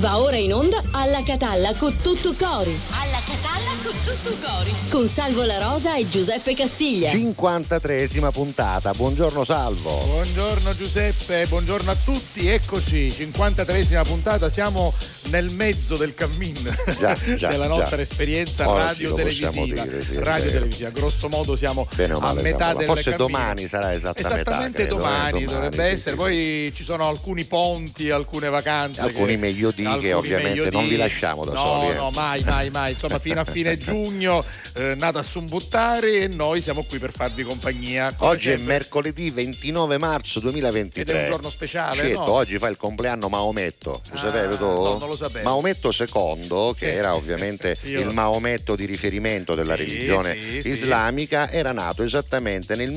Va ora in onda Alla Catalla con tutto cori. Alla Catalla con tutto cori. Con Salvo La Rosa e Giuseppe Castiglia. 53esima puntata. Buongiorno Salvo. Buongiorno Giuseppe, buongiorno a tutti. Eccoci, 53esima puntata. Siamo nel mezzo del cammin della nostra esperienza radio-televisiva. Radio-televisiva, grosso modo siamo a metà del forse cammino. Domani sarà esattamente metà, domani dovrebbe sì, essere. sì. Poi ci sono alcuni ponti, alcune vacanze, alcuni meglio di che ovviamente non vi lasciamo da soli. No, mai. Insomma, fino a fine giugno nata a sumbuttare, e noi siamo qui per farvi compagnia. Oggi sempre. È mercoledì 29 marzo 2023. Ed è un giorno speciale, certo, no? oggi fa il compleanno Maometto. Lo sapevi tu? No, non lo sapevo. Maometto II, che era ovviamente il Maometto di riferimento della religione islamica, era nato esattamente nel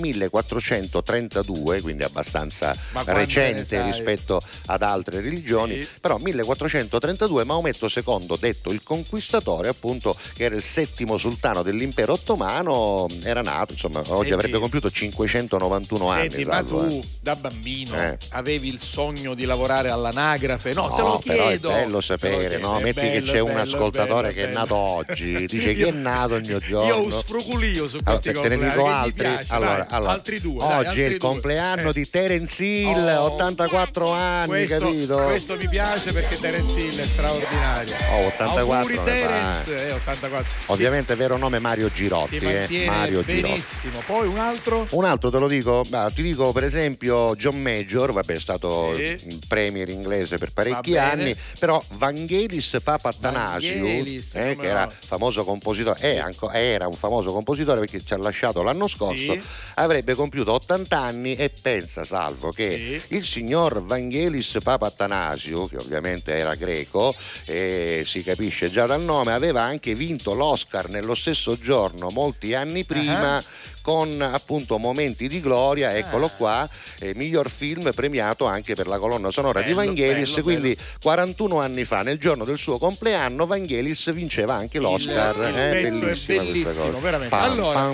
1432, quindi abbastanza recente rispetto ad altre religioni, però 1432 Maometto II, detto il conquistatore, appunto, che era il settimo sultano dell'impero ottomano, era nato, insomma, oggi avrebbe compiuto 591 anni. Ma tu da bambino avevi il sogno di lavorare all'anagrafe? No, te lo chiedo. Però è bello sapere, no? Metti che c'è un ascoltatore che è nato oggi, dice che è nato il mio giorno. Io sfruculio su questi te ne dico altri. Allora, altri due. Oggi è il compleanno di Terence Hill, 84 anni, capito? Questo mi piace perché Terence Hill è straordinario. 84. Auguri Terence, 84. Ovviamente vero nome Mario Girotti, Mario benissimo. Girotti. Poi un altro? Un altro te lo dico, ti dico per esempio John Major, è stato il premier inglese per parecchi anni, però Vangelis Papatanasiou, che era famoso compositore, era un famoso compositore perché ci ha lasciato l'anno scorso, avrebbe compiuto 80 anni e pensa Salvo che il signor Vangelis Papatanasiou, che ovviamente era greco e si capisce già dal nome, aveva anche vinto l'Oscar nello stesso giorno molti anni prima con appunto Momenti di gloria, eccolo qua, miglior film premiato anche per la colonna sonora di Vangelis, quindi 41 anni fa, nel giorno del suo compleanno, Vangelis vinceva anche l'Oscar. Bellissima questa cosa, veramente. Allora,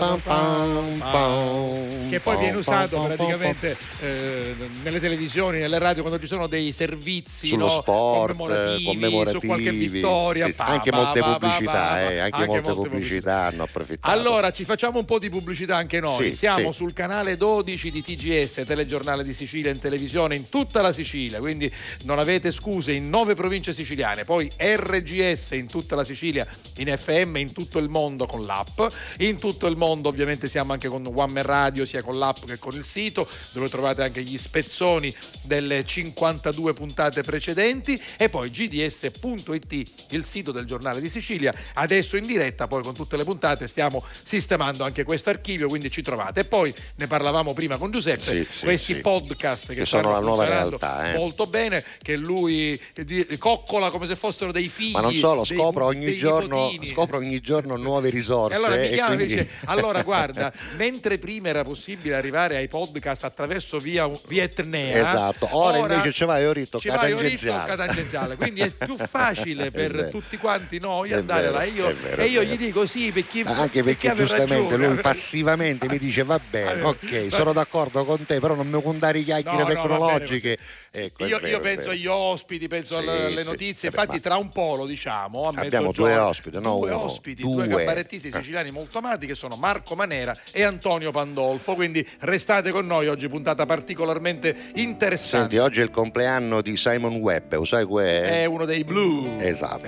che poi viene usato praticamente nelle televisioni, nelle radio, quando ci sono dei servizi sullo sport, commemorativi, su qualche vittoria, anche molte pubblicità hanno approfittato. Allora ci facciamo un po' di pubblicità anche noi. Siamo sul canale 12 di TGS, Telegiornale di Sicilia, in televisione in tutta la Sicilia, quindi non avete scuse, in 9 province siciliane, poi RGS in tutta la Sicilia, in FM in tutto il mondo con l'app, in tutto il mondo ovviamente siamo anche con One Man Radio, sia con l'app che con il sito, dove trovate anche gli spezzoni delle 52 puntate precedenti, e poi gds.it, il sito del Giornale di Sicilia, adesso in diretta, poi con tutte le puntate stiamo sistemando anche questo archivio, quindi ci trovate. E poi ne parlavamo prima con Giuseppe, questi podcast che sono la nuova realtà, molto bene, che lui coccola come se fossero dei figli, ma non solo, scopro ogni giorno nuove risorse. E allora mi chiama quindi... e dice: allora guarda, mentre prima era possibile arrivare ai podcast attraverso via Etnea, ora invece ci vai oritto catangenziale, quindi è più facile per tutti quanti noi andare là, e io gli dico anche perché giustamente lui passivamente mi dice va bene, ok, sono d'accordo con te, però non mi contare chiacchiere tecnologiche. Io penso agli ospiti, penso alle notizie. Infatti tra un po', lo diciamo, abbiamo due ospiti, due cabarettisti siciliani molto amati, che sono Marco Manera e Antonio Pandolfo, quindi restate con noi, oggi puntata particolarmente interessante. Senti, oggi è il compleanno di Simon Webb, lo sai qual è? È uno dei Blue. Esatto.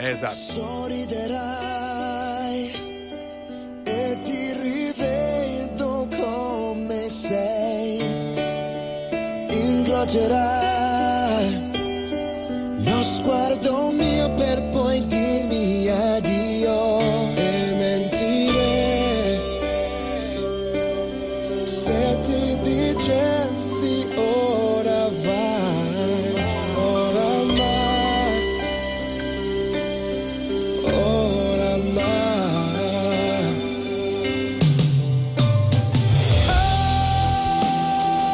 Sorriderai e ti rivedo come sei, incrocerai lo sguardo mio per poi dirmi addio e mentire se ti dicessi ora vai, oramai,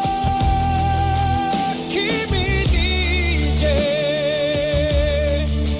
chi mi dice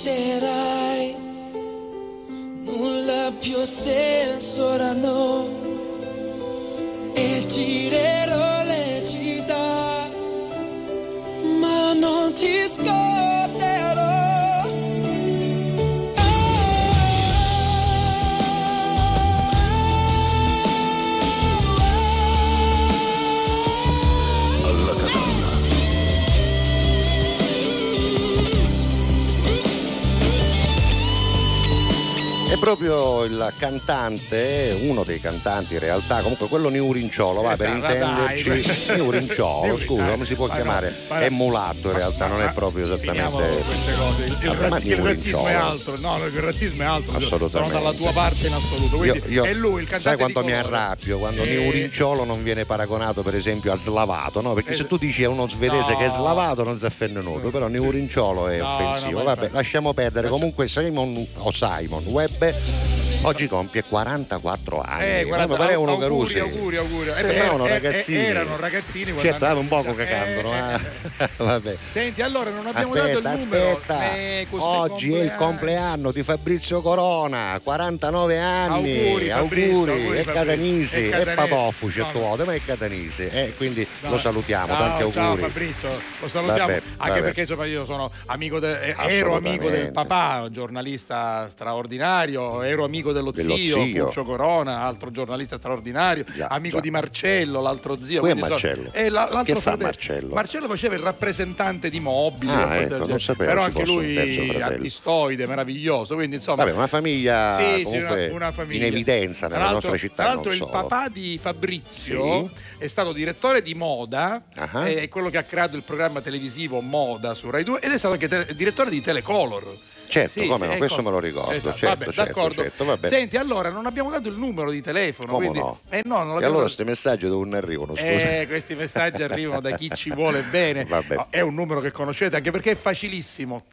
deciderai, nulla più ha senso ora no, e girerò le città, ma non ti scorderò. È proprio il cantante, uno dei cantanti in realtà, comunque quello Niurinciolo, va, per intenderci. Niurinciolo, scusa, come si può chiamare? È mulatto in realtà, non è proprio esattamente queste cose. Il razzismo è altro, no, il razzismo è altro. Assolutamente. Sono dalla tua parte in assoluto. Quindi è lui il cantante. Sai quanto mi arrabbio quando Niurinciolo non viene paragonato per esempio a slavato, no? Perché se tu dici a uno svedese che è slavato non si offende nulla, però Niurinciolo è offensivo. Vabbè, lasciamo perdere. Comunque Simon Webber oggi compie 44 anni. Guarda, pare uno Carusi. Auguri. Sembravano ragazzini. Erano ragazzini. Certo, un poco che cantano. Vabbè. Senti, allora non abbiamo dato il numero. Oggi è il compleanno di Fabrizio Corona, 49 anni. Auguri. È catanisi, è Patoffu, certo vuoto, ma è catanisi. Quindi lo salutiamo, tanti auguri. Ciao Fabrizio, lo salutiamo. Anche perché insomma io sono ero amico del papà, giornalista straordinario, ero amico dello zio Puccio Corona, altro giornalista straordinario, amico di Marcello, l'altro zio. Qui è Marcello. Che fa Marcello? Marcello faceva il rappresentante di mobili, non sapevo, però anche lui artistoide, meraviglioso, quindi insomma una famiglia comunque una famiglia in evidenza nella nostra città. Tra l'altro il papà di Fabrizio è stato direttore di Moda, è quello che ha creato il programma televisivo Moda su Rai 2 ed è stato anche direttore di Telecolor. Certo, come no, questo me lo ricordo. Esatto. Certo, d'accordo. Vabbè. Senti, allora non abbiamo dato il numero di telefono. Come quindi... no? non e allora dato... questi messaggi dove non arrivano? Scusa. Questi messaggi arrivano da chi ci vuole bene. Vabbè. È un numero che conoscete anche perché è facilissimo.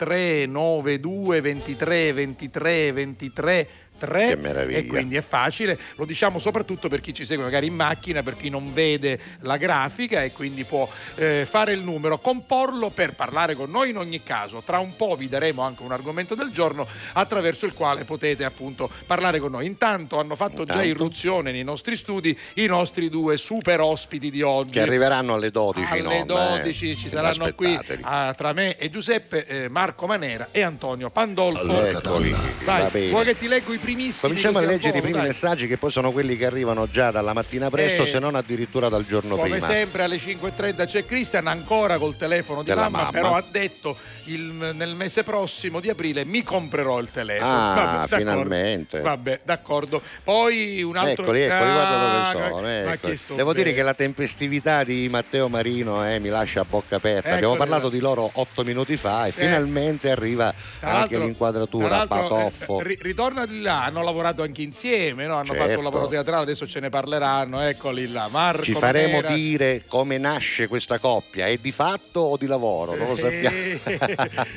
392 23 23 23 Che meraviglia. E quindi è facile, lo diciamo soprattutto per chi ci segue magari in macchina, per chi non vede la grafica e quindi può fare il numero, comporlo per parlare con noi in ogni caso. Tra un po' vi daremo anche un argomento del giorno attraverso il quale potete appunto parlare con noi. Intanto hanno fatto già irruzione nei nostri studi i nostri due super ospiti di oggi, che arriveranno alle 12 alle 12 ci saranno qui tra me e Giuseppe, Marco Manera e Antonio Pandolfo. Eccoli. Vai, vuoi che ti leggo i primissimi? Cominciamo a leggere i primi messaggi che poi sono quelli che arrivano già dalla mattina presto, se non addirittura dal giorno come prima. Come sempre alle 5:30 c'è Cristian ancora col telefono di mamma, però ha detto nel mese prossimo di aprile mi comprerò il telefono. Vabbè, finalmente. Vabbè, d'accordo. Poi un altro Eccoli, guarda dove sono. Devo dire che la tempestività di Matteo Marino mi lascia a bocca aperta. Abbiamo parlato di loro 8 minuti fa e finalmente arriva anche l'inquadratura Patoffo. Ritorna di là, hanno lavorato anche insieme, no? Hanno fatto un lavoro teatrale, adesso ce ne parleranno, eccoli là. Marco ci faremo Manera. dire come nasce questa coppia, è di fatto o di lavoro? Non lo sappiamo.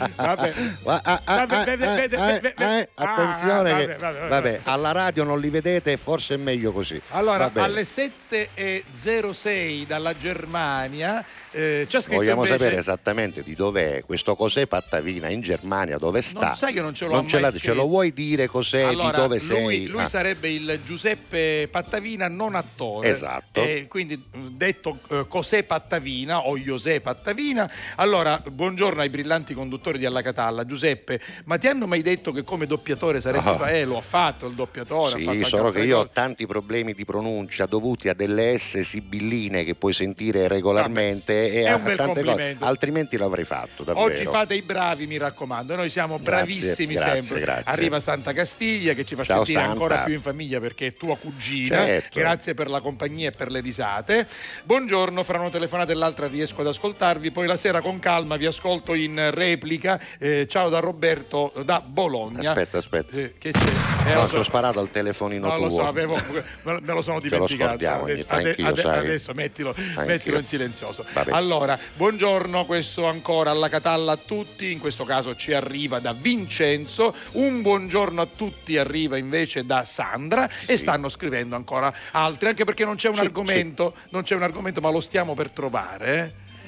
Attenzione, vabbè, alla radio non li vedete, forse è meglio così. Allora, alle 7:06 dalla Germania c'è scritto vogliamo invece... sapere esattamente di dov'è questo Cos'è Pattavina in Germania, dove sta? Non sai che non ce l'ho mai ce lo vuoi dire cos'è, allora, di dove sei? Lui sarebbe il Giuseppe Pattavina non attore. Esatto. Quindi detto Cos'è Pattavina o José Pattavina. Allora, buongiorno ai brillanti conduttori di Alla Catalla. Giuseppe, ma ti hanno mai detto che come doppiatore saresti lo ha fatto il doppiatore? Sì, solo che io ho tanti problemi di pronuncia dovuti a delle S sibilline che puoi sentire regolarmente. E a tante cose, altrimenti l'avrei fatto davvero. Oggi fate i bravi, mi raccomando, noi siamo bravissimi sempre. Grazie. Arriva Santa Castiglia che ci fa sentire ancora più in famiglia perché è tua cugina. Certo. Grazie per la compagnia e per le risate. Buongiorno, fra una telefonata e l'altra riesco ad ascoltarvi, poi la sera con calma vi ascolto in replica. Ciao da Roberto da Bologna. Aspetta. Che c'è? Ho sparato al telefonino tuo. Non lo so, me lo sono dimenticato. Adesso mettilo in silenzioso. Vabbè. Allora, buongiorno, questo ancora Alla Catalla a tutti, in questo caso ci arriva da Vincenzo, un buongiorno a tutti arriva invece da Sandra e stanno scrivendo ancora altri, anche perché non c'è un argomento, non c'è un argomento, ma lo stiamo per trovare.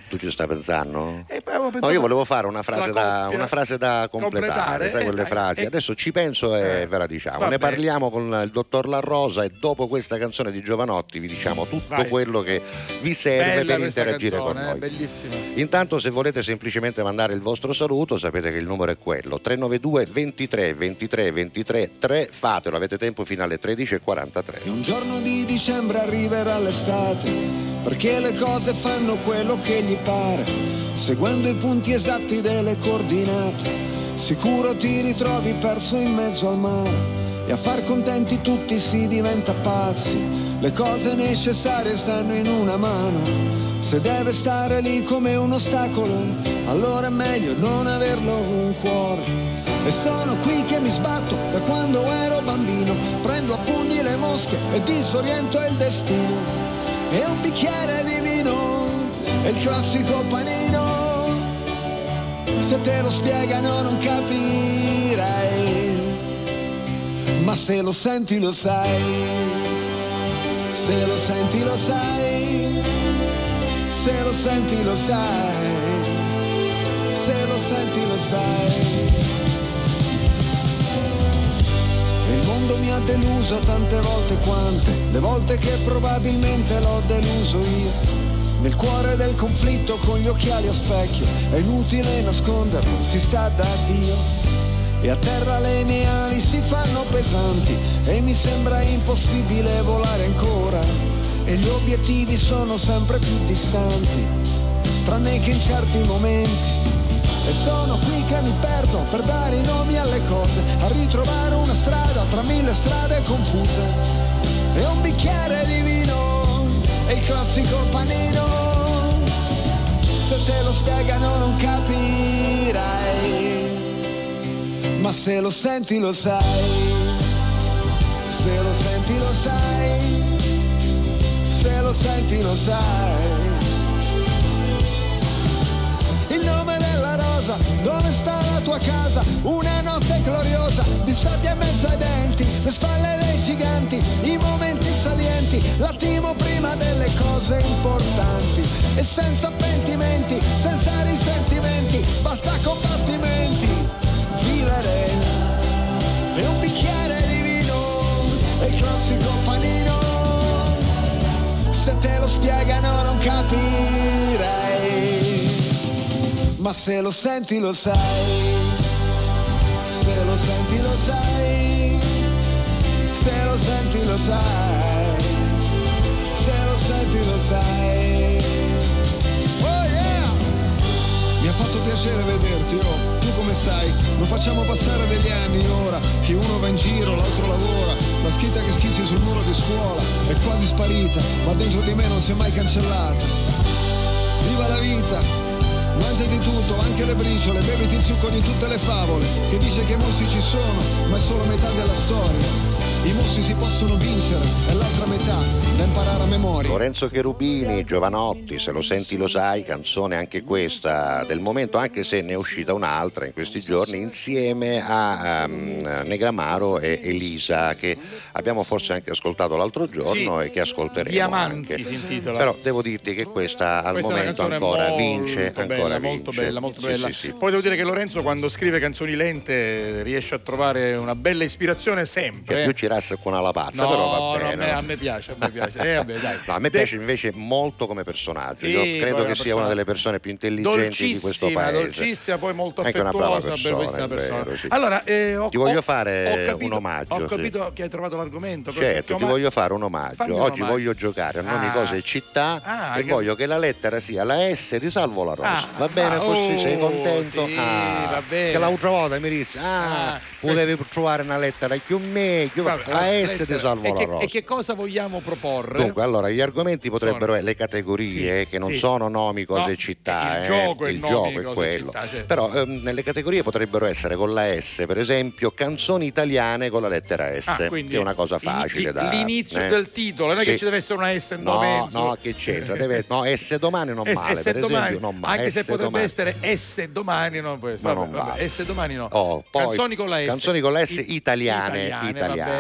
Tu ci stai pensando? No, io volevo fare una frase da completare, sai quelle frasi. Adesso ci penso e ve la diciamo. Ne parliamo con il dottor La Rosa e dopo questa canzone di Giovanotti vi diciamo tutto quello che vi serve per interagire con noi. Bellissima. Intanto, se volete semplicemente mandare il vostro saluto, sapete che il numero è quello: 392 23 23 23 3. Fatelo, avete tempo fino alle 13:43. E un giorno di dicembre arriverà l'estate, perché le cose fanno quello che gli pare, seguendo i punti esatti delle coordinate. Sicuro ti ritrovi perso in mezzo al mare e a far contenti tutti si diventa pazzi. Le cose necessarie stanno in una mano, se deve stare lì come un ostacolo, allora è meglio non averlo un cuore. E sono qui che mi sbatto da quando ero bambino, prendo a pugni le mosche e disoriento il destino. E un bicchiere di vino è il classico panino, se te lo spiegano non capirai, ma se lo senti lo sai, se lo senti lo sai, se lo senti lo sai, se lo senti lo sai. Il mondo mi ha deluso tante volte quante, le volte che probabilmente l'ho deluso io. Nel cuore del conflitto con gli occhiali a specchio, è inutile nasconderlo, si sta da Dio. E a terra le mie ali si fanno pesanti e mi sembra impossibile volare ancora. E gli obiettivi sono sempre più distanti, tranne che in certi momenti. E sono qui che mi perdo per dare i nomi alle cose, a ritrovare una strada tra mille strade confuse. E un bicchiere di vino è il classico panino, se te lo spiegano non capirai, ma se lo senti lo sai, se lo senti lo sai, se lo senti lo sai. Il nome della rosa, dove sta la tua casa? Una notte gloriosa, di sabbia in mezzo ai denti, le spalle dei giganti, i momenti salienti, l'attimo prima delle cose importanti. E senza pentimenti, senza risentimenti, basta combattimenti, vivere. E un bicchiere di vino è il classico panino, se te lo spiegano non capirai, ma se lo senti lo sai, se lo senti lo sai, se lo senti lo sai, se lo senti lo sai. Oh yeah! Mi ha fatto piacere vederti, oh, tu come stai? Lo facciamo passare degli anni ora, che uno va in giro, l'altro lavora, la scritta che schizzi sul muro di scuola è quasi sparita, ma dentro di me non si è mai cancellata. Viva la vita! Mangiati tutto, anche le briciole, beviti il succo di tutte le favole, che dice che i mostri ci sono, ma è solo metà della storia. I mostri si possono vincere, è l'altra metà da imparare a memoria. Lorenzo Cherubini, Giovanotti, se lo senti lo sai, canzone anche questa del momento, anche se ne è uscita un'altra in questi giorni insieme a Negramaro e Elisa, che abbiamo forse anche ascoltato l'altro giorno e che ascolteremo. Diamanti anche. Si intitola. Però devo dirti che questa al momento ancora vince, ancora molto vince. bella, molto bella. Sì. Poi devo dire che Lorenzo, quando scrive canzoni lente, riesce a trovare una bella ispirazione sempre. Che più ci rassa con una pazza, no, però va bene. A me piace. Vabbè, dai. No, a me piace invece molto come personaggio. Io credo che sia una delle persone più intelligenti di questo paese. Dolcissima, poi molto anche affettuosa, una brava persona, bellissima persona. Vero, sì. Allora, ti voglio fare un omaggio. Ho capito che hai trovato l'argomento. Certo, ti voglio fare un omaggio. Oggi voglio giocare a nomi, cose e città e voglio che la lettera sia la S di Salvo La Rosa. Va bene così? Sei contento? Sì, va bene. Che l'altra volta mi disse potevi trovare una lettera più meglio. La S di Salvo La Rosa. E che cosa vogliamo proporre? Dunque, allora, gli argomenti potrebbero essere le categorie, che non sono nomi, cose e città. Il gioco è quello. Città, certo. Però nelle categorie potrebbero essere con la S, per esempio, canzoni italiane con la lettera S, che è una cosa facile da... L'inizio del titolo, non è che ci deve essere una S in mezzo. No, che c'entra? S domani non male, per esempio. Non male. Anche se potrebbe domani. essere S domani non può essere. Ma non vale. S domani no. Poi, canzoni con la S. Canzoni con la S italiane.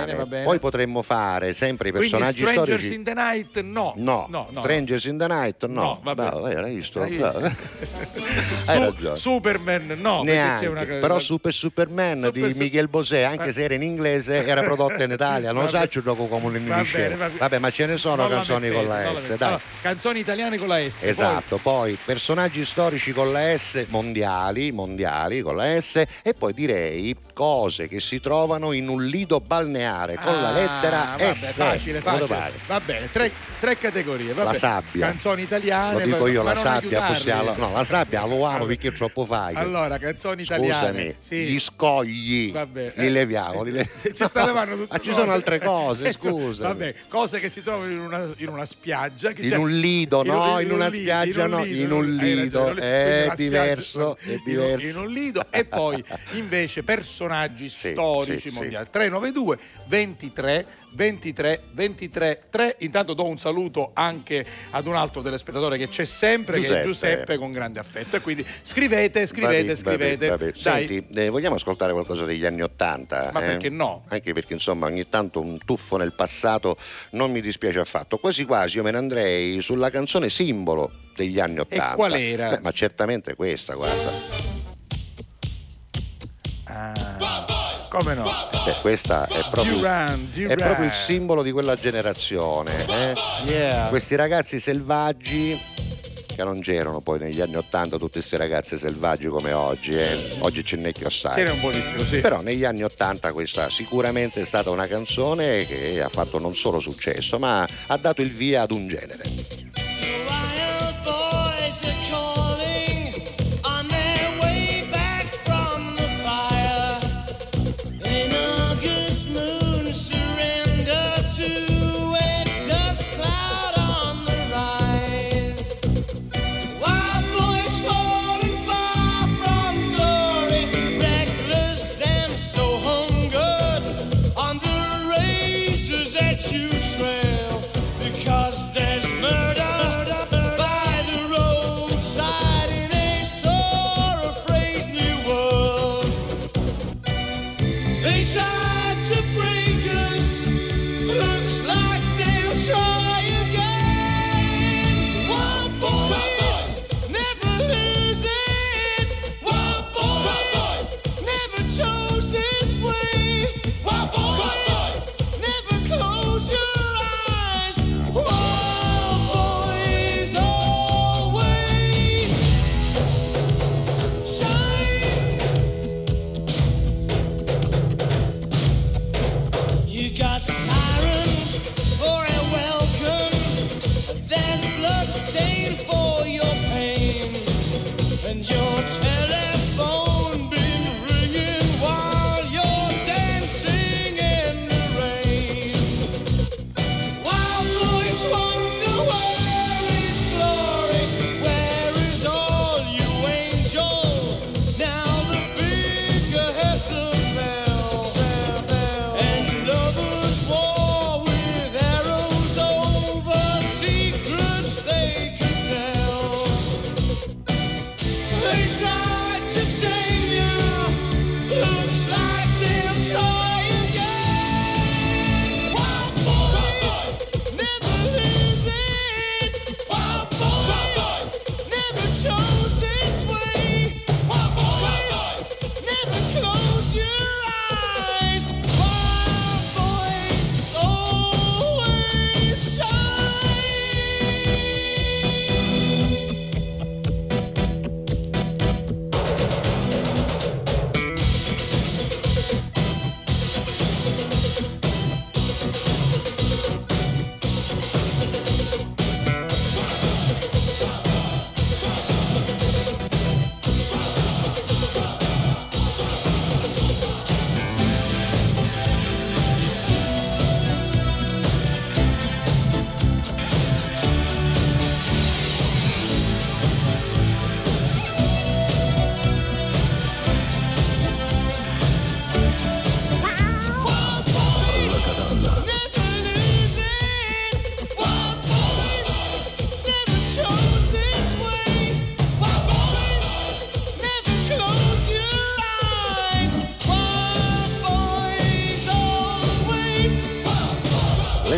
Va bene. Poi potremmo fare sempre i personaggi Strangers storici. in the Night no. Strangers in the Night no. Bravo, hai visto? Hai ragione. Superman no, neanche, però Superman di Miguel Bosé, anche se era in inglese, era prodotto in Italia, non lo so gioco come un vabbè, ma ce ne sono canzoni con la S, dai. Allora, canzoni italiane con la S. Esatto, poi personaggi storici con la S, mondiali con la S, e poi direi cose che si trovano in un lido balneare con la lettera S. Facile. Va bene, tre categorie. La sabbia. Canzoni italiane. Lo dico io, la sabbia, la sabbia lo amo perché è troppo facile. Allora, canzoni italiane. Scusami, gli scogli li leviamo. Ci sta levando tutto. Ma ci sono altre cose, scusa. Vabbè, cose che si trovano in una spiaggia. In un lido, no? In una spiaggia, no? In un lido. È diverso. In un lido. E poi invece personaggi storici mondiali. 392 23 3. Intanto do un saluto anche ad un altro telespettatore che c'è sempre, che è Giuseppe, con grande affetto, e quindi scrivete. Vabbè. Senti, vogliamo ascoltare qualcosa degli anni '80? Ma perché no? Anche perché insomma ogni tanto un tuffo nel passato non mi dispiace affatto. Quasi quasi io me ne andrei sulla canzone simbolo degli anni '80. E qual era? Ma certamente questa, guarda. Come no? Questa è proprio il simbolo di quella generazione. Questi ragazzi selvaggi che non c'erano poi negli anni '80 tutte queste ragazze selvaggi come oggi. Oggi ce n'è che assai. C'era un po' di più, sì. Però negli anni '80 questa sicuramente è stata una canzone che ha fatto non solo successo, ma ha dato il via ad un genere.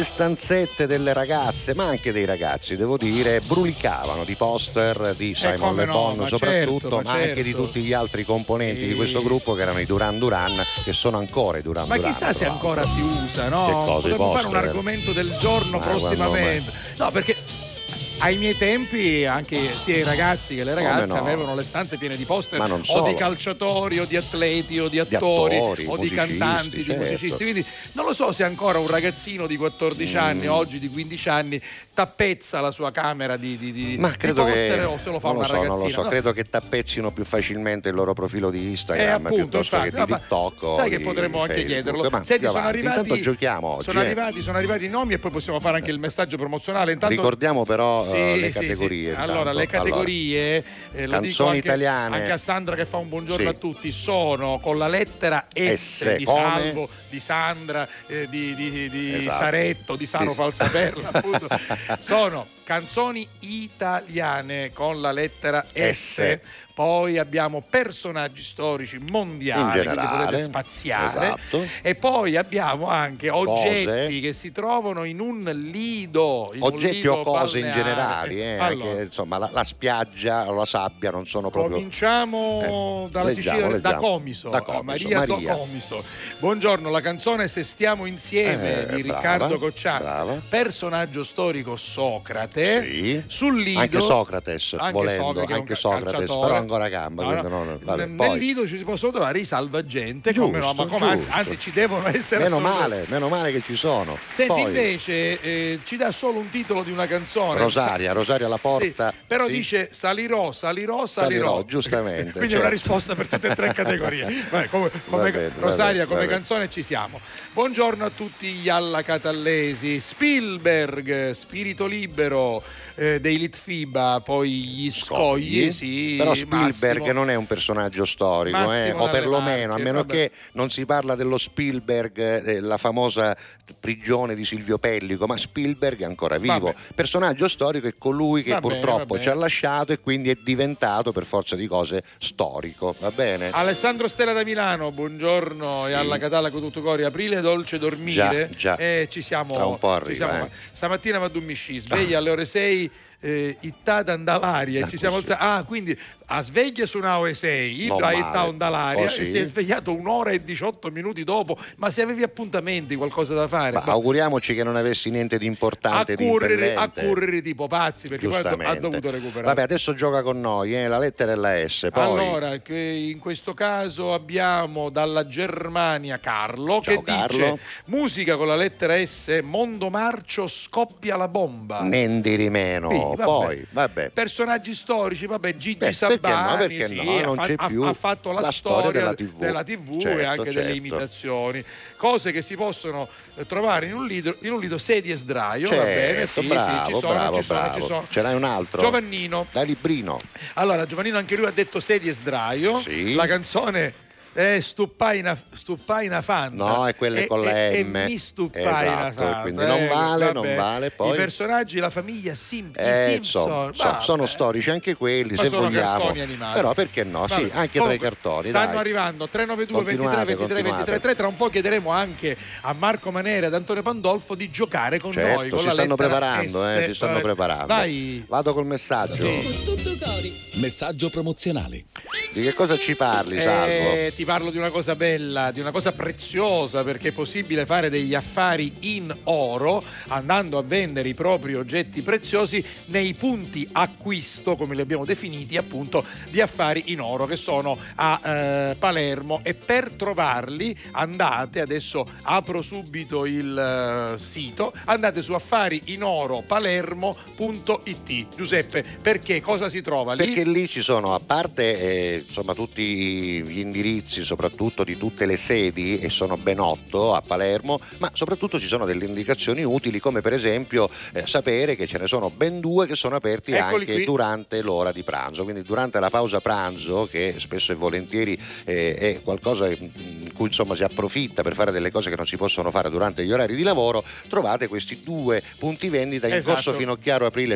stanzette delle ragazze, ma anche dei ragazzi, devo dire, brulicavano di poster di Simon Le Bon, soprattutto, certo, ma anche di tutti gli altri componenti di questo gruppo, che erano i Duran Duran, che sono ancora i Duran Duran. Ma chissà se ancora si usa, no? Che cosa, potremmo fare un argomento del giorno prossimamente. No, perché ai miei tempi anche sia i ragazzi che le ragazze avevano le stanze piene di poster o di calciatori o di atleti o di attori o di cantanti, di musicisti. Quindi non lo so se ancora un ragazzino di 14 anni, oggi di 15 anni, tappezza la sua camera di poster o se lo fa una ragazzina. Non lo so, credo che tappezzino più facilmente il loro profilo di Instagram piuttosto che di TikTok. Sai che potremmo anche chiederlo. Senti, intanto giochiamo oggi. Sono arrivati i nomi e poi possiamo fare anche il messaggio promozionale. Intanto ricordiamo però le categorie. Allora, le categorie, lo dico anche, italiane, a Sandra che fa un buongiorno a tutti, sono con la lettera S di come? Salvo, di Sandra, di Saretto, di Saro Falsaperla, appunto. Sono canzoni italiane con la lettera S. Poi abbiamo personaggi storici mondiali, quindi potete spaziare. E poi abbiamo anche oggetti che si trovano in un lido. Oggetti o cose in generale, allora, che, insomma, la spiaggia o la sabbia non sono proprio. Cominciamo dalla Sicilia, da Comiso. Maria da Comiso. Buongiorno, la canzone Se stiamo insieme di Riccardo Cocciante. Personaggio storico Socrate. Sì. Sul lido. Anche Socrates, volendo, anche Socrate, però ancora gamba. Nel lido ci si possono trovare i salvagente, anzi ci devono essere. Meno male che ci sono. Senti, poi, invece ci dà solo un titolo di una canzone. Rosaria alla porta. Sì, però dice salirò. Giustamente. Quindi è una risposta per tutte e tre categorie. Rosaria come canzone ci siamo. Buongiorno a tutti gli alla catallesi. Spielberg, Spirito libero dei Litfiba, poi gli Scogli. Sì, però Spielberg non è un personaggio storico, o perlomeno, a meno che non si parla dello Spielberg, la famosa prigione di Silvio Pellico, ma Spielberg è ancora vivo. Personaggio storico è colui che purtroppo ci ha lasciato e quindi è diventato per forza di cose storico, va bene? Alessandro Stella da Milano, buongiorno. E alla Catalla con tutto cori, aprile dolce dormire. Già. Ci siamo. Tra un po' arriva. Stamattina Madummisci, sveglia alle ore 6. Ittata andalaria, ci siamo alzati. Quindi a sveglia su una OE6, Ittata andalaria, e si è svegliato un'ora e 18 minuti dopo. Ma se avevi appuntamenti, qualcosa da fare, auguriamoci che non avessi niente di importante, a correre tipo pazzi, perché poi ha dovuto recuperare. Vabbè, adesso gioca con noi, la lettera è la S. Poi. Allora, che in questo caso abbiamo dalla Germania Carlo. Ciao, che Carlo. dice musica con la lettera S, Mondo Marcio, scoppia la bomba. Nendi di meno. Poi, personaggi storici, Gigi Sabani, perché no? Non c'è più ha fatto la storia della TV certo, e anche delle imitazioni, cose che si possono trovare in un lido sedie e sdraio. Certo, va bene, ci sono. Ce n'hai un altro? Giovannino. Da Librino. Allora, Giovannino anche lui ha detto sedie e sdraio. Sì. La canzone Stuppaina Fanta. No, è quelle con la M. E mi Stuppaina Fanta. Quindi non vale. Poi i personaggi, la famiglia Simpson. Sono storici anche quelli, ma se sono vogliamo. Cartoni animati. Però perché no? Sì, anche tra i cartoni. Stanno arrivando 392 23 Tra un po' chiederemo anche a Marco Manera e ad Antonio Pandolfo di giocare con noi. Con si stanno preparando. Vai. Vado col messaggio. Tutto cori. Messaggio promozionale. Di che cosa ci parli, Salvo? Ti parlo di una cosa bella, di una cosa preziosa, perché è possibile fare degli affari in oro andando a vendere i propri oggetti preziosi nei punti acquisto, come li abbiamo definiti, appunto, di Affari in Oro, che sono a Palermo. E per trovarli andate, adesso apro subito il sito, andate su affariinoropalermo.it. Giuseppe, perché cosa si trova lì? Perché lì ci sono, a parte tutti gli indirizzi, soprattutto di tutte le sedi, e sono ben 8 a Palermo, ma soprattutto ci sono delle indicazioni utili, come per esempio sapere che ce ne sono ben 2 che sono aperti anche durante l'ora di pranzo, quindi durante la pausa pranzo, che spesso e volentieri è qualcosa in cui insomma si approfitta per fare delle cose che non si possono fare durante gli orari di lavoro. Trovate questi 2 punti vendita in Corso Finocchiaro Aprile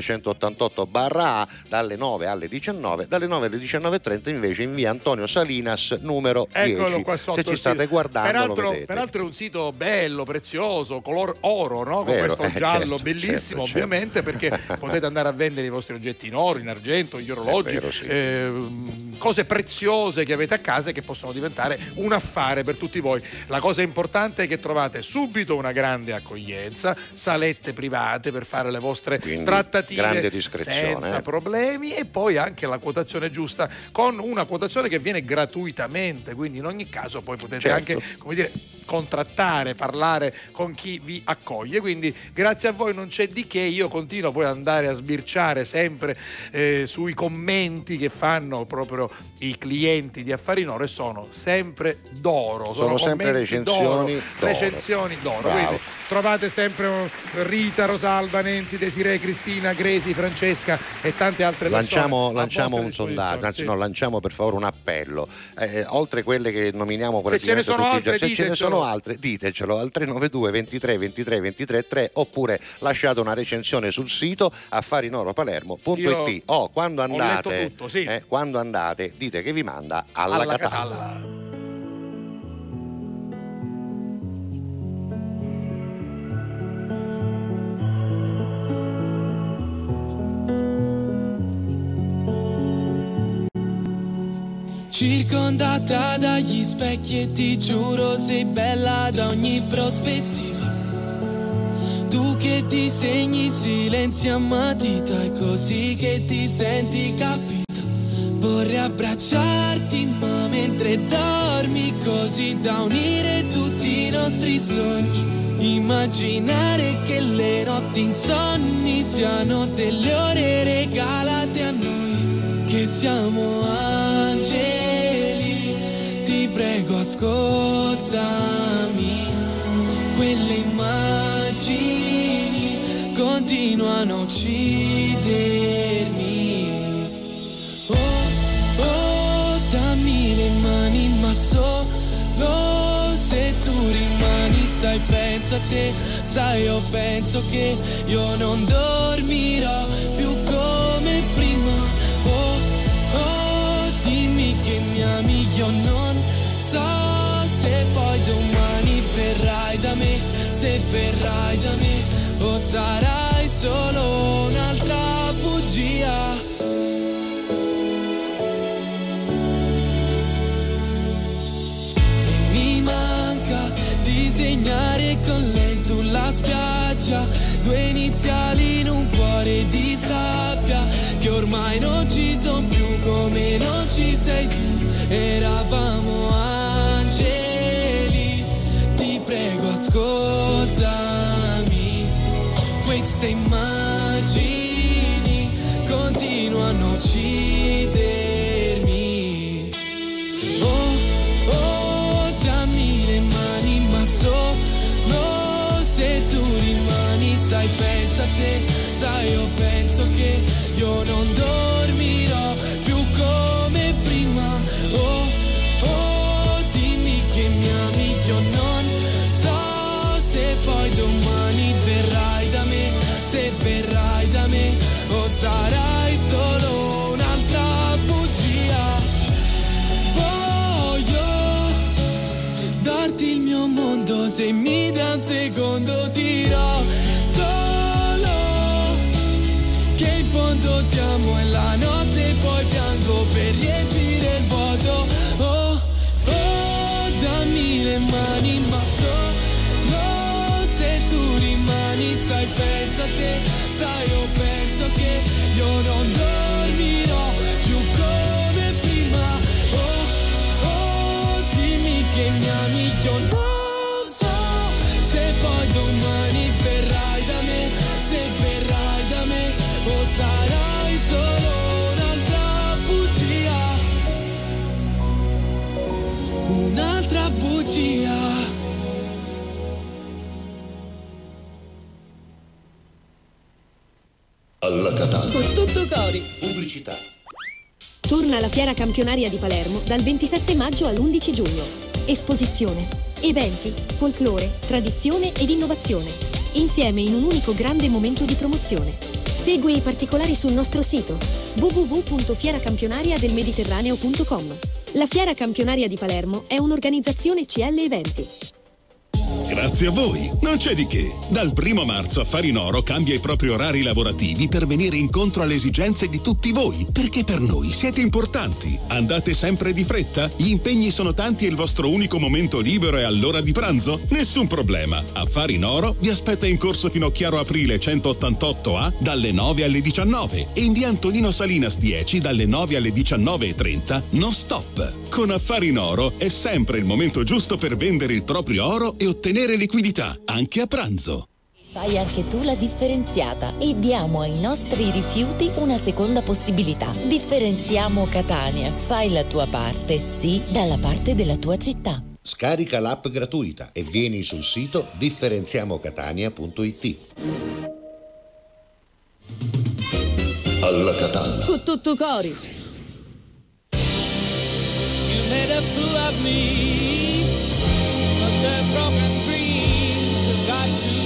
188/A dalle 9 alle 19, dalle 9 alle 19:30 invece in via Antonio Salinas numero Eccolo qua sotto. Se ci state guardando, peraltro è un sito bello, prezioso, color oro, no? Con questo giallo bellissimo, ovviamente, perché potete andare a vendere i vostri oggetti in oro, in argento, gli orologi, cose preziose che avete a casa e che possono diventare un affare per tutti voi. La cosa importante è che trovate subito una grande accoglienza, salette private per fare le vostre trattative senza problemi, e poi anche la quotazione giusta, con una quotazione che viene gratuitamente, quindi in ogni caso poi potete anche, come dire, contrattare, parlare con chi vi accoglie. Quindi grazie a voi non c'è di che. Io continuo poi ad andare a sbirciare sempre sui commenti che fanno proprio i clienti di Affari in Oro, e sono sempre d'oro, sono sempre recensioni d'oro. Quindi trovate sempre Rita, Rosalba, Nenzi, Desiree, Cristina, Gresi, Francesca e tante altre persone. Lanciamo un sondaggio, anzi lanciamo per favore un appello, oltre quelle che nominiamo praticamente tutti i giorni, se ce ne sono altre ditecelo al 392 23 23 23 3, oppure lasciate una recensione sul sito affarinoropalermo.it, o quando andate quando andate dite che vi manda alla Catalla. Circondata dagli specchi e ti giuro sei bella da ogni prospettiva. Tu che disegni silenzi a matita, è così che ti senti capita. Vorrei abbracciarti ma mentre dormi, così da unire tutti i nostri sogni. Immaginare che le notti insonni siano delle ore regalate a noi, che siamo angeli. Ti prego ascoltami, quelle immagini continuano a uccidermi. Oh, dammi le mani ma solo se tu rimani. Sai, penso a te, sai, io penso che io non dormirò più come prima. Dimmi che mi ami, io non so se poi domani verrai da me, se verrai da me, o sarai solo un'altra bugia. E mi manca disegnare con lei sulla spiaggia 2 iniziali in un cuore di sabbia, che ormai non ci son più come non ci sei tu. Eravamo angeli, ti prego ascoltami, queste immagini continuano a uccidermi. Oh, dammi le mani ma solo se tu rimani. Sai, penso a te, sai, io penso che io non dormirò più come prima. Oh, dimmi che mi ami, io non so se poi domani verrai da me, se verrai da me, o sarai solo un'altra bugia. Voglio darti il mio mondo, se mi dai un secondo dirò che in fondo ti amo e la notte poi piango per riempire il vuoto. Oh, dammi le mani ma solo se tu rimani. Sai, penso a te, sai, io penso che io non dormirò più come prima. Oh, dimmi che mi ami, io non so se poi domani verrai da me, se verrai da me, o sarai solo un'altra bugia, un'altra bugia. Alla Catalla. Con tutto cori. Pubblicità. Torna la Fiera Campionaria di Palermo dal 27 maggio all'11 giugno. Esposizione, eventi, folklore, tradizione ed innovazione. Insieme in un unico grande momento di promozione. Segui i particolari sul nostro sito www.fieracampionariadelmediterraneo.com. La Fiera Campionaria di Palermo è un'organizzazione CL Eventi. Grazie a voi, non c'è di che. Dal 1 marzo Affari in Oro cambia i propri orari lavorativi per venire incontro alle esigenze di tutti voi, perché per noi siete importanti. Andate sempre di fretta? Gli impegni sono tanti e il vostro unico momento libero è all'ora di pranzo? Nessun problema. Affari in Oro vi aspetta in corso Finocchiaro Aprile 188A dalle 9 alle 19 e in via Antonino Salinas 10 dalle 9 alle 19:30 non stop. Con Affari in Oro è sempre il momento giusto per vendere il proprio oro e ottenere liquidità, anche a pranzo. Fai anche tu la differenziata e diamo ai nostri rifiuti una seconda possibilità. Differenziamo Catania. Fai la tua parte, sì, dalla parte della tua città. Scarica l'app gratuita e vieni sul sito differenziamocatania.it. Alla Catalla. Con tutto cori. You made a fool of me, but the broken dreams have got to end.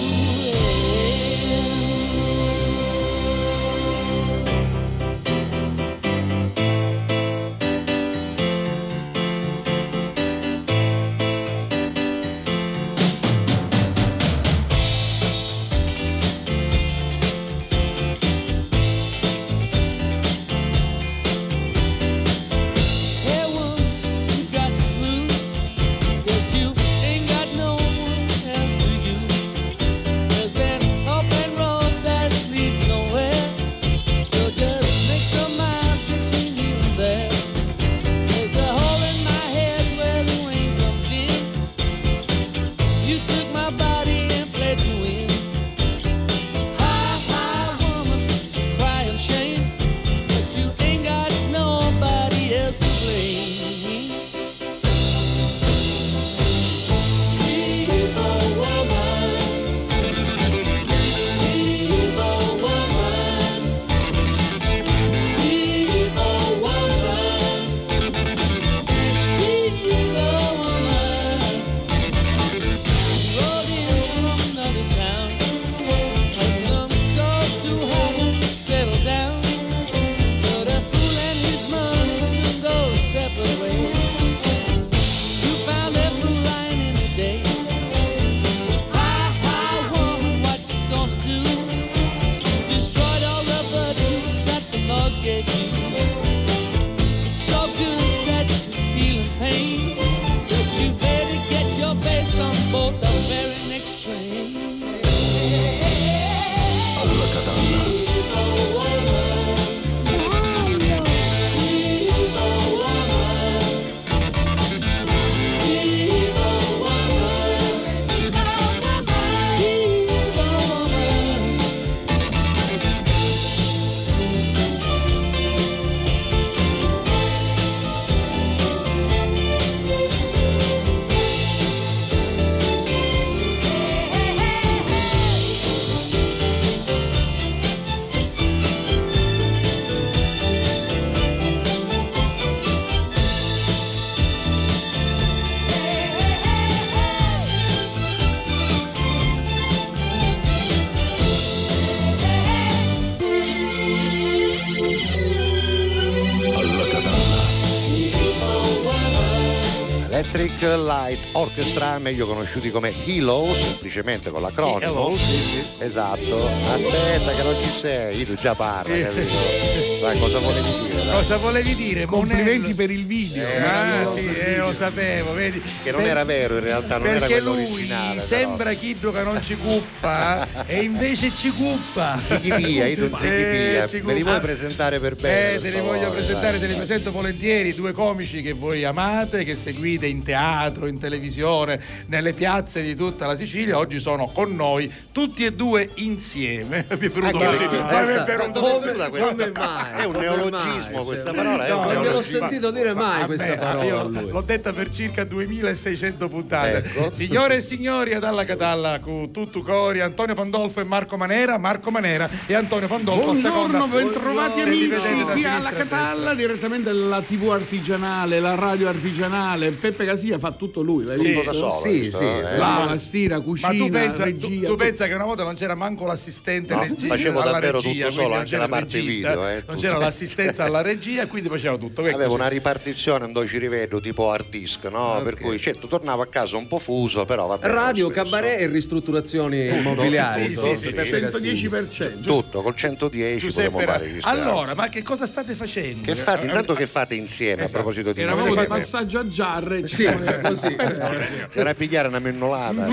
Electric Light Orchestra, meglio conosciuti come Hilo, semplicemente con l'acronimo. Esatto. Aspetta che non ci sei, tu già parla, capito? Dai, cosa volevi dire? Dai. Cosa volevi dire? Complimenti per il video. Lo sapevo, vedi? Che non era vero in realtà, non era quello originale. Perché lui sembra Chiddo che non ci cuppa e invece ci cuppa. Me li vuoi presentare per bene? Te li voglio presentare, te li presento volentieri, due comici che voi amate, che seguite in teatro, in televisione, nelle piazze di tutta la Sicilia. Oggi sono con noi tutti e due insieme. Come mai? È un neologismo questa parola. Non gliel'ho sentito dire mai questa parola. Io l'ho detta per circa 2600 puntate. Ecco. Signore e signori, ad alla Catalla con tutto cori, Antonio Pandolfo e Marco Manera e Antonio Pandolfo. Buongiorno, bentrovati amici qui alla Catalla, direttamente dalla TV artigianale, la radio artigianale. Peppe Casia fa tutto lui, l'hai Tutto visto? da solo, sì, visto, sì. Lava, stira, cucina, regia. Tu pensa che una volta non c'era manco l'assistente regia, facevo alla davvero regia, tutto solo, anche la parte regista, video. non tutto. c'era l'assistenza alla regia, quindi facevo tutto. Avevo una ripartizione dove ci rivedo tipo hard disk, no? Okay. Per cui certo tornavo a casa un po' fuso, però va bene. Radio, cabaret e ristrutturazioni immobiliari. Sì, per 110%. Tutto, col 110 potremmo fare gli strati. Allora, ma che cosa state facendo? Che fate? Intanto che fate insieme a proposito di Eravamo di passaggio a Giarre, così. Si era a pigliare una mennolata.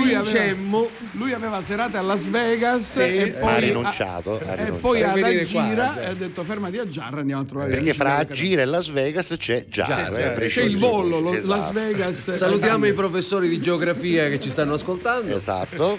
Lui aveva serate a Las Vegas e poi ha rinunciato. E poi ad Agira e ha detto fermati a Giarra, andiamo a trovare. Perché fra Agira e Las Vegas c'è Giarra. C'è il volo, esatto. Las Vegas. Salutiamo i professori di geografia che ci stanno ascoltando. Esatto.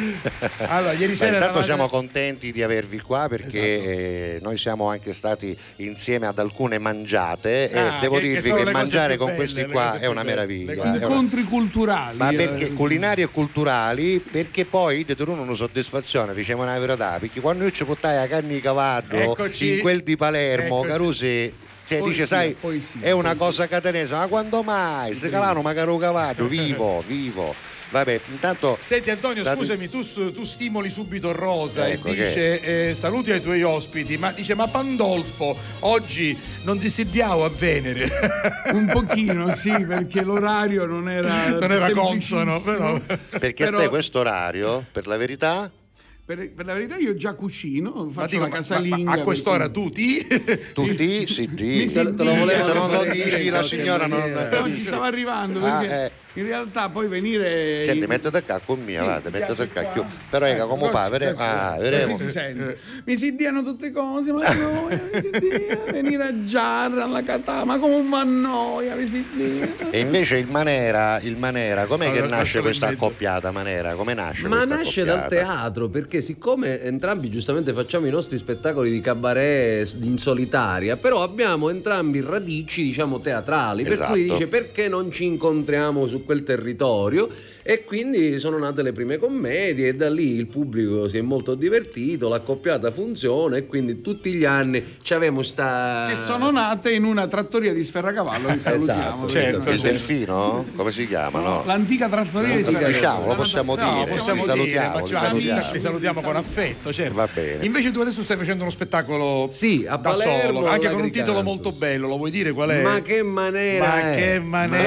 Allora, ieri sera intanto siamo contenti di avervi qua perché noi siamo anche stati insieme ad alcune mangiate e devo dirvi che mangiare con questi qua è una meraviglia. Incontri culturali. Ma perché culinari e culturali? Perché poi di uno una soddisfazione, diciamo una verità, perché quando io ci portai la carne di cavallo in quel di Palermo, Carusi, cioè, dice, sai, è una cosa catanese, ma quando mai? Se calano magari un cavallo, vivo. Vabbè, intanto. Senti Antonio, scusami, tu stimoli subito Rosa e dice saluti ai tuoi ospiti, ma dice: ma Pandolfo oggi non ti sediamo a Venere? Un pochino, sì, perché l'orario non era consono, però. Perché a te questo orario, per la verità? Per la verità io già cucino, faccio la casalinga. Ma a quest'ora tutti? Tutti? Sì, te lo volevo se non lo dici la signora non ci stava arrivando perché in realtà poi venire. Senti, mettete qua con mia, vada, mettete qua. Però come fa, vedremo. Si sente. Mi si diano tutte cose, ma noi venire a Giarra, alla Catà, ma come va noia, mi si dia. E invece il Manera, com'è che nasce questa accoppiata, Manera? Come nasce? Ma nasce dal teatro, perché siccome entrambi giustamente facciamo i nostri spettacoli di cabaret in solitaria, però abbiamo entrambi radici, diciamo, teatrali, per cui dice perché non ci incontriamo su quel territorio, e quindi sono nate le prime commedie e da lì il pubblico si è molto divertito, l'accoppiata funziona e quindi tutti gli anni ci avevamo che sono nate in una trattoria di Sferracavallo, che salutiamo. Certo. Il Delfino? Come si chiama? No? L'antica trattoria di Sferracavallo. Lo possiamo dire. Li salutiamo con affetto, certo. Va bene. Invece tu adesso stai facendo uno spettacolo a Palermo, solo, anche con un titolo molto bello, lo vuoi dire qual è? Ma che manera è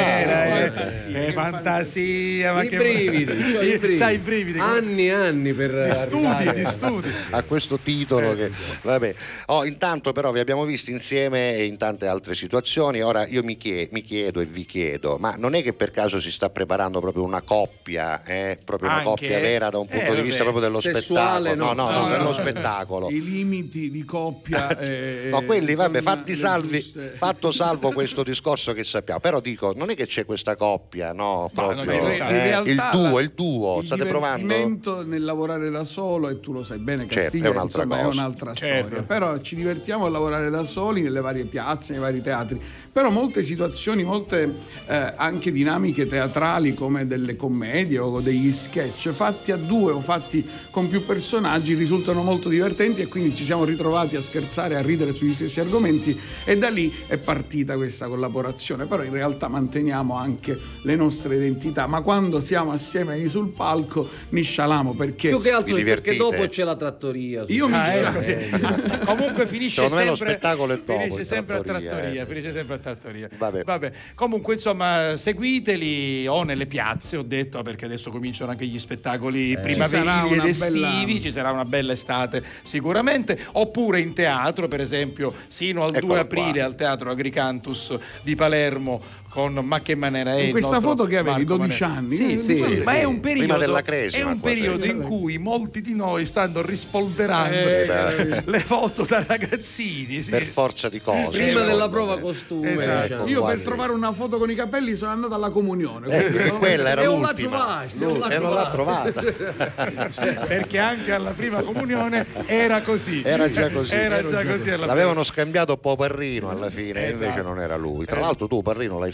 fantasia, i brividi. C'hai i brividi. Anni per di studi a questo titolo che vabbè. Intanto però vi abbiamo visti insieme in tante altre situazioni. Ora io mi chiedo e vi chiedo, ma non è che per caso si sta preparando proprio una coppia, proprio una coppia vera da un punto di vista proprio dello sessuale, spettacolo? No, dello spettacolo. I limiti di coppia no, quelli fatto salvo questo discorso che sappiamo, però dico, non è che c'è questa coppia, no, proprio il duo state provando. Il divertimento nel lavorare da solo, e tu lo sai bene, Castiglia, è un'altra storia, però ci divertiamo a lavorare da soli nelle varie piazze, nei vari teatri, però molte situazioni, molte anche dinamiche teatrali come delle commedie o degli sketch fatti a due o fatti con più personaggi risultano molto divertenti, e quindi ci siamo ritrovati a scherzare, a ridere sugli stessi argomenti, e da lì è partita questa collaborazione. Però in realtà manteniamo anche le nostre identità, ma quando siamo assieme sul palco ni scialamo, perché più che altro perché dopo c'è la trattoria. Io mi scialo. Comunque finisce sempre lo spettacolo è dopo, finisce sempre a trattoria. Vabbè. Comunque insomma seguiteli o nelle piazze, ho detto, perché adesso cominciano anche gli spettacoli primaverili ed estivi, ci sarà una bella estate sicuramente, oppure in teatro, per esempio sino al 2 aprile al Teatro Agricantus di Palermo con Ma che manera è? In questa foto che avevi, 12 anni. Sì, ma è un periodo, prima della Cresima, in cui molti di noi stanno rispolverando le foto da ragazzini. Per forza di cose. Prima della prova costume. Esatto. Io per trovare una foto con i capelli sono andato alla comunione. Quella era l'ultima. E non l'ha trovata. Perché anche alla prima comunione era così. Era già così. L'avevano scambiato un po' Parrino alla fine, invece non era lui. Tra l'altro tu Parrino l'hai fatto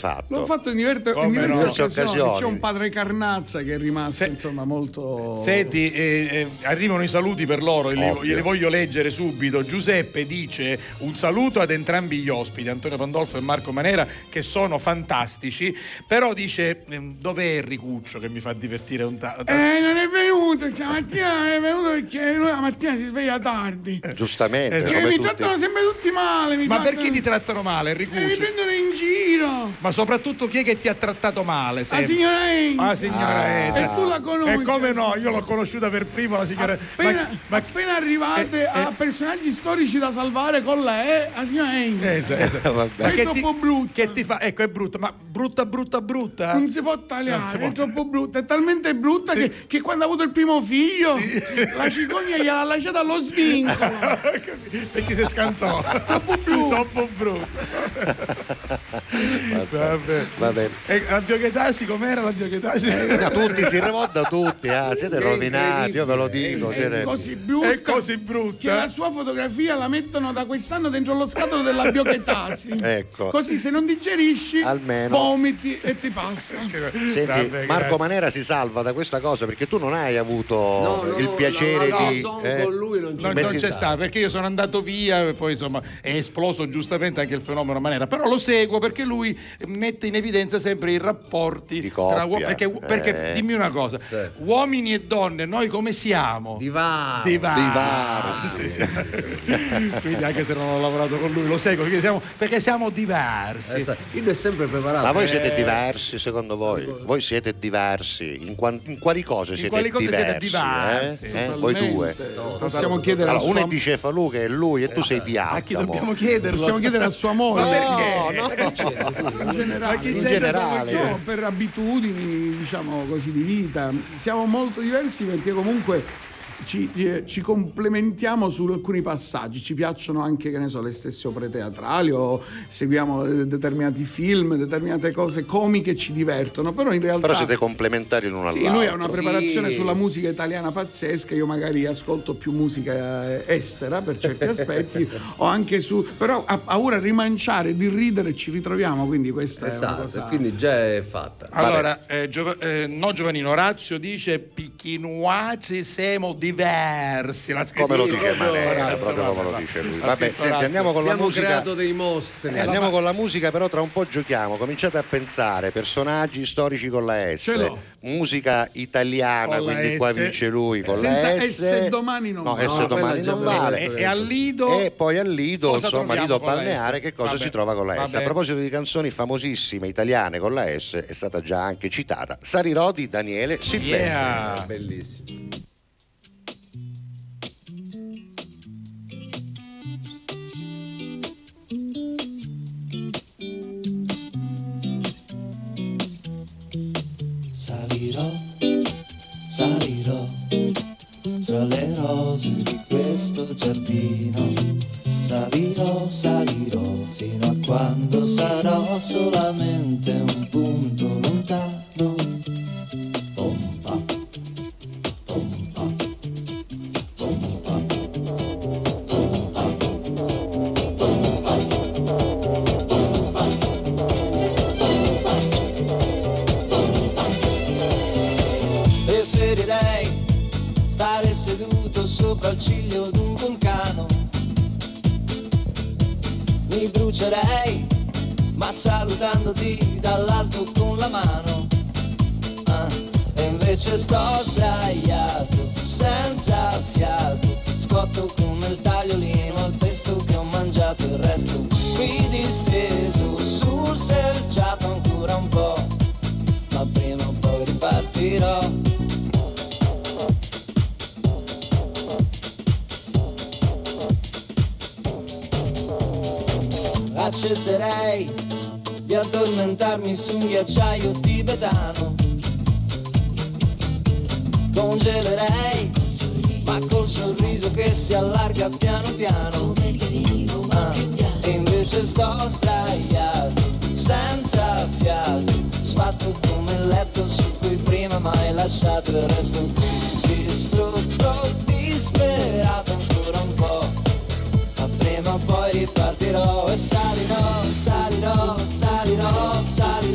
fatto? L'ho fatto in diverse occasioni. C'è un padre Carnazza che è rimasto insomma molto. Senti, arrivano i saluti per loro, glieli voglio leggere subito. Giuseppe dice un saluto ad entrambi gli ospiti, Antonio Pandolfo e Marco Manera, che sono fantastici, però dice dov'è Ricuccio che mi fa divertire un tanto? Non è venuto, stamattina è venuto perché lui la mattina si sveglia tardi. Giustamente. Perché mi trattano sempre tutti male. Perché ti trattano male, Ricuccio? Mi prendono in giro. Ma soprattutto chi è che ti ha trattato male? La signora Enza. La signora Enza. E tu la conosci? E come no? Io l'ho conosciuta per primo la signora. Appena arrivate a personaggi storici da salvare con la signora Enza. È troppo brutta. Che ti fa? Ecco, è brutta, ma brutta. Non si può tagliare, è troppo brutta. È talmente brutta che quando ha avuto il primo figlio, la cicogna gliel'ha lasciata allo svincolo. Perché si scantò. Troppo brutta. Vabbè. E la Dioghetasi com'era la Dioghetasi? Tutti si rivolta tutti, siete rovinati, io ve lo dico. È così brutta che la sua fotografia la mettono da quest'anno dentro lo scatolo della Dioghetasi. Ecco. Così se non digerisci almeno vomiti e ti passa. Senti, Marco Manera si salva da questa cosa perché tu non hai avuto il piacere di con lui non c'è stato, perché io sono andato via e poi insomma è esploso giustamente anche il fenomeno Manera, però lo seguo perché lui mette in evidenza sempre i rapporti di coppia, perché dimmi una cosa, uomini e donne noi come siamo? Diversi. Quindi anche se non ho lavorato con lui lo seguo perché siamo diversi. Lui è sempre preparato. Ma voi siete diversi secondo voi? Voi siete diversi in quali cose siete diversi? Voi due possiamo chiedere uno è di Cefalù che è lui e tu sei di Attamo. A chi dobbiamo chiedere? Possiamo chiedere a sua moglie. In generale. No, per abitudini, diciamo così, di vita. Siamo molto diversi perché comunque ci complementiamo su alcuni passaggi, ci piacciono anche, che ne so, le stesse opere teatrali o seguiamo determinati film, determinate cose comiche ci divertono, però in realtà siete complementari l'uno all'altro. Lui ha una preparazione sulla musica italiana pazzesca, io magari ascolto più musica estera per certi aspetti o anche però ha paura a rimanciare, di ridere, ci ritroviamo, quindi questa è una cosa. Quindi già è fatta. Allora Giovannino Orazio dice picchinuaci siamo diversi. Come lo dice Manera, proprio come lo dice lui. Vabbè, senti, andiamo con la musica. Abbiamo creato dei mostri. Andiamo con la musica, però tra un po' giochiamo. Cominciate a pensare personaggi storici con la S, musica italiana, quindi qua vince lui con senza la S. S domani non vale. S domani non vale. E al Lido? E poi al Lido, insomma, Lido balneare, che cosa si trova con la S? A proposito di canzoni famosissime italiane con la S, è stata già anche citata Sarirò di Daniele Silvestri. Bellissimo. Salirò fra le rose di questo giardino, salirò fino a quando sarò solamente un punto lontano. Pompa, pompa, pompa, pompa, pompa, preferirei stare seduto sopra il ciglio d'un vulcano. Mi brucerei, ma salutandoti dall'alto con la mano. E invece sto sdraiato, senza fiato, scotto come il tagliolino al pesto che ho mangiato. Il resto qui disteso sul selciato ancora un po', ma prima o poi ripartirò. Accetterei di addormentarmi su un ghiacciaio tibetano. Congelerei, ma col sorriso che si allarga piano piano. E invece sto sdraiato, senza fiato, sfatto come il letto su cui prima mai lasciato. Il resto qui distrutto, disperato ancora un po', prima o poi ripartirò e salirò, salirò, salirò, salirò.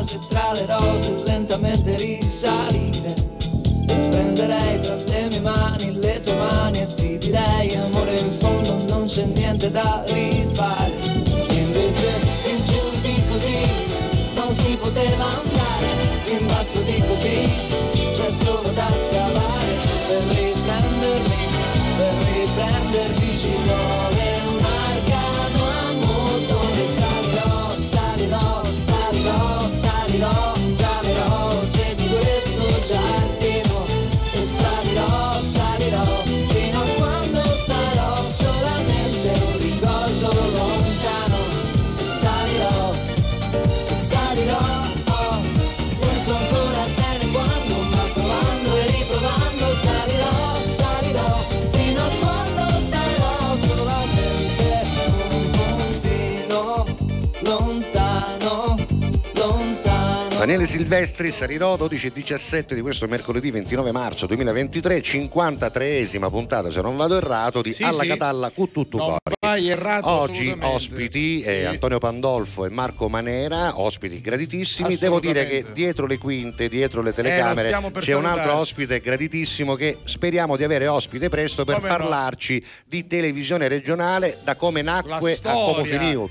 base tra le rose lentamente risalire. E prenderei tra le mie mani le tue mani e ti direi amore in fondo non c'è niente da rifare. Invece in giù di così non si poteva andare, in basso di così c'è solo da scavare. Per riprenderti ci vuole un arcano a motore. Salirò, salirò, salirò, salirò tra le rose di questo giardino. E salirò, salirò fino a quando sarò solamente un ricordo lontano. E salirò, oh, non so ancora bene quando, ma provando e riprovando salirò, salirò fino a quando sarò solamente un puntino lontano, lontano. Daniele Silvestri, Salirò, 12:17 di questo mercoledì 29 marzo 2023, 53esima puntata, se non vado errato, di Alla Catalla con tutto non vai errato. Oggi ospiti Antonio Pandolfo e Marco Manera, ospiti graditissimi. Devo dire che dietro le quinte, dietro le telecamere c'è un altro ospite graditissimo che speriamo di avere ospite presto per parlarci di televisione regionale, da come nacque a come finivo.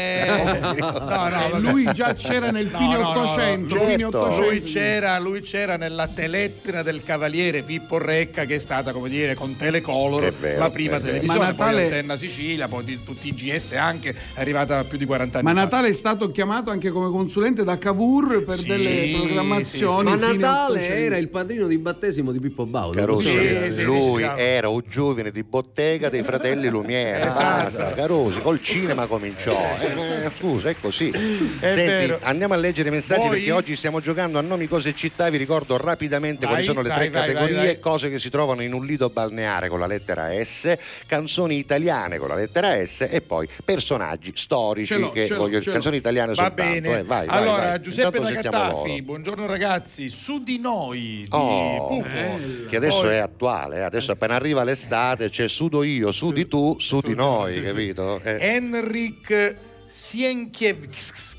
Lui già c'era nel fine 800. Lui c'era nella telettina del Cavaliere Pippo Recca, che è stata, come dire, con Telecolor la prima televisione. Ma Natale... poi Antenna Sicilia, poi di tutti i GS anche, è arrivata più di 40 anni fa. Ma Natale è stato chiamato anche come consulente da Cavour per delle programmazioni. Ma Natale era il padrino di battesimo di Pippo Baudo. Lui era un giovane di bottega dei fratelli Lumiere. Basta, Carusi, col cinema cominciò. Scusa, è così. Senti, andiamo a leggere i messaggi, perché oggi stiamo giocando a nomi, cose e città. Vi ricordo rapidamente quali sono le tre categorie: cose che si trovano in un lido balneare con la lettera S, canzoni italiane con la lettera S, e poi personaggi storici canzoni italiane va soltanto. Bene. Vai, allora, Giuseppe da Cattafi, buongiorno ragazzi, Su di noi di Pupo, che adesso è attuale, adesso appena arriva l'estate c'è Sudo io, su di tu, su di noi, capito? Enric Sienkiewicz.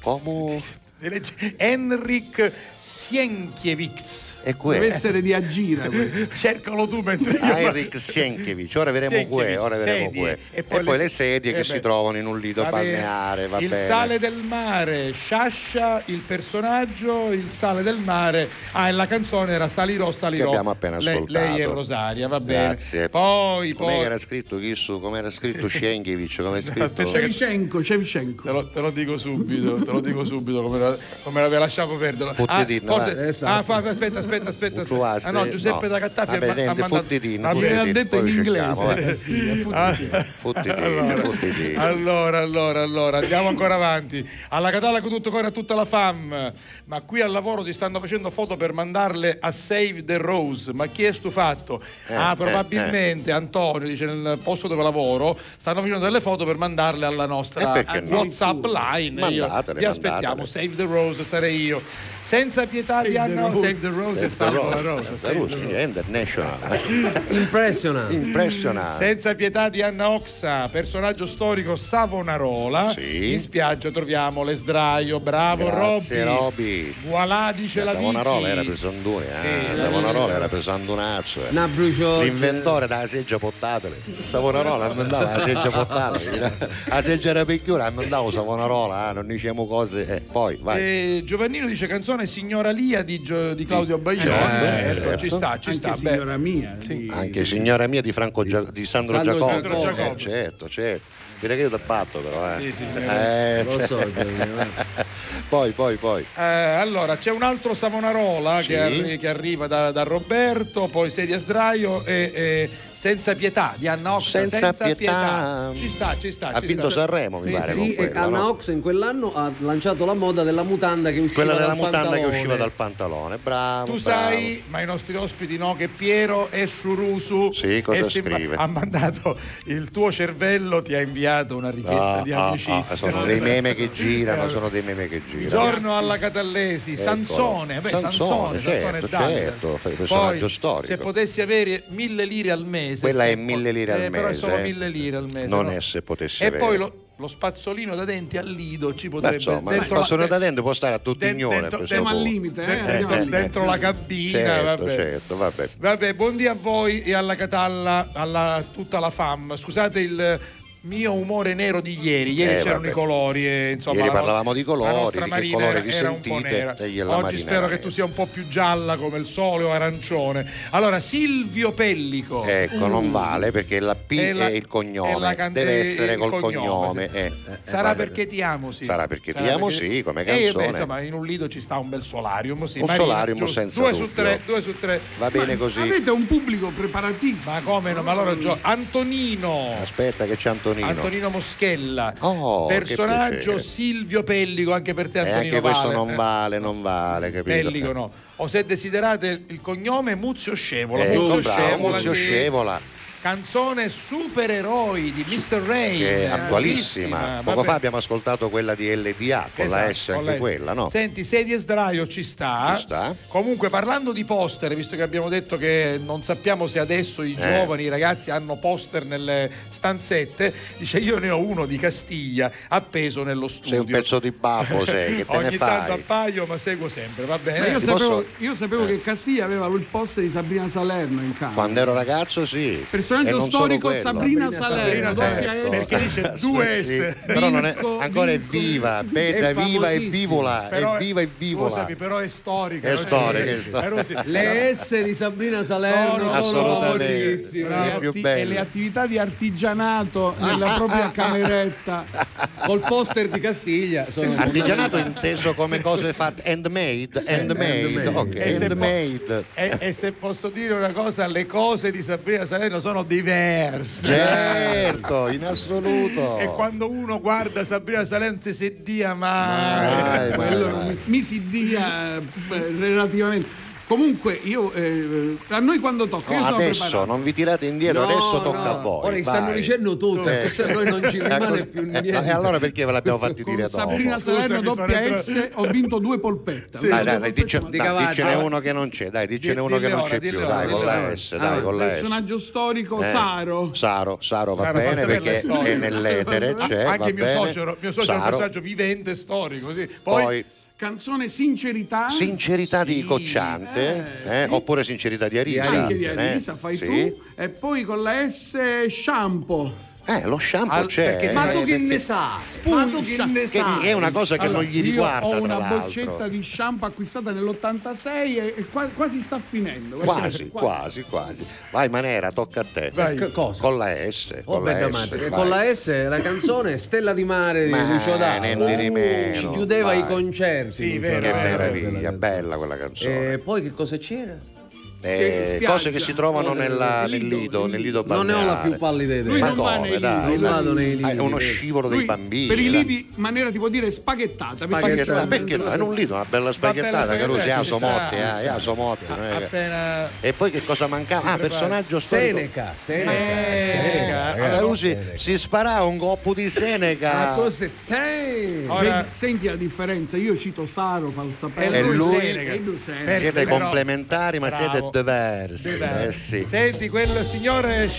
Enric Sienkiewicz. Deve essere di Agira questo. Cercalo tu mentre Enric Sienkiewicz. Ora vedremo qui. E poi le sedie che si trovano in un lido balneare. Il sale del mare, Sciascia, il personaggio, il sale del mare. E la canzone era Salirò, Salirò, che abbiamo appena ascoltato. Lei è Rosaria, va bene. Grazie. Poi era scritto come era scritto Sienkiewicz, come è scritto Shevchenko. Te lo dico subito come l'aveva lasciato perdere. Aspetta. No, Giuseppe da Cattafi ha detto in inglese. Allora, andiamo ancora avanti. Alla Catalla con tutto cuore a tutta la fam. Ma qui al lavoro ti stanno facendo foto per mandarle a Save the Rose. Ma chi è stufato? Probabilmente Antonio, dice, nel posto dove lavoro stanno facendo delle foto per mandarle alla nostra WhatsApp line. Vi aspettiamo. Save the Rose sarei io. Senza pietà di Anna, Save the Rose e Salvo la Rosa. International. Impressionante. Senza pietà di Anna Oxa, personaggio storico Savonarola. In spiaggia troviamo l'Esdraio. Bravo. Grazie, Robby. Voilà, dice la Vicky. Savonarola era pesandone, Savonarola era pesandonazzo. L'inventore della seggia portatile. Savonarola non andava la seggia portatile. La seggia era picchiura, non andavo Savonarola, non diciamo cose. Poi vai. Giovannino dice canzone Signora Lia di Claudio Baglione. Certo, ci sta. Anche Signora Mia. Anche Signora Mia di Sandro Giacobbe. Certo. Direi che io ti batto, però. Lo so. Poi. Allora, c'è un altro Savonarola che arriva da Roberto, poi Sedia Sdraio e Senza pietà di Anna Ox. Senza pietà. Ci sta. Ha vinto Sanremo, mi pare. Sì, e Anna Ox in quell'anno ha lanciato la moda della mutanda che usciva dal pantalone. Quella della mutanda che usciva dal pantalone. Bravo. Tu sai, ma i nostri ospiti no, che Piero è Surusu. Sì, cosa scrive? Ha mandato il tuo cervello, ti ha inviato una richiesta di amicizia. Sono dei meme che girano, Buongiorno alla Catallesi, Sansone. Certo, personaggio storico. Se potessi avere 1.000 lire al mese. Quella è 1.000 lire al mese. Però è solo 1.000 lire al mese. Non è se potessi avere. E poi lo spazzolino da denti al Lido ci potrebbe insomma, lo spazzolino da denti può stare a tutti ignore. Siamo al limite, dentro la cabina. Certo, vabbè. Vabbè, buondì a voi e alla Catalla, a tutta la fam. Scusate il mio umore nero di ieri c'erano i colori insomma, ieri parlavamo di colori, di che colore vi era un po' nera. Oggi spero che tu sia un po' più gialla come il sole o arancione. Allora, Silvio Pellico, ecco, non vale perché la P è il cognome, deve essere col cognome. Sarà perché ti amo, sì. Sarà perché ti amo, sì, come canzone. Insomma, in un Lido ci sta un bel solarium, sì. Un solarium senza 2 su 3 va bene così. Avete un pubblico preparatissimo. Ma come no? Ma allora Antonino, aspetta che c'è Antonino Moschella, personaggio Silvio Pellico, anche per te Antonino anche questo non vale, capito? Pellico no. O se desiderate il cognome Muzio Scevola. Muzio Scevola. Canzone Supereroi di Mr. Rain, che è attualissima. Poco fa abbiamo ascoltato quella di LDA con la S, anche quella, no? Senti, Sedie e Sdraio ci sta. Comunque, parlando di poster, visto che abbiamo detto che non sappiamo se adesso i giovani, i ragazzi hanno poster nelle stanzette, dice io ne ho uno di Castiglia appeso nello studio. Sei un pezzo di babbo, sei, che te ne fai? Ogni tanto appaio, ma seguo sempre, va bene. Ma io sapevo che Castiglia aveva il poster di Sabrina Salerno in campo. Quando ero ragazzo, sì. Personaggio storico Sabrina Salerno, perché dice 2 S. Però non è ancora è viva, bella, viva e vivola, è viva e vivola. Scusami, però è storica. È storica. Le S di Sabrina Salerno sono famosissime. E le attività di artigianato nella propria cameretta col poster di Castiglia. Artigianato inteso come cose fatte handmade. E se posso dire una cosa, le cose di Sabrina Salerno sono diverse. Certo, in assoluto. E quando uno guarda Sabrina Salerno si dia mai. Quello non mi si dia relativamente. Comunque io a noi quando tocca io sono adesso preparato. Non vi tirate indietro, adesso tocca a voi. Ora stanno dicendo tutto, perché a noi non ci rimane più niente. E allora perché ve l'abbiamo fatti dire dopo? Sabrina Salerno doppia S ho vinto 2 polpette. Dai, dicene uno che non c'è, dicene uno che non c'è più, dai, con la S, dai, con la S. Personaggio storico Saro va bene perché è nell'etere, c'è, anche mio socio è un personaggio vivente storico, così. Poi canzone Sincerità di Cocciante, oppure Sincerità di Arisa, anche di Arisa fai tu, e poi con la S Shampoo. Lo shampoo c'è. Ma tu che ne sa? È una cosa che non gli riguarda. Ho una boccetta di shampoo acquistata nell'86 e quasi sta finendo. Quasi. Vai Manera, tocca a te. Cosa? Con la S. Con la S la canzone Stella di Mare di Lucio Dalla. Ci chiudeva i concerti. Sì, che meraviglia, bella quella canzone. E poi che cosa c'era? Cose che si trovano nel Lido balneare. Non ne ho la più pallida idea. Lui non va nei lidi. Non vado nei lidi. È uno scivolo dei bambini. Per i lidi in maniera ti può dire spaghettata. Perché no? È un lido, una bella spaghettata. Carusi, Asomotti. E poi che cosa mancava? Personaggio storico. Seneca. Carusi si spara un coppo di Seneca. Senti la differenza. Io cito Saro, Falsapello e lui Seneca. Siete complementari, ma siete diversi. Sì. Senti, quel signore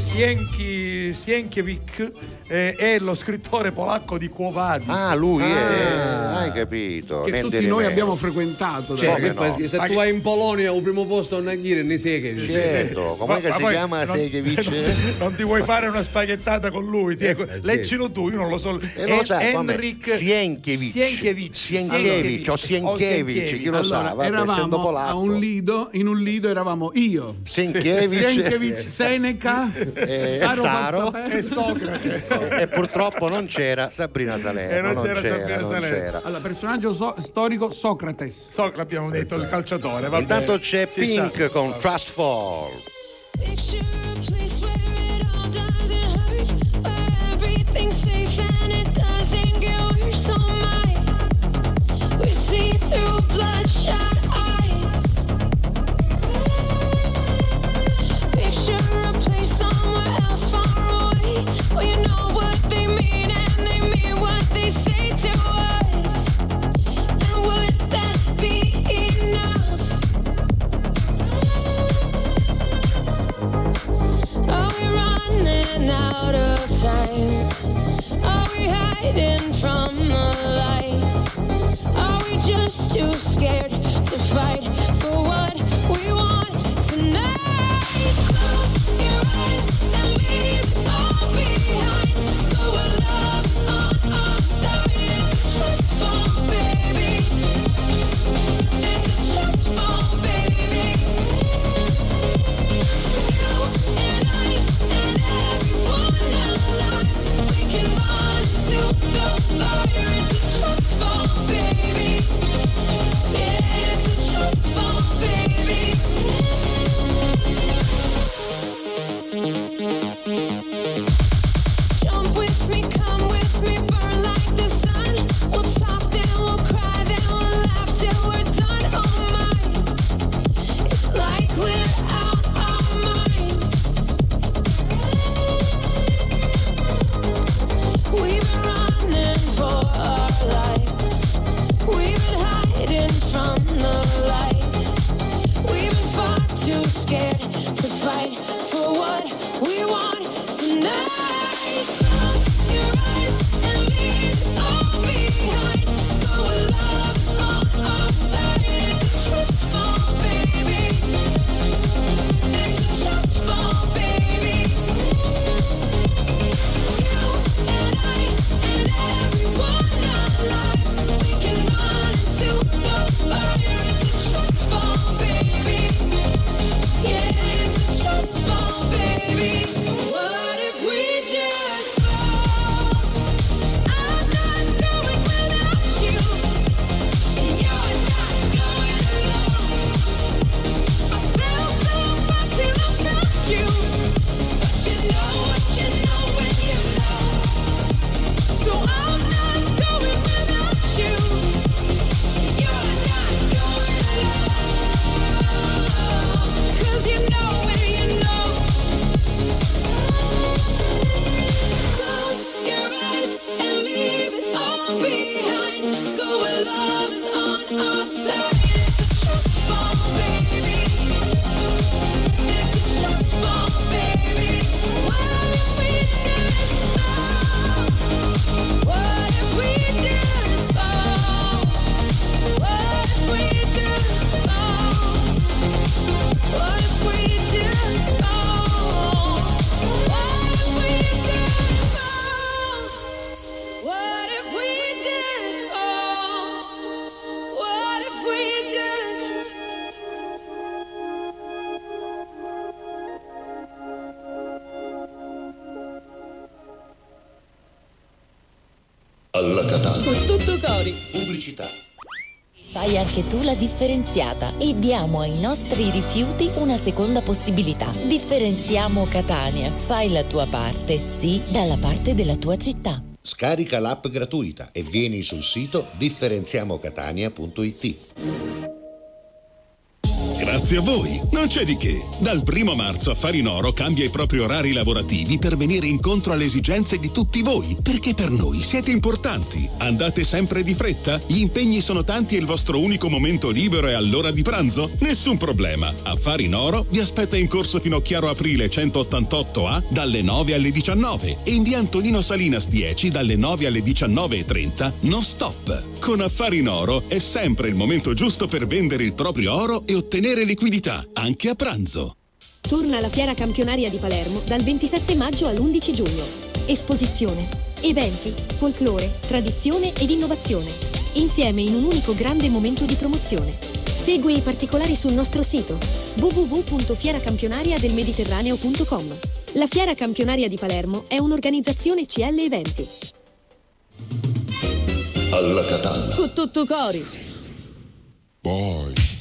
Sienkiewicz è lo scrittore polacco di Quo Vadis. Lui hai capito. Che tutti noi abbiamo frequentato. Se tu vai in Polonia al primo posto a Naghire ne Sienkiewicz. Certo, come che si chiama Sienkiewicz? Non ti vuoi fare una spaghettata con lui? Leggilo tu, io non lo so. Henrik Sienkiewicz o Sienkiewicz, chi lo sa? Eravamo a un Lido, in un Lido eravamo io, Sienkiewicz, Seneca, Saro e Socrate. E purtroppo non c'era Sabrina Salerno. Non c'era. Allora, personaggio storico Socrate. L'abbiamo detto, il calciatore. Intanto c'è Pink con Trust Fall. Picture a place somewhere else far away, where you know what they mean and they mean what they say to us. And would that be enough? Are we running out of time? Are we alla Catalla. Con tutto cori. Pubblicità. Fai anche tu la differenziata e diamo ai nostri rifiuti una seconda possibilità. Differenziamo Catania. Fai la tua parte, sì, dalla parte della tua città. Scarica l'app gratuita e vieni sul sito differenziamocatania.it. Grazie a voi, non c'è di che. Dal 1 marzo Affari in Oro cambia i propri orari lavorativi per venire incontro alle esigenze di tutti voi, perché per noi siete importanti. Andate sempre di fretta? Gli impegni sono tanti e il vostro unico momento libero è all'ora di pranzo? Nessun problema. Affari in Oro vi aspetta in corso Finocchiaro Aprile 188A dalle 9 alle 19 e in via Antonino Salinas 10 dalle 9 alle 19:30 non stop. Con Affari in Oro è sempre il momento giusto per vendere il proprio oro e ottenere liquidità, anche a pranzo. Torna la Fiera Campionaria di Palermo dal 27 maggio all'11 giugno. Esposizione, eventi, folklore, tradizione ed innovazione. Insieme in un unico grande momento di promozione. Segui i particolari sul nostro sito www.fieracampionariadelmediterraneo.com. La Fiera Campionaria di Palermo è un'organizzazione CL Eventi. Alla Catalla. Con tutto cori. Boys.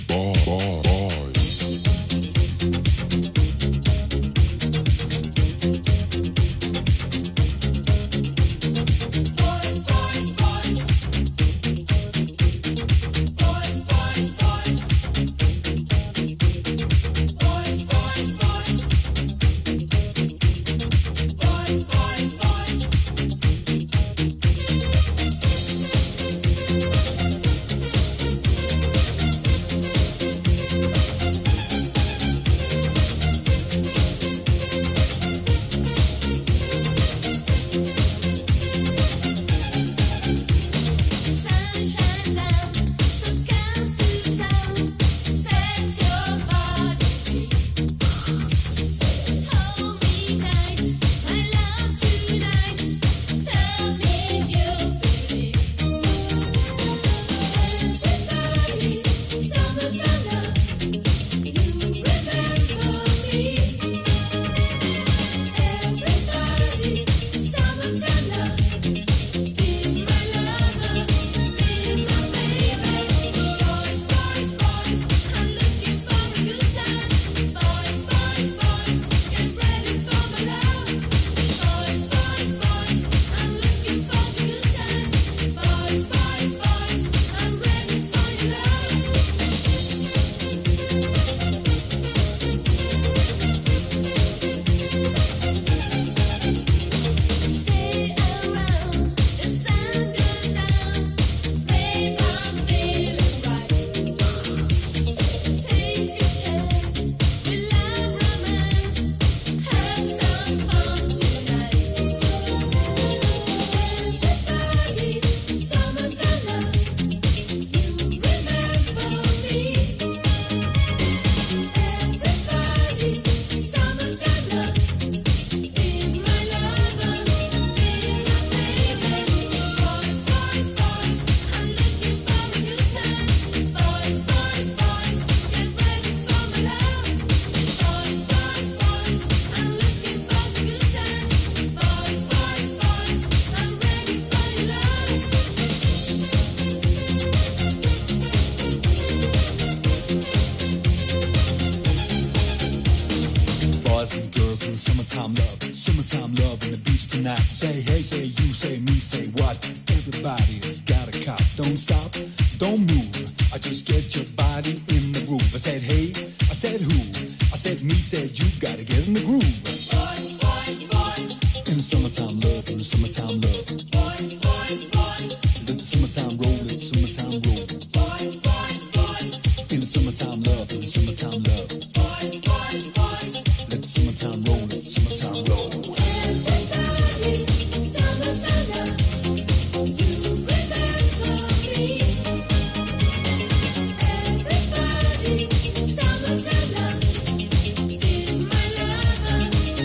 Summertime love and the beach tonight. Say hey, say you, say me, say what? Everybody's got a cop. Don't stop, don't move. I just get your body in the groove. I said hey, I said who? I said me, said you. Gotta get in the groove. Boys, boys, boys. In the summertime love, in the summertime love. Boys, boys, boys. Let the summertime roll, let the summertime roll. Boys, boys, boys. In the summertime love, in the summertime love. Boys, boys, boys. Let the summertime roll, let the summertime roll. Everybody, summertime love. You remember me. Everybody, summertime love. Be my lover.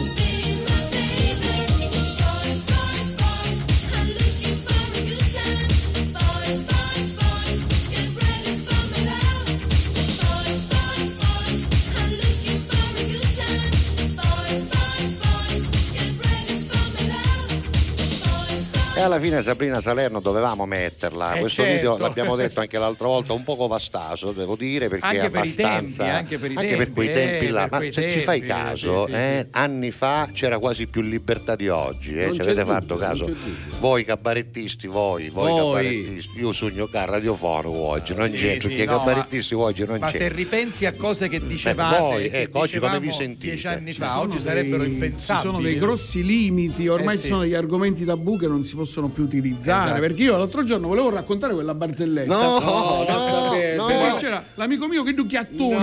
E alla fine Sabrina Salerno dovevamo metterla. Questo certo. video l'abbiamo detto anche l'altra volta, un poco vastaso, devo dire, perché anche è abbastanza anche per quei tempi là. Ma se ci fai tempi, caso, sì. anni fa c'era quasi più libertà di oggi, ci avete fatto caso? Voi cabarettisti, voi cabarettisti, io sogno che radiofono oggi, non c'è, perché cabarettisti oggi non c'è. Ma se ripensi a cose che dicevate, voi, oggi come vi sentite? 10 anni fa, oggi sarebbero impensabili. Ci sono dei grossi limiti, ormai ci sono degli argomenti tabù che non si possono più utilizzare, perché io l'altro giorno volevo raccontare quella barzelletta. No, perché c'era l'amico mio che ducchiattone.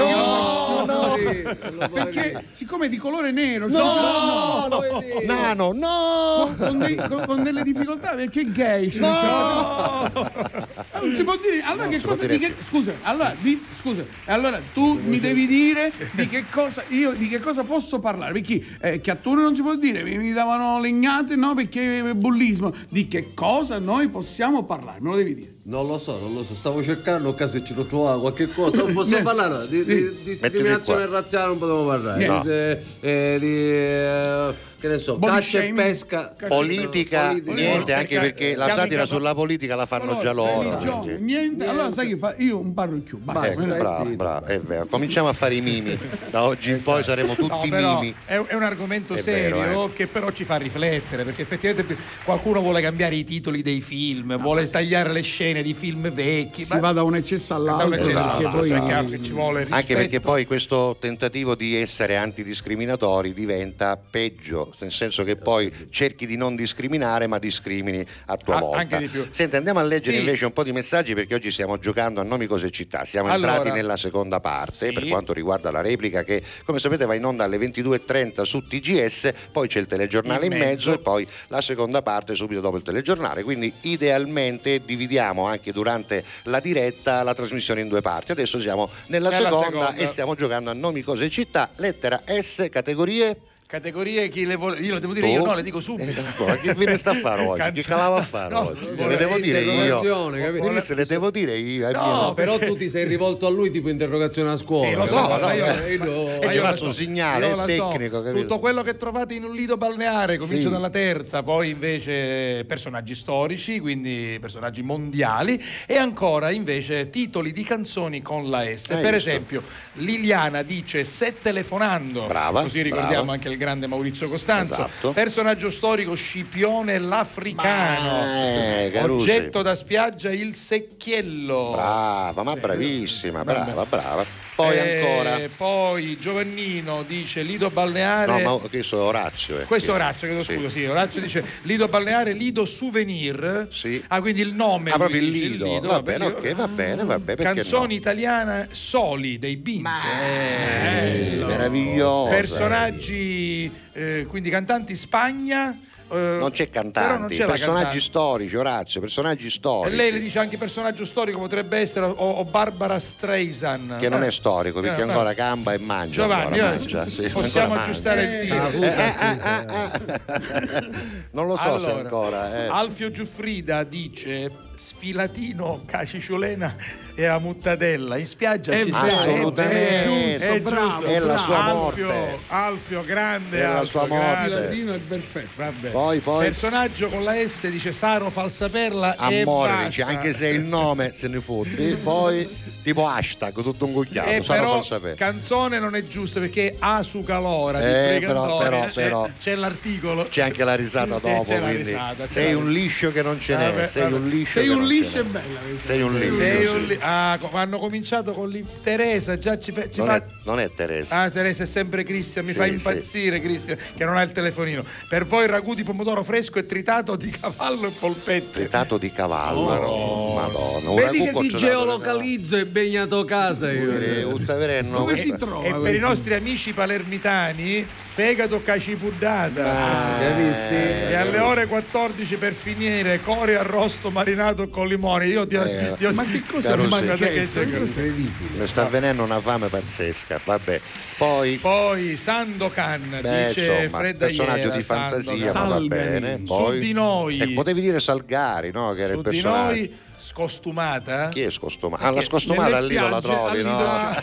Perché siccome è di colore nero, nano, con delle difficoltà, perché è gay. Non si può dire. Allora che cosa scusa, allora tu mi devi dire di che cosa posso parlare, perché chiattone non si può dire, mi davano legnate, no, perché è bullismo. Di che cosa noi possiamo parlare? Me lo devi dire. Non lo so, stavo cercando a caso se ci trovavo qualche cosa. Non posso parlare di discriminazione razziale, non potevo parlare. Che ne so, caccia e pesca, politica, niente, anche perché la satira sulla politica la fanno già loro. Niente. Allora sai che fa? Io un parlo più. Bravo, è vero. Cominciamo a fare i mimi. Da oggi in poi saremo tutti mimi. È un argomento serio che però ci fa riflettere, perché effettivamente qualcuno vuole cambiare i titoli dei film, vuole tagliare le scene di film vecchi. Si va da un eccesso all'altro, perché poi ci vuole rispetto. Anche perché poi questo tentativo di essere antidiscriminatori diventa peggio, nel senso che poi cerchi di non discriminare ma discrimini a tua volta. Anche di più. Senti, andiamo a leggere invece un po' di messaggi, perché oggi stiamo giocando a Nomi, Cose e Città. Siamo entrati nella seconda parte per quanto riguarda la replica, che come sapete va in onda alle 22:30 su TGS, poi c'è il telegiornale in mezzo e poi la seconda parte subito dopo il telegiornale, quindi idealmente dividiamo anche durante la diretta la trasmissione in due parti. Adesso siamo nella seconda e stiamo giocando a Nomi, Cose e Città, lettera S, categorie chi le vuole? Io lo devo dire io, no, le dico subito. Che ve ne sta a fare oggi? Che calava a fare oggi? Le devo dire io. Se le devo dire io. No, però tu ti sei rivolto a lui tipo interrogazione a scuola. Io faccio un segnale tecnico. Tutto quello che trovate in un lido balneare, comincio dalla terza, poi invece personaggi storici, quindi personaggi mondiali, e ancora invece titoli di canzoni con la S. Per esempio, Liliana dice Se telefonando. Brava. Così ricordiamo anche il grande Maurizio Costanzo. Personaggio storico Scipione l'Africano. Oggetto da spiaggia il secchiello. Brava, ma bravissima, brava. Poi ancora. Poi Giovannino dice lido balneare. No, ma questo è Orazio. Questo è Orazio, chiedo scusa, sì. Orazio dice lido balneare, lido souvenir. Sì. Quindi il nome. Proprio il lido. Va bene, va bene. Canzoni italiane Soli dei Beans. Meraviglioso. Personaggi, quindi cantanti Spagna. Non c'è cantanti, personaggi storici, Orazio, personaggi storici. E lei le dice anche personaggio storico, potrebbe essere o Barbara Streisand, che non è storico perché ancora gamba e mangia. Giovanni, possiamo aggiustare il tiro. Non lo so se ancora. Alfio Giuffrida dice Sfilatino, Caciciolena e a Muttadella in spiaggia ci assolutamente è bravo, è la sua morte. Alfio grande, è la sua morte. Sfilatino è perfetto. Vabbè. Poi personaggio con la S dice Saro Falsaperla amore, dice, anche se il nome se ne fotte. Poi tipo hashtag tutto un cucchiaio. Però canzone non è giusta perché ha su calora però c'è l'articolo, c'è anche la risata dopo, quindi sei un liscio che non ce n'è. Sei un liscio è bella. Sei un liscio. Hanno cominciato con Teresa, già non è Teresa. Teresa è sempre Cristian, mi fa impazzire Cristian che non ha il telefonino. Per voi ragù di pomodoro fresco e tritato di cavallo e polpette. Tritato di cavallo, Madonna. Vedi che ti geolocalizzo e bagnato a casa io. Dove si trova? E per i nostri amici palermitani fegato cacipuddata. E alle ore 14 per finire core arrosto marinato con limone. Ma che cosa mi sta avvenendo una fame pazzesca. Vabbè. Poi Sandokan dice Fredda personaggio di fantasia, ma va bene. Poi, Su di noi. Potevi dire Salgari, no? Che era il personaggio. scostumata? Chi è scostumata? La scostumata al Lido la trovi, no?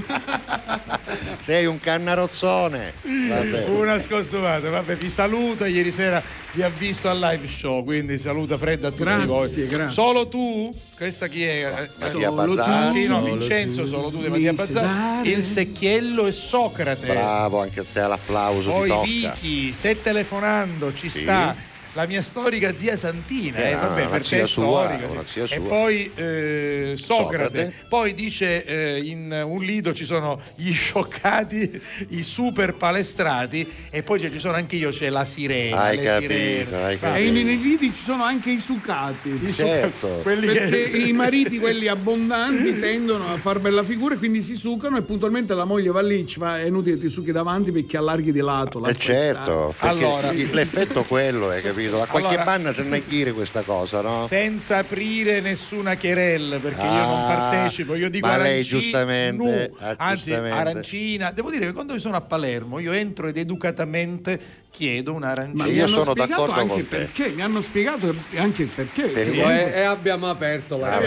Sei un cannarozzone. Vabbè. Una scostumata, vabbè, vi saluta, ieri sera vi ha visto al live show, quindi saluta fredda a tutti voi. Grazie. Solo tu? Questa chi è? Solo tu. Sì, no, Vincenzo, solo tu di Mattia Bazzari. Il Secchiello e Socrate. Bravo, anche a te l'applauso. Poi Vicky, se telefonando ci sta la mia storica zia Santina, vabbè, perché è storica. E poi Socrate. Poi dice in un lido ci sono gli scioccati, i super palestrati, e poi ci sono anche io, c'è la sirena. Hai capito. E nei lidi ci sono anche i sucati. Certo. Perché i mariti, quelli abbondanti, tendono a far bella figura e quindi si sucano, e puntualmente la moglie va lì, ci fa: è inutile che ti succhi davanti perché allarghi di lato. Certo, allora l'effetto quello è, capito? A qualche banna se ne chiede questa cosa, no? Senza aprire nessuna querella, perché io non partecipo, io dico ma lei arancino, giustamente, anzi arancina. Devo dire che quando io sono a Palermo io entro ed educatamente chiedo un'arancina. Ma io sono d'accordo anche con perché mi hanno spiegato anche il perché. E abbiamo aperto la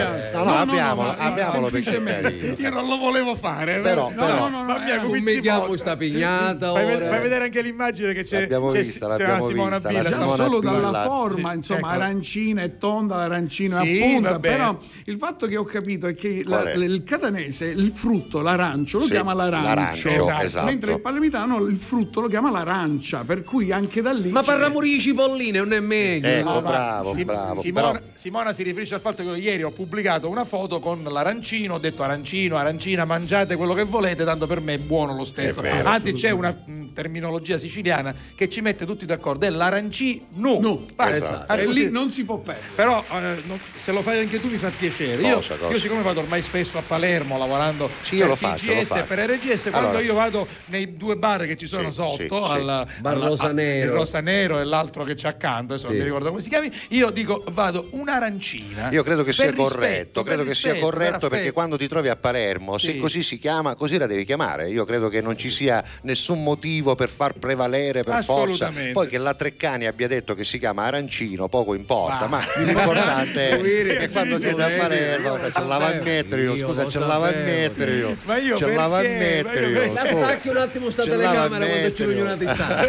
abbiamolo perché io non lo volevo fare, però commentiamo sta pignata. Fai vedere anche l'immagine che c'è. L'abbiamo vista. Simona Bila. Solo dalla forma, insomma, arancina e tonda, l'arancino è a punta. Però il fatto che ho capito è che il catanese il frutto, l'arancio, lo chiama l'arancio, esatto. Mentre il palermitano il frutto lo chiama l'arancia, per cui anche da lì. Ma parliamo di cipolline, non è meglio. Bravo. Simona si riferisce al fatto che io ieri ho pubblicato una foto con l'arancino, ho detto arancina, mangiate quello che volete, tanto per me è buono lo stesso. Anzi, c'è una terminologia siciliana che ci mette tutti d'accordo, è l'arancino. Esatto. E lì non si può perdere. Però se lo fai anche tu mi fa piacere. Io siccome vado ormai spesso a Palermo lavorando per TGS e per RGS, quando io vado nei due bar che ci sono sotto, al il Rosa Nero e l'altro che c'è accanto, adesso non mi ricordo come si chiami, io dico vado un'arancina. Io credo che sia corretto, perché quando ti trovi a Palermo, se così si chiama, così la devi chiamare. Io credo che non ci sia nessun motivo per far prevalere per forza. Poi che la Treccani abbia detto che si chiama arancino, poco importa, ma l'importante è che quando siete a Palermo c'è il lavanmetrio, c'è il lavanmetrio. Ma io c'è il lavanmetrio. La stacchi un attimo sta telecamera quando ci riuniamo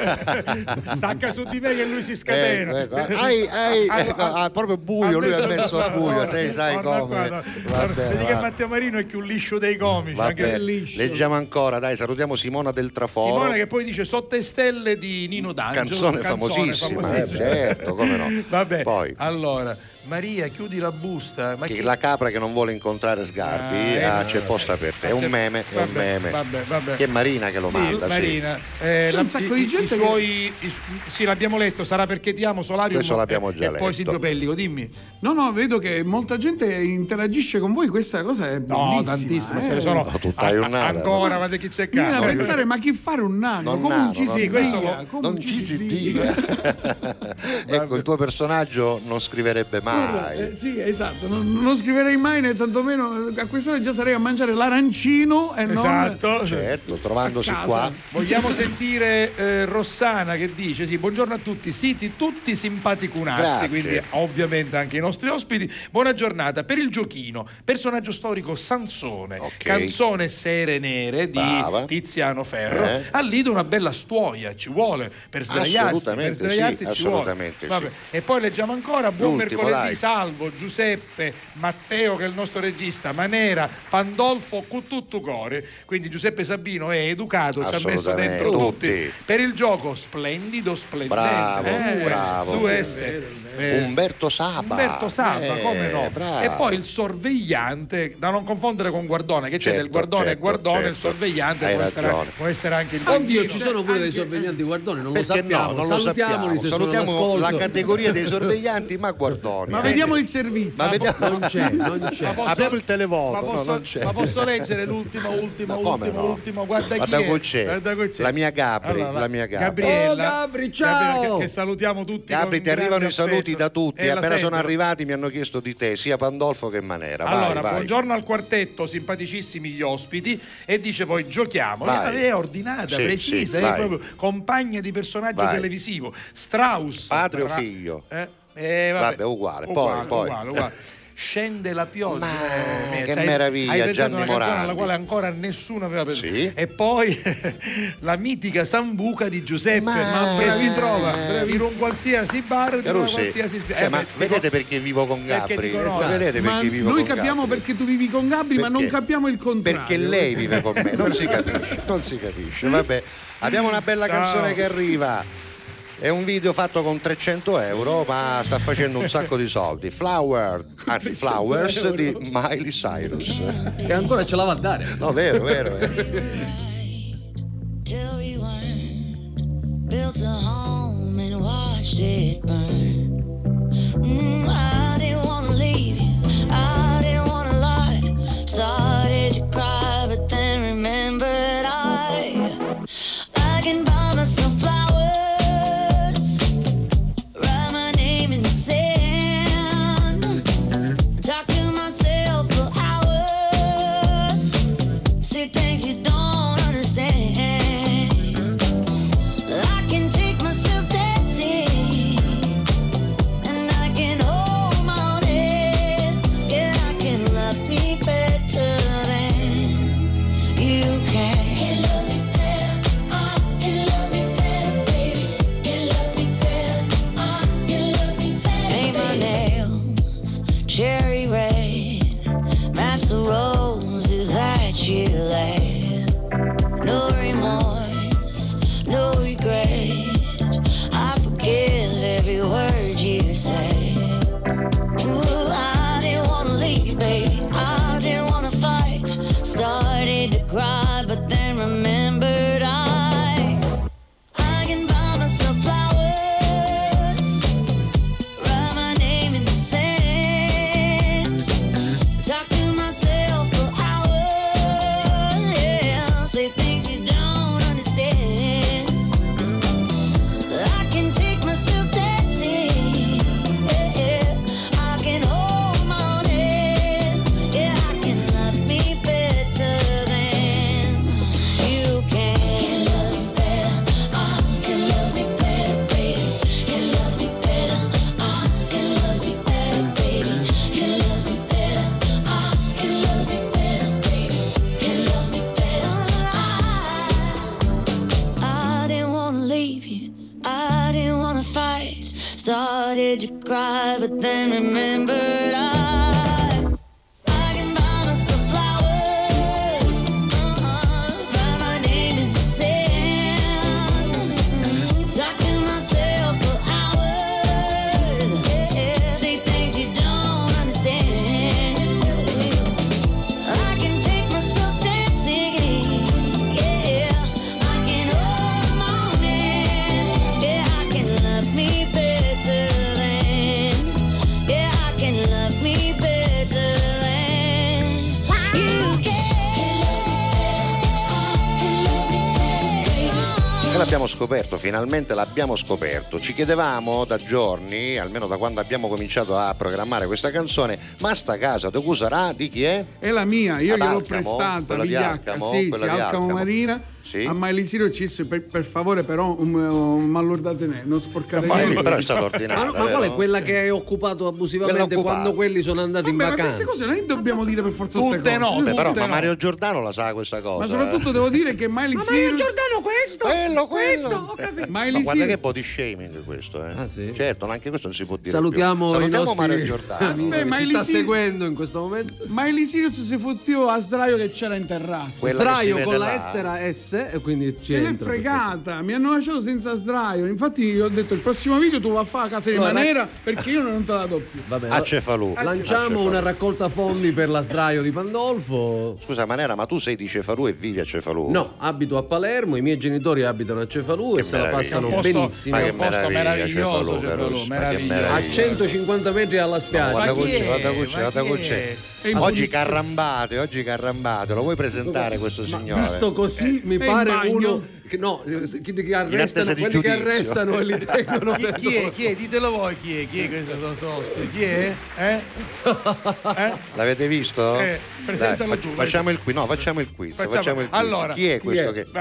a stacca su di me che lui si scatena. Proprio buio, lui ha messo a buio, sai come. Vedi che Matteo Marino è più liscio dei comici. Leggiamo ancora, dai, salutiamo Simona del Traforo. Simona che poi dice Sotto stelle di Nino D'Angelo. Canzone famosissima. Certo, come no. Vabbè, poi allora Maria, chiudi la busta. Ma la capra che non vuole incontrare Sgarbi, c'è posta per te. È un meme, Vabbè. Che è Marina che lo manda. Marina. C'è un sacco di gente sì, l'abbiamo letto, sarà perché ti amo Solarium. Questo l'abbiamo già letto. E poi Silvio Pellico, dimmi. No, vedo che molta gente interagisce con voi, questa cosa è bellissima. No, tantissimo, ce ne sono ancora, guardate chi c'è qua. Viene a pensare, ma chi fare un nano? Come un ci si dica? Non ci si dica. Ecco, il tuo personaggio non scriverebbe mai. Sì, esatto, non scriverei mai, né tantomeno a quest'ora già sarei a mangiare l'arancino e non. Certo, trovandosi qua. Vogliamo sentire Rossana che dice: sì, buongiorno a tutti, siti tutti simpaticunazzi, quindi ovviamente anche i nostri ospiti. Buona giornata. Per il giochino, personaggio storico Sansone, canzone Sere Nere di Tiziano Ferro. Al Lido una bella stuoia, ci vuole per sdraiarsi, ci vuole. Vabbè. E poi leggiamo ancora buon mercoledì. Salvo, Giuseppe, Matteo che è il nostro regista, Manera, Pandolfo, tutto cuore. Quindi Giuseppe Sabino è educato, ci ha messo dentro tutti. Per il gioco splendido, splendente. Bravo. Umberto Saba, come no? Bravo. E poi il sorvegliante, da non confondere con Guardone, che c'è del Guardone e Guardone, il sorvegliante può essere anche il Oddio, ci sono quelli dei sorveglianti Guardone, non lo sappiamo. No, salutiamoli se salutiamo la categoria dei sorveglianti, ma Guardoni. Ma vediamo il servizio. Non c'è. Apriamo il televoto. Ma posso leggere l'ultimo? Guarda chi è. La mia Gabri. Gabriella. Gabri, ciao. Che salutiamo tutti. Gabri, ti arrivano i saluti da tutti. Appena sono arrivati mi hanno chiesto di te, sia Pandolfo che Manera. Allora, buongiorno al quartetto, simpaticissimi gli ospiti. E dice poi giochiamo. È ordinata, precisa, è proprio compagna di personaggio televisivo. Strauss. Padre o figlio? Vabbè, uguale. Poi. Scende la pioggia. Che meraviglia, hai Gianni una Morandi. canzone alla quale ancora nessuno aveva pensato. Sì. E poi la mitica Sambuca di Giuseppe, che si trova in un qualsiasi bar, in una qualsiasi vedete perché vivo con Gabri? Vedete ma perché vivo noi con capiamo Gabri? perché tu vivi con Gabri, ma non capiamo il contrario. Perché lei vive con me, non si capisce. Vabbè, abbiamo una bella canzone che arriva. È un video fatto con 300 euro, ma sta facendo un sacco di soldi. Flowers di Miley Cyrus. Che ancora ce la va a dare. No, vero. Till we weren't built a home and watched it burn. I didn't wanna leave you, I didn't wanna lie. Started to cry, but then remembered I can buy myself flowers, write my name in the sand, talk to myself for hours, say things you don't understand. I can take myself dancing, and I can hold my own head. Yeah, I can love me better than you can. Can love me better, can love me better, baby. Can love me better, can love me better. Paint my nails cherry red, match the roses that you laid. No remorse, no regret. I forgive every word you say. Ooh, I didn't wanna leave, baby. I didn't wanna fight. Started to cry, but then remembered I can buy myself flowers, write my name in the sand, talk to myself for hours, yeah, say things you don't understand. I can take myself dancing, yeah, I can hold my own head, yeah, I can love me better than you can. Can love me better, can love me better, baby. Can love me better, can love me better, baby. Can love me better, can love me better, baby. Can love me better. I didn't wanna leave you, I didn't wanna fight. Started to cry, but then remembered I can buy myself flowers, write my name in the sand, talk to myself for hours, yeah, say things you don't understand. I can take myself dancing, yeah, I can hold my own hand, yeah, I can love me better than, yeah, I can love me better than you can. E l'abbiamo scoperto, finalmente l'abbiamo scoperto. Ci chiedevamo da giorni, almeno da quando abbiamo cominciato a programmare questa canzone, ma sta casa da cui sarà? Di chi è? È la mia, io Ad gliel'ho Alcamo? prestata, Quella di vigliacca, Alcamo? sì, Quella di Alcamo Alcamo. Marina. Sì. A Miley Cyrus per favore però mallordate non sporcate Però è stata Ma, ordinata. no, ma qual è quella che hai occupato abusivamente Quella occupata. quando quelli sono andati in Vabbè, ma vacanza? queste cose noi dobbiamo dire per forza tutte Tutte cose. no, Beh, però tutte ma no. Mario Giordano la sa questa cosa. Ma soprattutto devo dire che Miley Cyrus questo! Quello. ho capito. Ma Miley guarda che Cyrus body shaming questo, Ah, sì? Certo, anche questo non si può dire. Salutiamo, più. i nostri Mario Giordano. amici Aspetta, che Miley ci sta Cyrus- seguendo in questo momento. Miley Cyrus si fottiu a sdraio che c'era in terrazzo. Quella che Sdraio si con vede la là. estera S e quindi ci Se l'è entra. fregata, mi hanno lasciato senza sdraio. Infatti io ho detto il prossimo video tu vai a fare a casa di Allora, Manera perché io non te la do più. Vabbè, A Cefalù. lanciamo una raccolta fondi per la sdraio di Pandolfo. Scusa Manera, ma tu sei di Cefalù e vivi a Cefalù? No, abito a Palermo, i miei genitori abitano a Cefalù e se la meraviglia. passano È un posto- benissimo. Ma è che un posto meraviglia, meraviglioso, Cefalù, Cefalù, Caruso, ma che meraviglioso. A meraviglia. 150 metri alla spiaggia. Guarda chi qui, è? guarda qui, guarda chi qui. è? Oggi Carrambate, lo vuoi presentare questo signore? Visto così mi in pare bagno? uno che no, che arrestano, attesa di quelli che giudizio. arrestano e li tengono Chi è? Chi è? Ditelo voi chi è? Chi è questo ospite? Chi è? L'avete visto? Presentalo Dai, tu. facciamo il quiz. No, facciamo il quiz. Facciamo il quiz. Allora, chi è questo che Ma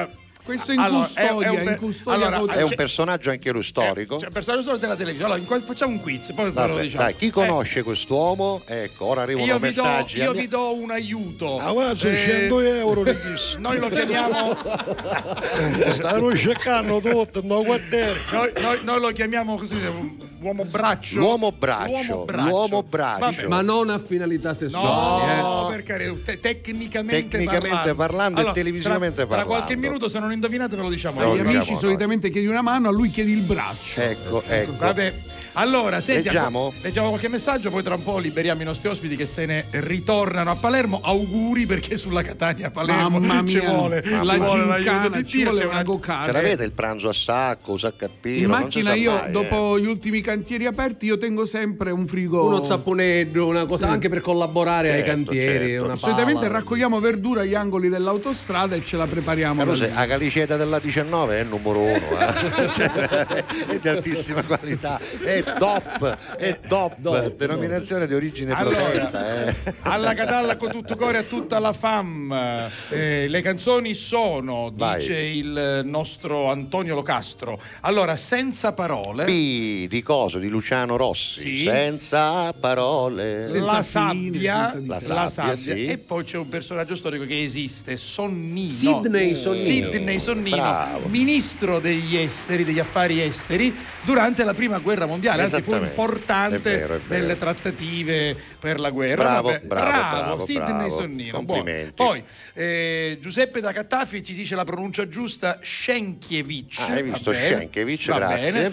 Questo in custodia, è un personaggio anche lui storico. Cioè, personaggio storico della televisione. Allora, facciamo un quiz, poi lo diciamo. Dai, chi conosce quest'uomo? Ecco, ora arrivano messaggi. Io vi do un aiuto. Avanza 100 euro di chis. Noi lo chiamiamo. Stanno cercando tutto, no guardare. Noi lo chiamiamo così, uomo braccio. L'uomo braccio. Vabbè. Ma non a finalità sessuali. No, per carità, tecnicamente parlando e televisivamente parlando. Tra qualche minuto, se non indovinate, ve lo diciamo. Agli amici solitamente chiedi una mano, a lui chiedi il braccio. Ecco. Vabbè. Allora, senti, leggiamo qualche messaggio, poi tra un po' liberiamo i nostri ospiti che se ne ritornano a Palermo. Auguri, perché sulla Catania-Palermo ci vuole la gincana, ci vuole una go-kart. Ce l'avete il pranzo a sacco, saccappino? In macchina io, dopo gli ultimi cantieri aperti, io tengo sempre un frigo, uno zapponeddo, una cosa anche per collaborare ai cantieri. Una solitamente raccogliamo verdura agli angoli dell'autostrada e ce la prepariamo. Però la calicetta della 19 è il numero 1, è di altissima qualità. È DOP, denominazione di origine protetta. Alla Catalla con tutto cuore a tutta la fam. Le canzoni sono, dice il nostro Antonio Locastro. Allora, senza parole. Di coso, di Luciano Rossi. Sì. Senza parole. La sabbia. Sì. E poi c'è un personaggio storico che esiste, Sonnino. Sidney Sonnino, bravo. Ministro degli esteri, degli affari esteri durante la prima guerra mondiale. Anzi, fu importante nelle trattative per la guerra. Bravo, Sidney Sonnino. Complimenti. Poi Giuseppe da Cattafi ci dice la pronuncia giusta, Schenkiewicz. Hai visto Schenkiewicz, grazie.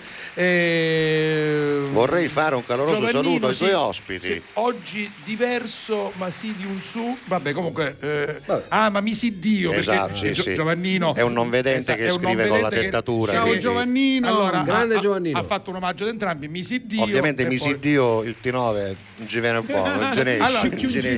Vorrei fare un caloroso saluto ai suoi ospiti. Sì, oggi diverso, ma sì di un su. Vabbè, comunque. Ma mi si Dio. Esatto, perché Giovannino è un non vedente che scrive con la dentatura. Ciao Giovannino. Allora, grande Giovannino. Ha fatto un omaggio ad entrambi. Mi si Dio. Ovviamente mi si Dio il T9 non ci viene un po', non ce ne allora,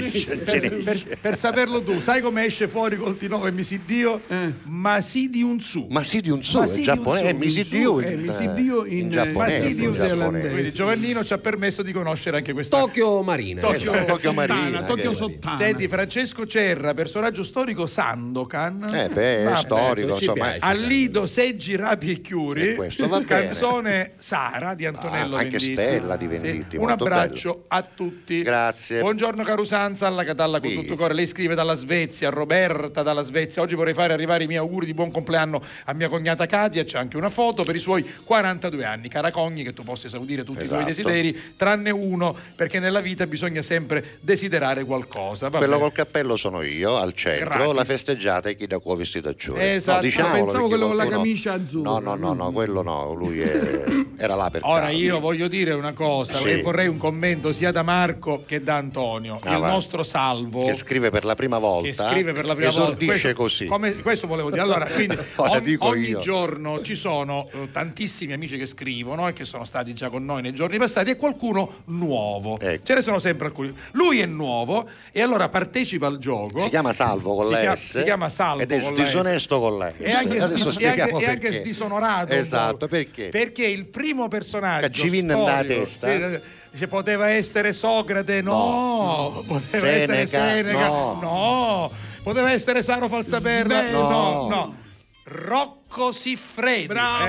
per saperlo tu, sai come esce fuori col T9 e mi si Dio? Ma sì di un su. Ma sì di un su, è giapponese. Mi si Dio in giapponese. Quindi Giovannino ci ha permesso di conoscere anche questa Tokyo Marina. Tokyo Marina. Tokyo Sottana. Senti, Francesco Cerra, personaggio storico Sandokan. Storico, insomma. Allido, Seggi, Rapi e Chiuri. Questo va canzone Sara di Antonello anche Venditti. Stella di Venditti. Un abbraccio a tutti. Grazie. Buongiorno Carusanza, alla Catalla con tutto cuore. Lei scrive dalla Svezia, Roberta dalla Svezia. Oggi vorrei fare arrivare i miei auguri di buon compleanno a mia cognata Katia. C'è anche una foto per i suoi 42 anni. Cara Cogni, che tu possa esaudire tutti i tuoi desideri, tranne uno, perché nella vita bisogna sempre desiderare qualcosa. Quello col cappello sono io al centro. Gratis. La festeggiata è chi da cuore vestito azzurro. Esatto. Pensavo quello con la camicia azzurra. No, quello no, lui era là per ora io voglio dire una cosa, e vorrei un commento sia da Marco che da Antonio. Il nostro Salvo, che scrive per la prima volta, esordisce così. Questo volevo dire. Allora, quindi ogni giorno ci sono tantissimi amici che scrivono e che sono stati già con noi nei giorni passati, e qualcuno nuovo. Ce ne sono sempre alcuni. Lui è nuovo e allora partecipa al gioco. Si chiama Salvo con la S. Si chiama Salvo ed è disonesto con la S. E anche sdisonorato. Esatto, perché? Perché il primo personaggio ci vinne nella testa. Poteva essere Socrate, no. Poteva essere Seneca, no. Poteva essere Saro Falsaperla, no. Rocco Siffredi.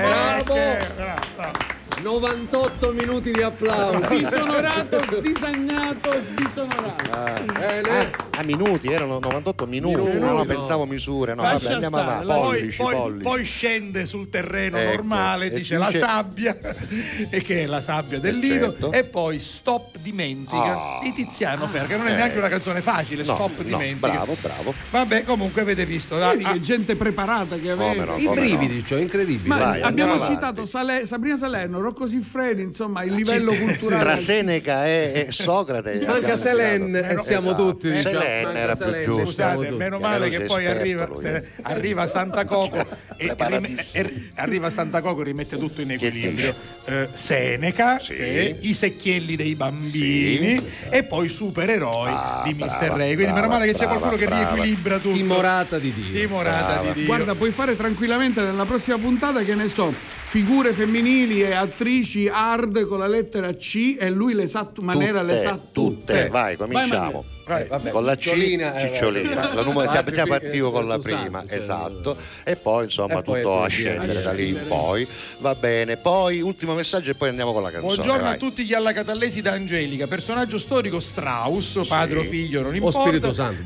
Bravo. 98 minuti di applauso. Sdisonorato, sdisagnato, sdisonorato. Minuti, erano 98 minuti. No, pensavo misure. No, vabbè, andiamo avanti. Poi scende sul terreno normale, dice la sabbia, e che è la sabbia del Lido, e poi Stop Dimentica di Tiziano Ferro, che non è neanche una canzone facile. Stop Dimentica. Bravo. Vabbè, comunque avete visto. Vedi che gente preparata che aveva. I brividi, cioè incredibile. Ma abbiamo citato Sabrina Salerno, Rocco Siffredi, insomma, il livello culturale. Tra Seneca e Socrate. Manca Selen e siamo tutti, diciamo. Selen era più giusto. Scusate, meno male che poi arriva Santa Coco e arriva Santa Coco e rimette tutto in equilibrio. Seneca, i secchielli dei bambini, e poi supereroi di Mr. Ray. Quindi meno male che c'è qualcuno che riequilibra tutto. Timorata di Dio. Guarda, puoi fare tranquillamente nella prossima puntata, che ne so, figure femminili e attrici hard con la lettera C, e lui le sa tutte. Vai, cominciamo. con la Cicciolina, la numero già partivo con la prima, esatto, e poi insomma tutto a scendere da lì in poi. Va bene, poi ultimo messaggio e poi andiamo con la canzone. Buongiorno vai. a tutti gli allacatallesi da Angelica, personaggio storico Strauss, padre o figlio non importa, o Spirito Santo,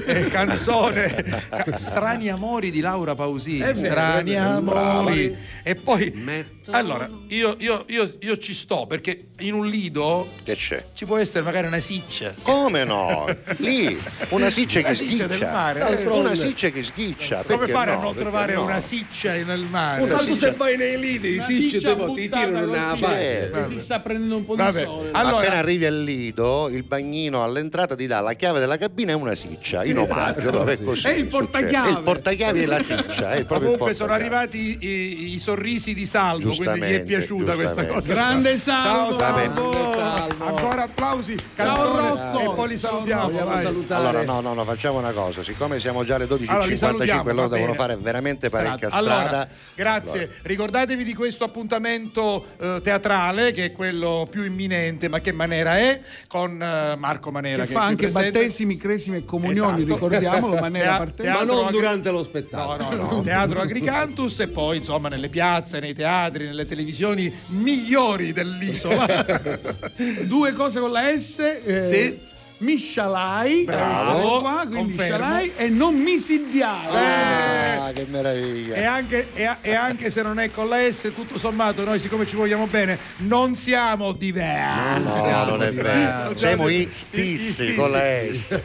canzone Strani amori di Laura Pausini, strani amori. E poi allora io ci sto, perché in un lido che c'è? Ci può essere magari una siccia. Come no? Lì una siccia che siccia del sghiccia, mare, una siccia che sghiccia. Come fare no? a non trovare una siccia nel mare? Quando se vai nei lidi di siccia ti tirano una parte. Si sta prendendo un po' di sole. Allora, appena arrivi al lido, il bagnino all'entrata ti dà la chiave della cabina e una siccia in omaggio. Così, è il portachiave. È il portachiavi e la siccia. È comunque sono arrivati i sorrisi di Salvo, quindi gli è piaciuta questa cosa. Grande Salvo. Ancora applausi. Ciao Rocco. E poi li salutiamo. Allora no, facciamo una cosa, siccome siamo già alle 12:55, loro devono fare veramente parecchia strada. Allora, grazie. Allora. Ricordatevi di questo appuntamento teatrale, che è quello più imminente, ma che Manera è, con Marco Manera, che fa anche battesimi, cresimi e comunioni, ricordiamolo, Manera ma non durante lo spettacolo. No. Teatro Agricantus, e poi insomma nelle piazze, nei teatri, nelle televisioni migliori dell'isola. Due cose con la S. Sì. Miscialai, bravo, qua, quindi confermo. Miscialai e non misidiale. Che meraviglia. E anche se non è con la S, tutto sommato noi, siccome ci vogliamo bene, non siamo diversi. No, non è vero. Siamo i stissi con la S.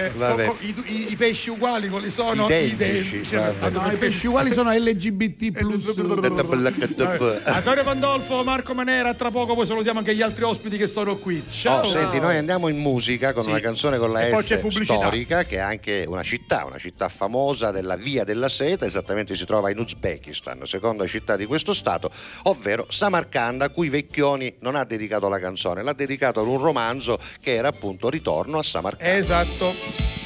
I pesci uguali quali sono? Identici. No, i pesci uguali sono LGBT+. Antonio Pandolfo, Marco Manera, tra poco poi salutiamo anche gli altri ospiti che sono qui. Ciao. Senti, noi andiamo in musica con una canzone con la S storica, che è anche una città famosa della Via della Seta, esattamente si trova in Uzbekistan, seconda città di questo stato, ovvero Samarcanda, a cui Vecchioni non ha dedicato la canzone, l'ha dedicato ad un romanzo che era appunto Ritorno a Samarcanda. Esatto.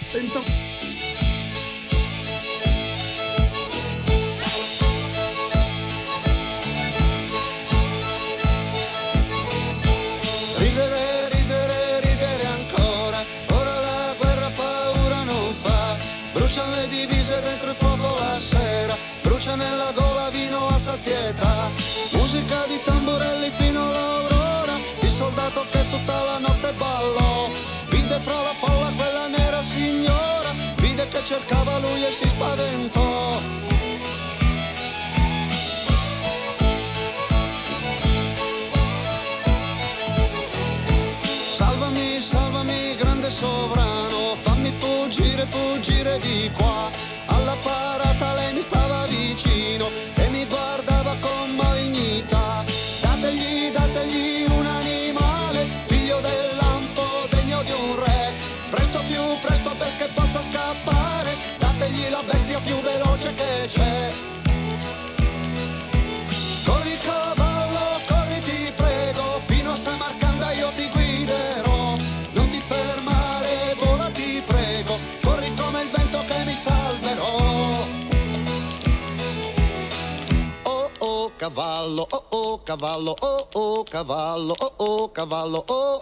Bruciano le divise dentro il fuoco la sera, brucia nella gola vino a sazietà, musica di tamburelli fino all'aurora, il soldato che tutta la notte ballò, vide fra la folla quella nera signora, vide che cercava lui e si spaventò. Salvami, salvami, grande sovrano, fammi fuggire di qua. Alla parata lei mi stava vicino e mi guardava con malignità. Dategli un animale, figlio del lampo, degno di un re. Presto, più presto perché possa scappare, dategli la bestia più veloce che c'è. Corri cavallo, corri ti prego, fino a Samarcanda io ti guiderò. Non ti fermare, vola ti prego, corri come il vento che mi salverò. Oh cavallo, oh cavallo, oh cavallo, oh cavallo, oh.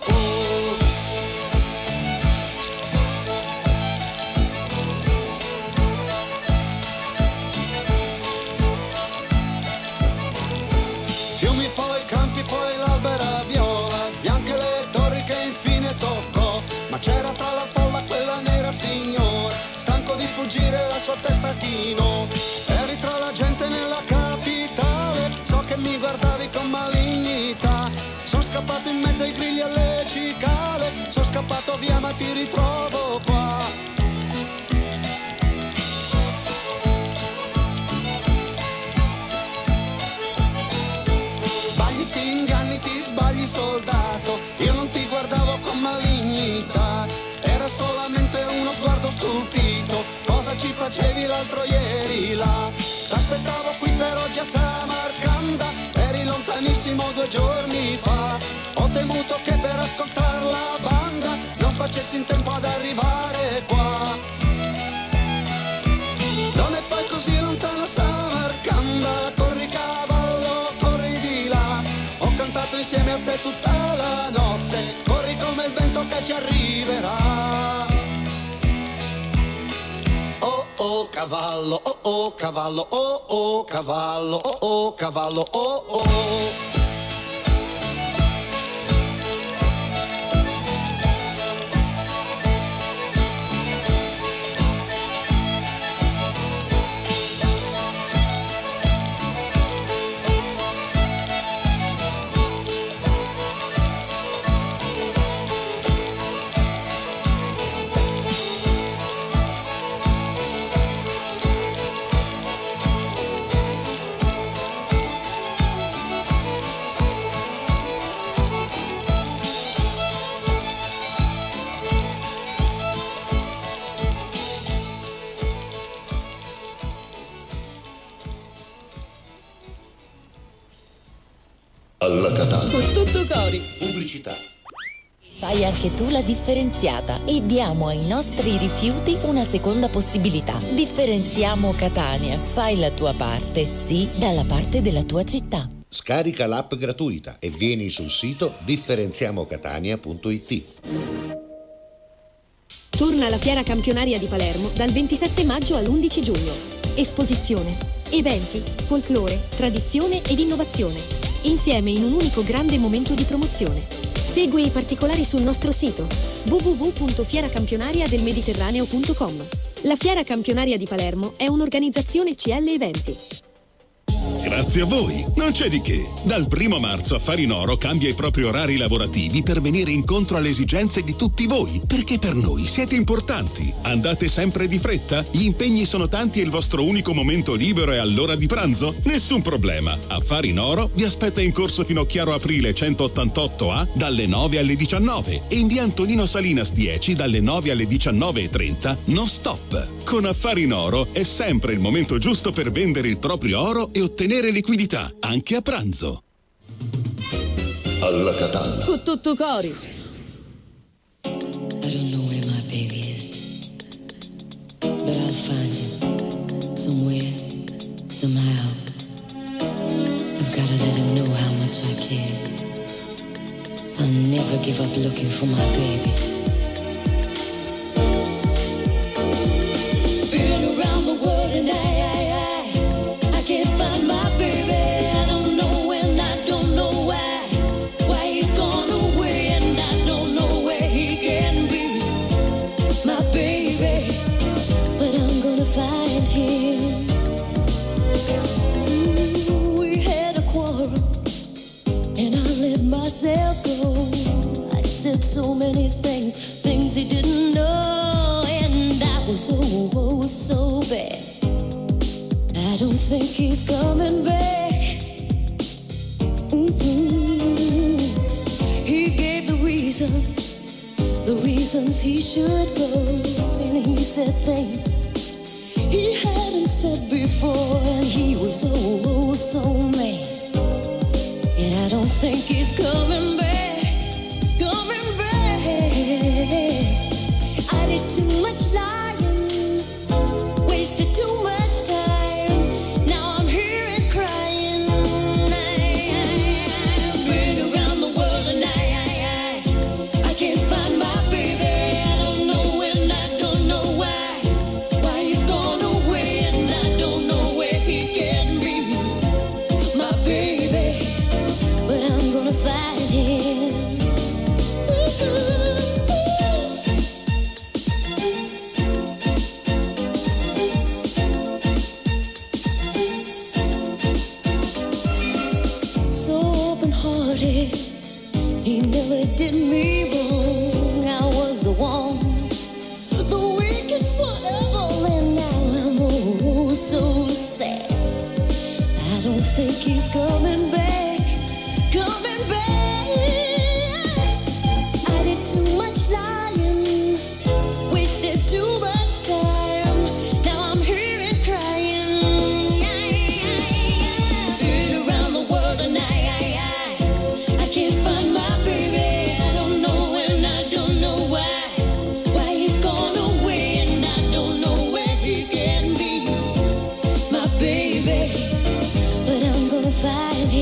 Fiumi poi, campi poi, l'albera viola, bianche le torri che infine toccò, ma c'era tra la folla quella nera signora, stanco di fuggire la sua testa chinò. Eri tra la gente nella capitale, so che mi guardavi con malignità, sono scappato in mezzo ai grilli alle cicale, sono scappato via ma ti ritrovo qua. Sbagli soldato, io non ti guardavo con malignità, era solamente uno sguardo stupito, cosa ci facevi l'altro ieri là? T'aspettavo qui per oggi a Samarcanda, eri lontanissimo 2 giorni fa, ho temuto che per ascoltare la banda non facessi in tempo ad arrivare qua. Non è poi così lontano Samarcanda, corri cavallo, corri di là, ho cantato insieme a te tutta la notte, corri come il vento che ci arriverà. cavallo, oh oh, cavallo, oh oh, cavallo, oh oh, cavallo, oh oh. Alla Catalla. Con tutto cori. Pubblicità. Fai anche tu la differenziata e diamo ai nostri rifiuti una seconda possibilità. Differenziamo Catania. Fai la tua parte, sì, dalla parte della tua città. Scarica l'app gratuita e vieni sul sito differenziamocatania.it. Torna la Fiera Campionaria di Palermo dal 27 maggio all'11 giugno. Esposizione, eventi, folklore, tradizione ed innovazione. Insieme in un unico grande momento di promozione. Segui i particolari sul nostro sito www.fieracampionariadelmediterraneo.com. La Fiera Campionaria di Palermo è un'organizzazione CL Eventi. Grazie a voi, non c'è di che. Dal 1 marzo Affari in Oro cambia i propri orari lavorativi per venire incontro alle esigenze di tutti voi, perché per noi siete importanti. Andate sempre di fretta? Gli impegni sono tanti e il vostro unico momento libero è all'ora di pranzo? Nessun problema. Affari in Oro vi aspetta in corso Finocchiaro Aprile 188A dalle 9 alle 19 e in via Antonino Salinas 10 dalle 9 alle 19:30 non stop. Con Affari in Oro è sempre il momento giusto per vendere il proprio oro e ottenere liquidità, anche a pranzo. Alla Catalla. Con tutto cori. I don't know where my baby is, but I'll find him somewhere, somehow. I've gotta let him know how much I care. I'll never give up looking for my baby. Been around the world and I can't find my baby. I don't know when, I don't know why he's gone away, and I don't know where he can be, my baby. But I'm gonna find him. Ooh, we had a quarrel, and I let myself go. I said so many things he didn't know, and I was so bad. I don't think he's coming back. Mm-hmm. He gave the reasons he should go, and he said things he hadn't said before, and he was so mad. And I don't think he's coming back, coming back. I did too much lying, wasted too much time. Now I'm here and crying. I've been around the world and I can't find my baby. I don't know when, I don't know why he's gone away, and I don't know where he can be, my baby. But I'm gonna find him. He never did me wrong. I was the one, the weakest one of all, and now I'm so sad. I don't think he's coming back, coming back. I did too much lying, wasted too much time. Now I'm here and crying. Been around the world and I can't find my baby. I don't know when, I don't know why he's gone away, and I don't know where he can be, my baby. But I'm gonna find him.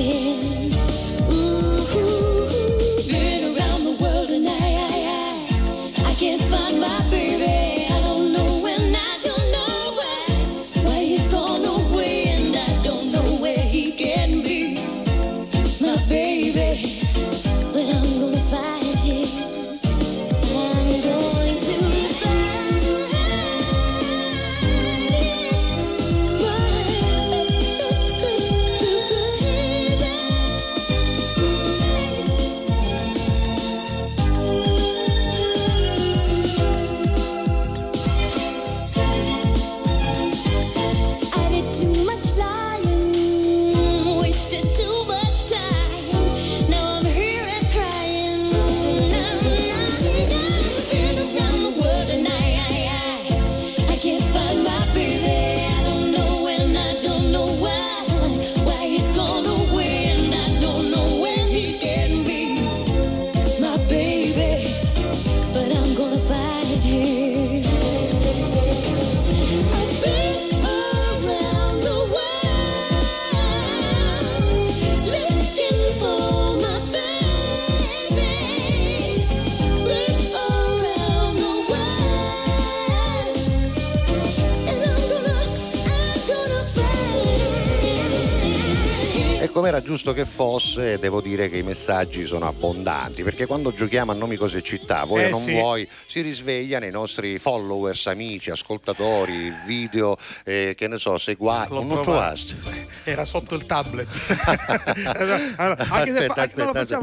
come era giusto che fosse, devo dire che i messaggi sono abbondanti, perché quando giochiamo a nomi, cose e città, vuoi o non vuoi, si risveglia nei nostri followers, amici, ascoltatori, video, che ne so, seguaci. Non lo trovaste? Era sotto il tablet. Allora, aspetta.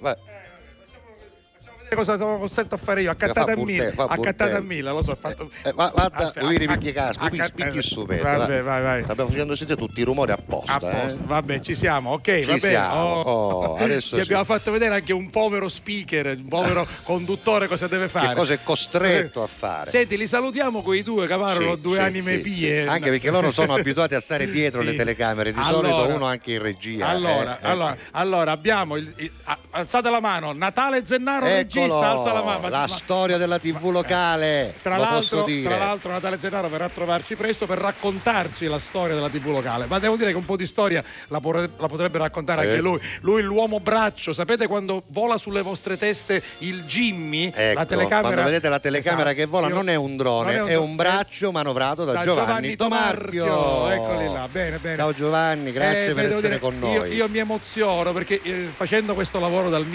Cosa sono costretto a fare io? Accattata a 1000, lo so. Guarda, devi ripigliare spicchi su. Vai. Stiamo facendo sentire tutti i rumori apposta. Vabbè, ci siamo, ok, va bene. Adesso ti abbiamo fatto vedere anche un povero speaker, un povero conduttore cosa deve fare. Che cosa è costretto a fare. Senti, li salutiamo quei due che avevano due anime pie. Anche perché loro sono abituati a stare dietro le telecamere, di solito uno anche in regia. Allora abbiamo alzate la mano, Natale Zennaro regista, alza la mano. La storia della TV locale. Tra l'altro Natale Zennaro verrà a trovarci presto per raccontarci la storia della TV locale. Ma devo dire che un po' di storia la potrebbe raccontare anche lui. Lui l'uomo braccio, sapete quando vola sulle vostre teste il Jimmy? Ecco, la telecamera. Quando vedete la telecamera che vola, non è un drone, è un braccio manovrato da Giovanni Tomarchio. Eccoli là, bene. Ciao Giovanni, grazie per essere con noi. Io mi emoziono perché facendo questo lavoro dal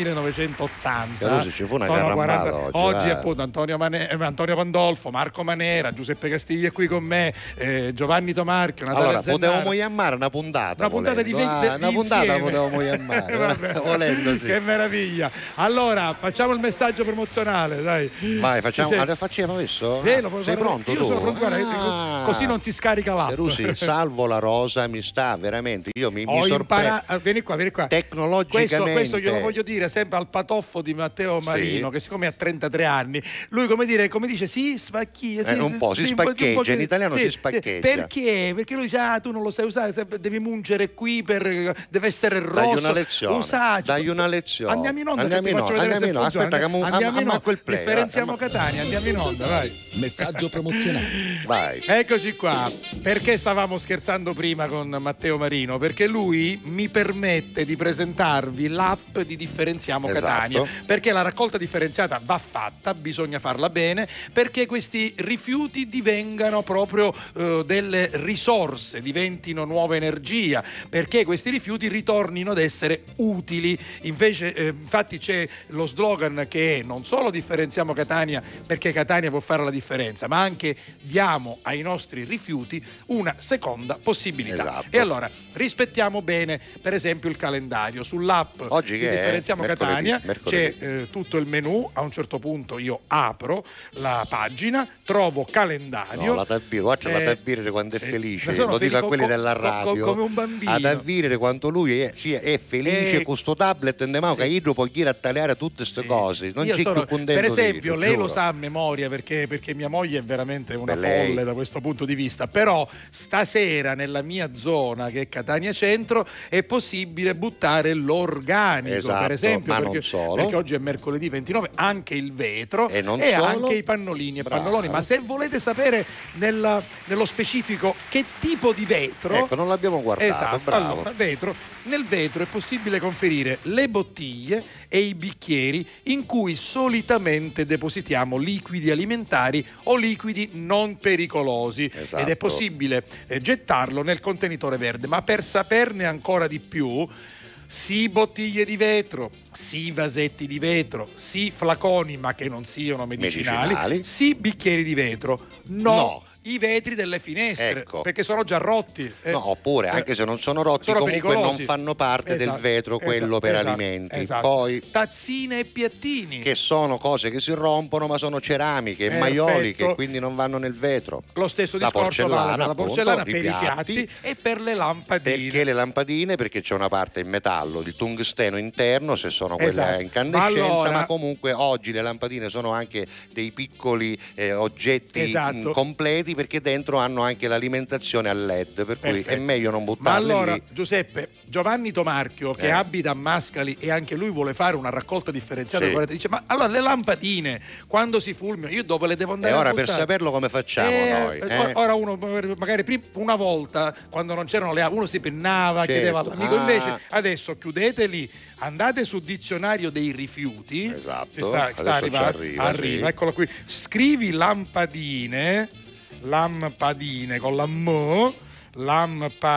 1980 ci fu una carambata oggi appunto Antonio Pandolfo, Marco Manera, Giuseppe Castiglia è qui con me, Giovanni Tomarchio, Natale allora Zennaro. potevamo chiamare una puntata di una puntata potevamo chiamare volendo, sì. Che meraviglia. Allora facciamo il messaggio promozionale, dai. Vai, facciamo adesso? Sei pronto? Io sono pronto, così non si scarica l'app. Perusi, salvo la rosa, mi sta veramente, io mi sorprendo. Vieni qua. Tecnologicamente questo glielo voglio dire sempre al patoffo di Matteo Marino, che siccome ha 33 anni, lui come dice si spacchia, si spaccheggia, in italiano si spaccheggia. Perché lui dice tu non lo sai usare, devi mungere qui deve essere rosso. Dai una lezione. Andiamo in onda. Aspetta che a quel play. Differenziamo Catania, andiamo in onda, vai. Messaggio promozionale. Vai. Eccoci qua. Perché stavamo scherzando prima con Matteo Marino? Perché lui mi permette di presentarvi l'app di Differenziamo Catania, perché la raccolta differenziata va fatta, bisogna farla bene, perché questi rifiuti divengano proprio delle risorse, diventino nuova energia, perché questi rifiuti ritornino ad essere utili. Infatti c'è lo slogan che è non solo differenziamo Catania perché Catania può fare la differenza, ma anche diamo ai nostri rifiuti una seconda possibilità. E allora rispettiamo bene per esempio il calendario. Sull'app oggi di Differenziamo Catania c'è tutto il menù. A un certo punto io apro la pagina, trovo calendario. La Tabbire quando è felice, lo dico a quelli della radio, come un bambino. A Tabbire quanto lui è felice con sto tablet in mano, che io può dire a tagliare tutte queste cose. Non c'è più contento. Per esempio, lei lo sa a memoria perché mia moglie è veramente una folle da questo punto di vista. Però stasera nella mia zona, che è Catania Centro, è possibile buttare l'organico, per esempio, perché oggi è mercoledì 29, anche il vetro e anche i pannolini e pannoloni. Ma se volete sapere nello specifico che tipo di vetro, non l'abbiamo guardato. Allora, nel vetro è possibile conferire le bottiglie e i bicchieri in cui solitamente depositiamo liquidi alimentari o liquidi non pericolosi, ed è possibile gettarlo nel contenitore verde. Ma per saperne ancora di più, sì bottiglie di vetro, sì vasetti di vetro, sì flaconi ma che non siano medicinali. Sì bicchieri di vetro, no. I vetri delle finestre, perché sono già rotti. Oppure anche se non sono rotti, comunque pericolosi. Non fanno parte del vetro, quello per alimenti. Poi tazzine e piattini, che sono cose che si rompono, ma sono ceramiche e maioli che quindi non vanno nel vetro. Lo stesso discorso vale per la porcellana, per i piatti e per le lampadine. Perché le lampadine? Perché c'è una parte in metallo, di tungsteno interno, se sono quelle a incandescenza, ma comunque oggi le lampadine sono anche dei piccoli oggetti completi, perché dentro hanno anche l'alimentazione a LED, per cui è meglio non buttarle lì. Ma allora, lì. Giuseppe, Giovanni Tomarchio, che abita a Mascali e anche lui vuole fare una raccolta differenziata, dice: ma allora le lampadine quando si fulmina io dopo le devo andare a buttare? Per saperlo come facciamo noi? Ora uno magari una volta, quando non c'erano le uno si pennava, chiedeva all'amico, invece adesso chiudeteli, andate sul dizionario dei rifiuti, sta arriva, eccolo qui, scrivi lampadine con la M, lampadine,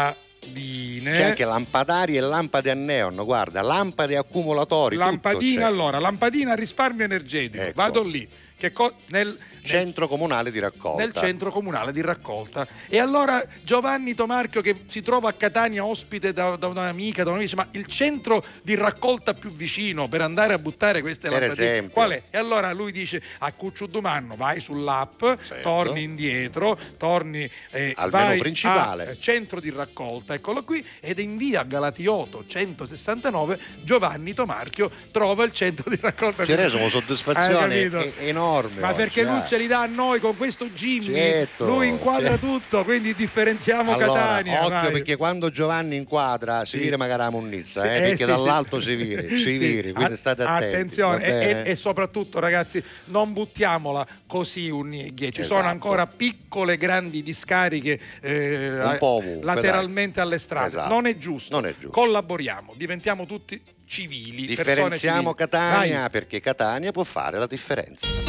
C'è anche lampadari e lampade a neon, guarda, lampade accumulatori. Lampadina, allora, lampadina a risparmio energetico. Ecco. Vado lì. Nel centro comunale di raccolta. Nel centro comunale di raccolta. E allora Giovanni Tomarchio, che si trova a Catania ospite da un'amica, dice: ma il centro di raccolta più vicino per andare a buttare queste lampadine qual è? E allora lui dice: a Cucciudumanno vai sull'app, torni indietro, torni al vai menu principale, al centro di raccolta, eccolo qui, ed in via Galatioto 169 Giovanni Tomarchio trova il centro di raccolta. Ci ha reso una soddisfazione enorme. Ma oggi, perché lui ce li dà a noi con questo Jimmy, lui inquadra tutto, quindi differenziamo Catania. Occhio, perché quando Giovanni inquadra si vire magari la munnizza, perché dall'alto si vire, quindi state attenti. Attenzione, e soprattutto ragazzi, non buttiamola così un'igghia, ci sono ancora piccole grandi discariche un po' ovunque, lateralmente alle strade, non è giusto. Collaboriamo, diventiamo tutti civili, differenziamo Catania. Vai. Perché Catania può fare la differenza.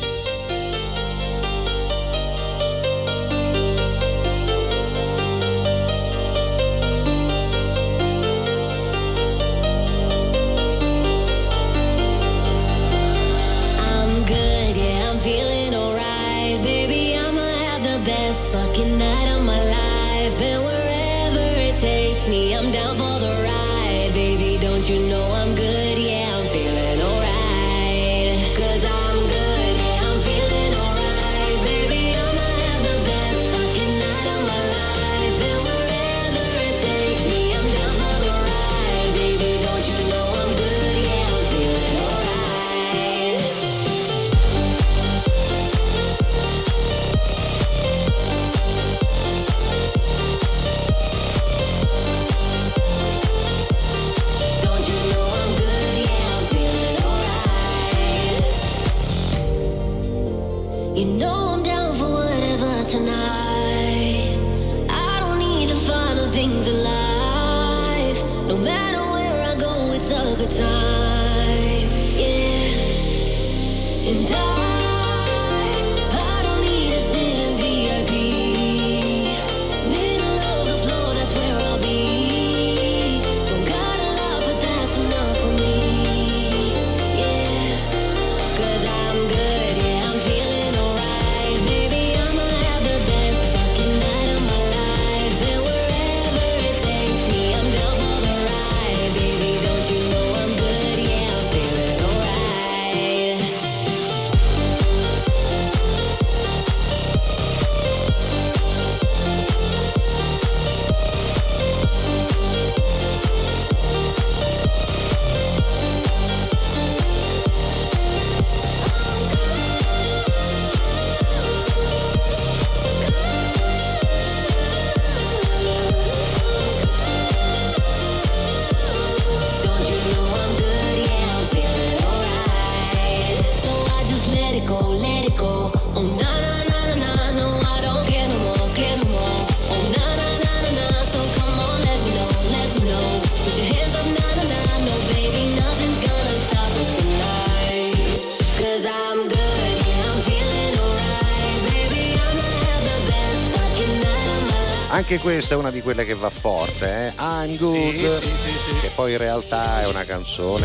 Anche questa è una di quelle che va forte, I'm Good, che poi in realtà è una canzone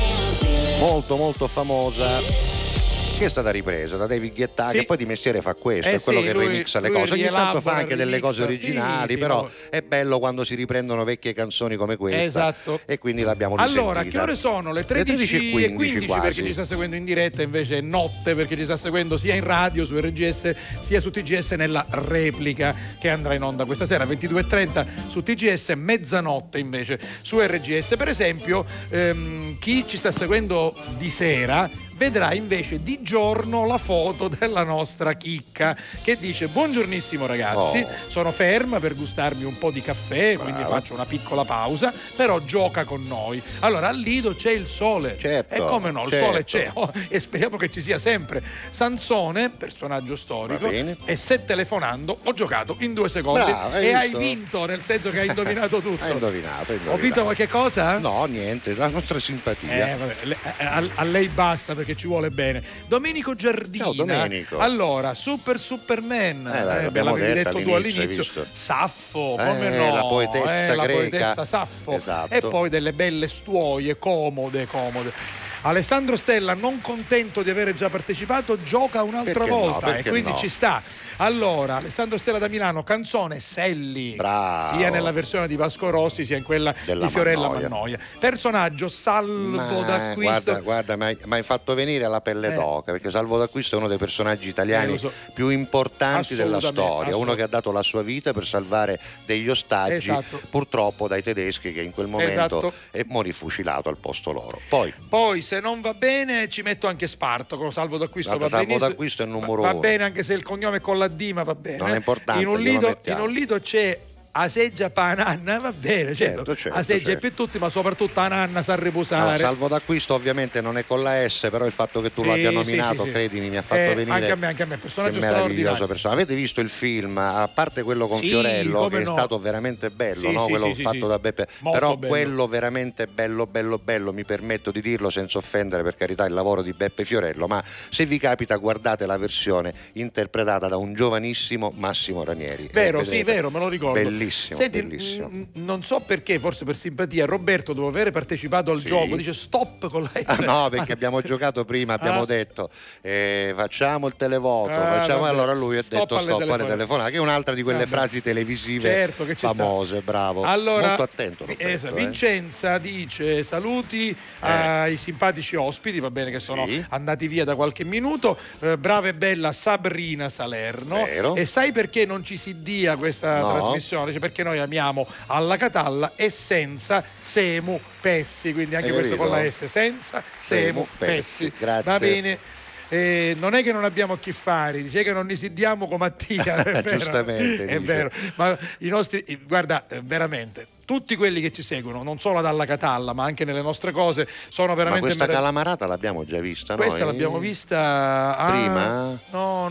molto molto famosa, che è stata ripresa da David Guetta, che poi di mestiere fa questo, è quello che remixa le cose, ogni tanto fa anche delle cose originali, però è bello quando si riprendono vecchie canzoni come questa, e quindi l'abbiamo risentita. Allora, che ore sono? Le 13:15 per chi ci sta seguendo in diretta, invece è notte per chi ci sta seguendo sia in radio su RGS sia su TGS nella replica che andrà in onda questa sera 22:30 su TGS, mezzanotte invece su RGS. Per esempio, chi ci sta seguendo di sera vedrà invece di giorno la foto della nostra Chicca che dice: buongiornissimo ragazzi, sono ferma per gustarmi un po' di caffè, quindi faccio una piccola pausa, però gioca con noi. Allora al Lido c'è il sole, e come no, il sole c'è, e speriamo che ci sia sempre. Sansone, personaggio storico, e se telefonando ho giocato in 2 secondi. Bravo, hai vinto, nel senso che hai indovinato tutto. Hai indovinato. Ho vinto qualche cosa? No, niente, la nostra simpatia. A lei basta, perché che ci vuole bene. Domenico Giardina. Ciao, Domenico. Allora, Superman, l'avevi detto tu all'inizio. Saffo, come no? La poetessa la greca. poetessa Saffo. Esatto. E poi delle belle stuoie, comode. Alessandro Stella, non contento di avere già partecipato, gioca un'altra volta e quindi ci sta. Allora, Alessandro Stella da Milano, canzone Selli, bravo, sia nella versione di Vasco Rossi sia in quella di Fiorella Mannoia. Personaggio Salvo d'Acquisto. Guarda, mi hai fatto venire la pelle d'oca, perché Salvo d'Acquisto è uno dei personaggi italiani più importanti della storia, uno che ha dato la sua vita per salvare degli ostaggi, purtroppo dai tedeschi, che in quel momento morì fucilato al posto loro. Poi se non va bene ci metto anche Spartaco, Salvo d'Acquisto va Salvo d'Acquisto è il numero uno. Va bene anche se il cognome è con la D, ma va bene. Non è importante. In un lido c'è Aseggia Pananna, va bene, certo. Aseggia per tutti, ma soprattutto Ananna sa riposare. Salvo d'Acquisto ovviamente non è con la S, però il fatto che tu l'abbia nominato, credimi, mi ha fatto venire anche a me, personaggio meraviglioso personaggio. Avete visto il film, a parte quello con Fiorello, che è stato veramente bello, no? Quello fatto da Beppe, però bello. Quello veramente bello, mi permetto di dirlo senza offendere, per carità, il lavoro di Beppe Fiorello, ma se vi capita guardate la versione interpretata da un giovanissimo Massimo Ranieri. Vero, me lo ricordo. Bellissimo. Non so perché, forse per simpatia, Roberto, dopo aver partecipato al gioco, dice stop con la S. No, perché abbiamo giocato prima, abbiamo detto facciamo il televoto, allora lui ha detto stop alle telefonate, che è un'altra di quelle frasi televisive famose, bravo. Allora, molto attento Roberto, Vincenza dice saluti ai simpatici ospiti, va bene, che sono andati via da qualche minuto, brava e bella Sabrina Salerno. Vero. E sai perché non ci si dia questa trasmissione? Perché noi amiamo alla Catalla e senza Semu Pessi, quindi anche questo con la S, senza Semu Pessi. Grazie. Va bene. Non è che non abbiamo a chi fare, dice che non ne si diamo come Mattia. Giustamente. È vero. Ma i nostri, guarda, veramente. Tutti quelli che ci seguono, non solo dalla Catalla, ma anche nelle nostre cose, sono veramente. Ma questa calamarata l'abbiamo già vista, questa l'abbiamo vista prima? No.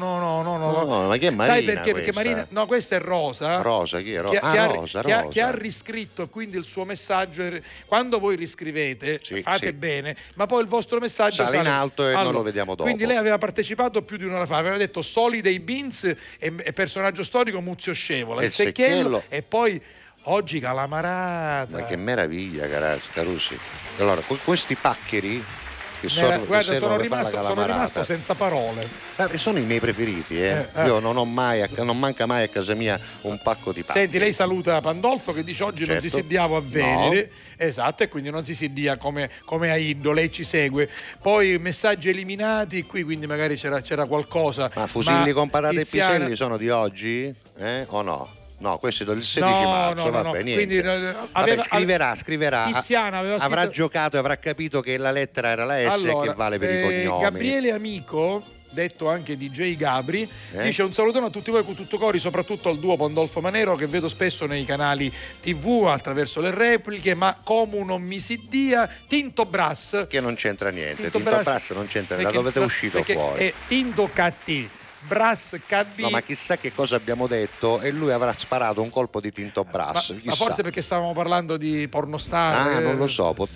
Ma che è Marina? Sai perché? Perché Marina. No, questa è Rosa. Rosa, chi è Rosa? Rosa. Che ha riscritto, e quindi il suo messaggio. Quando voi riscrivete, fate bene, ma poi il vostro messaggio sale in alto e non lo vediamo dopo. Quindi lei aveva partecipato più di un'ora fa, aveva detto Soli dei Beans e personaggio storico Muzio Scevola, il Secchiello e poi. Oggi Calamarata. Ma che meraviglia, Carusi. Allora, questi paccheri che guarda, sono rimasto senza parole. Sono i miei preferiti, Io non manca mai a casa mia un pacco di pacchi. Senti, lei saluta Pandolfo che dice oggi non si sediamo a Venere. No. Esatto, e quindi non si sedia come a Iddo, lei ci segue. Poi messaggi eliminati qui, quindi magari c'era qualcosa. Ma fusilli con patate e piselli sono di oggi? O no? No, questo è del 16 marzo, vabbè, niente. Quindi, scriverà. Tiziana aveva avrà giocato e avrà capito che la lettera era la S e che vale per i cognomi. Gabriele Amico, detto anche DJ Gabri, dice un salutone a tutti voi con tutto cori, soprattutto al duo Pandolfo Manero che vedo spesso nei canali TV attraverso le repliche, ma come non mi si dia Tinto Brass, che non c'entra niente. Tinto Brass non c'entra, da dove è uscito fuori? È Tinto Catti. Brass KB. No, ma chissà che cosa abbiamo detto e lui avrà sparato un colpo di Tinto Brass. Ma forse perché stavamo parlando di pornostar. Non lo so, può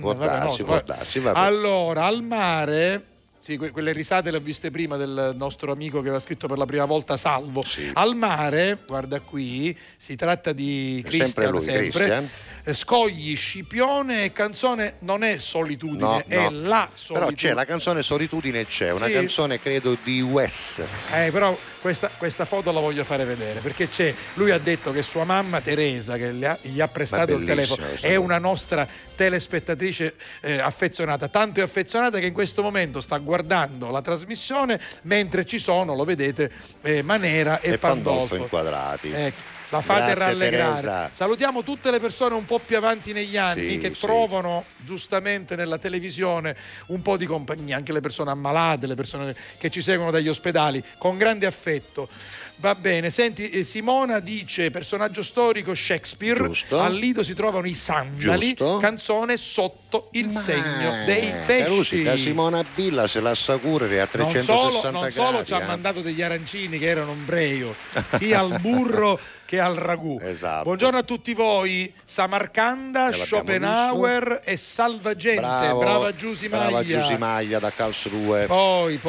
darsi. Allora, al mare. Sì, quelle risate le ho viste prima del nostro amico che aveva scritto per la prima volta Salvo. Al mare, guarda qui, si tratta di Cristian sempre. Scogli, Scipione e canzone non è Solitudine, è la solitudine. Però c'è la canzone Solitudine, una canzone credo di Wes. Però questa foto la voglio fare vedere, perché lui ha detto che sua mamma Teresa, che gli ha prestato il telefono, è una nostra telespettatrice affezionata, tanto è affezionata che in questo momento sta guardando la trasmissione mentre ci sono, lo vedete, Manera e Pandolfo inquadrati. La fate Grazie, rallegrare. Teresa. Salutiamo tutte le persone un po' più avanti negli anni che trovano giustamente nella televisione un po' di compagnia, anche le persone ammalate, le persone che ci seguono dagli ospedali, con grande affetto. Va bene, senti, Simona dice personaggio storico Shakespeare. Giusto. Al Lido si trovano i sandali. Giusto. Canzone Sotto il segno dei pesci. Carusi, Simona Billa se la sa curare a 360 gradi. Non solo ci ha mandato degli arancini che erano un breio, sia al burro che al ragù. Esatto. Buongiorno a tutti voi. Samarcanda, Schopenhauer e Salvagente. Brava Giusy Maglia. Brava Giusy Maglia da Karlsruhe. Poi.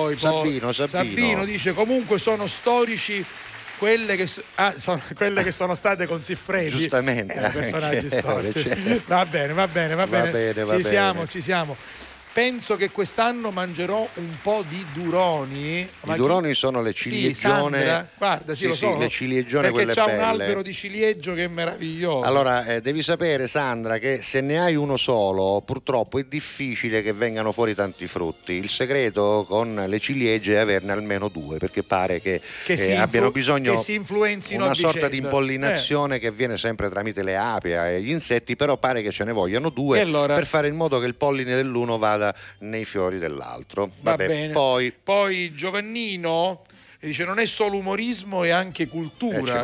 Sabino dice comunque sono storici quelle che sono state con Siffredi. Giustamente. Personaggi storici. Va bene. Ci siamo. Penso che quest'anno mangerò un po' di duroni. I duroni sono le ciliegione. Sandra, guarda, lo so. Le ciliegione, perché quelle c'ha belle. un albero di ciliegio che è meraviglioso. Allora, devi sapere, Sandra, che se ne hai uno solo, purtroppo è difficile che vengano fuori tanti frutti. Il segreto con le ciliegie è averne almeno 2, perché pare che abbiano bisogno che si influenzino una a sorta vicenda. di impollinazione che avviene sempre tramite le api e gli insetti, però pare che ce ne vogliano 2 allora, per fare in modo che il polline dell'uno vada nei fiori dell'altro. Va bene. Poi Giovannino dice non è solo umorismo, è anche cultura.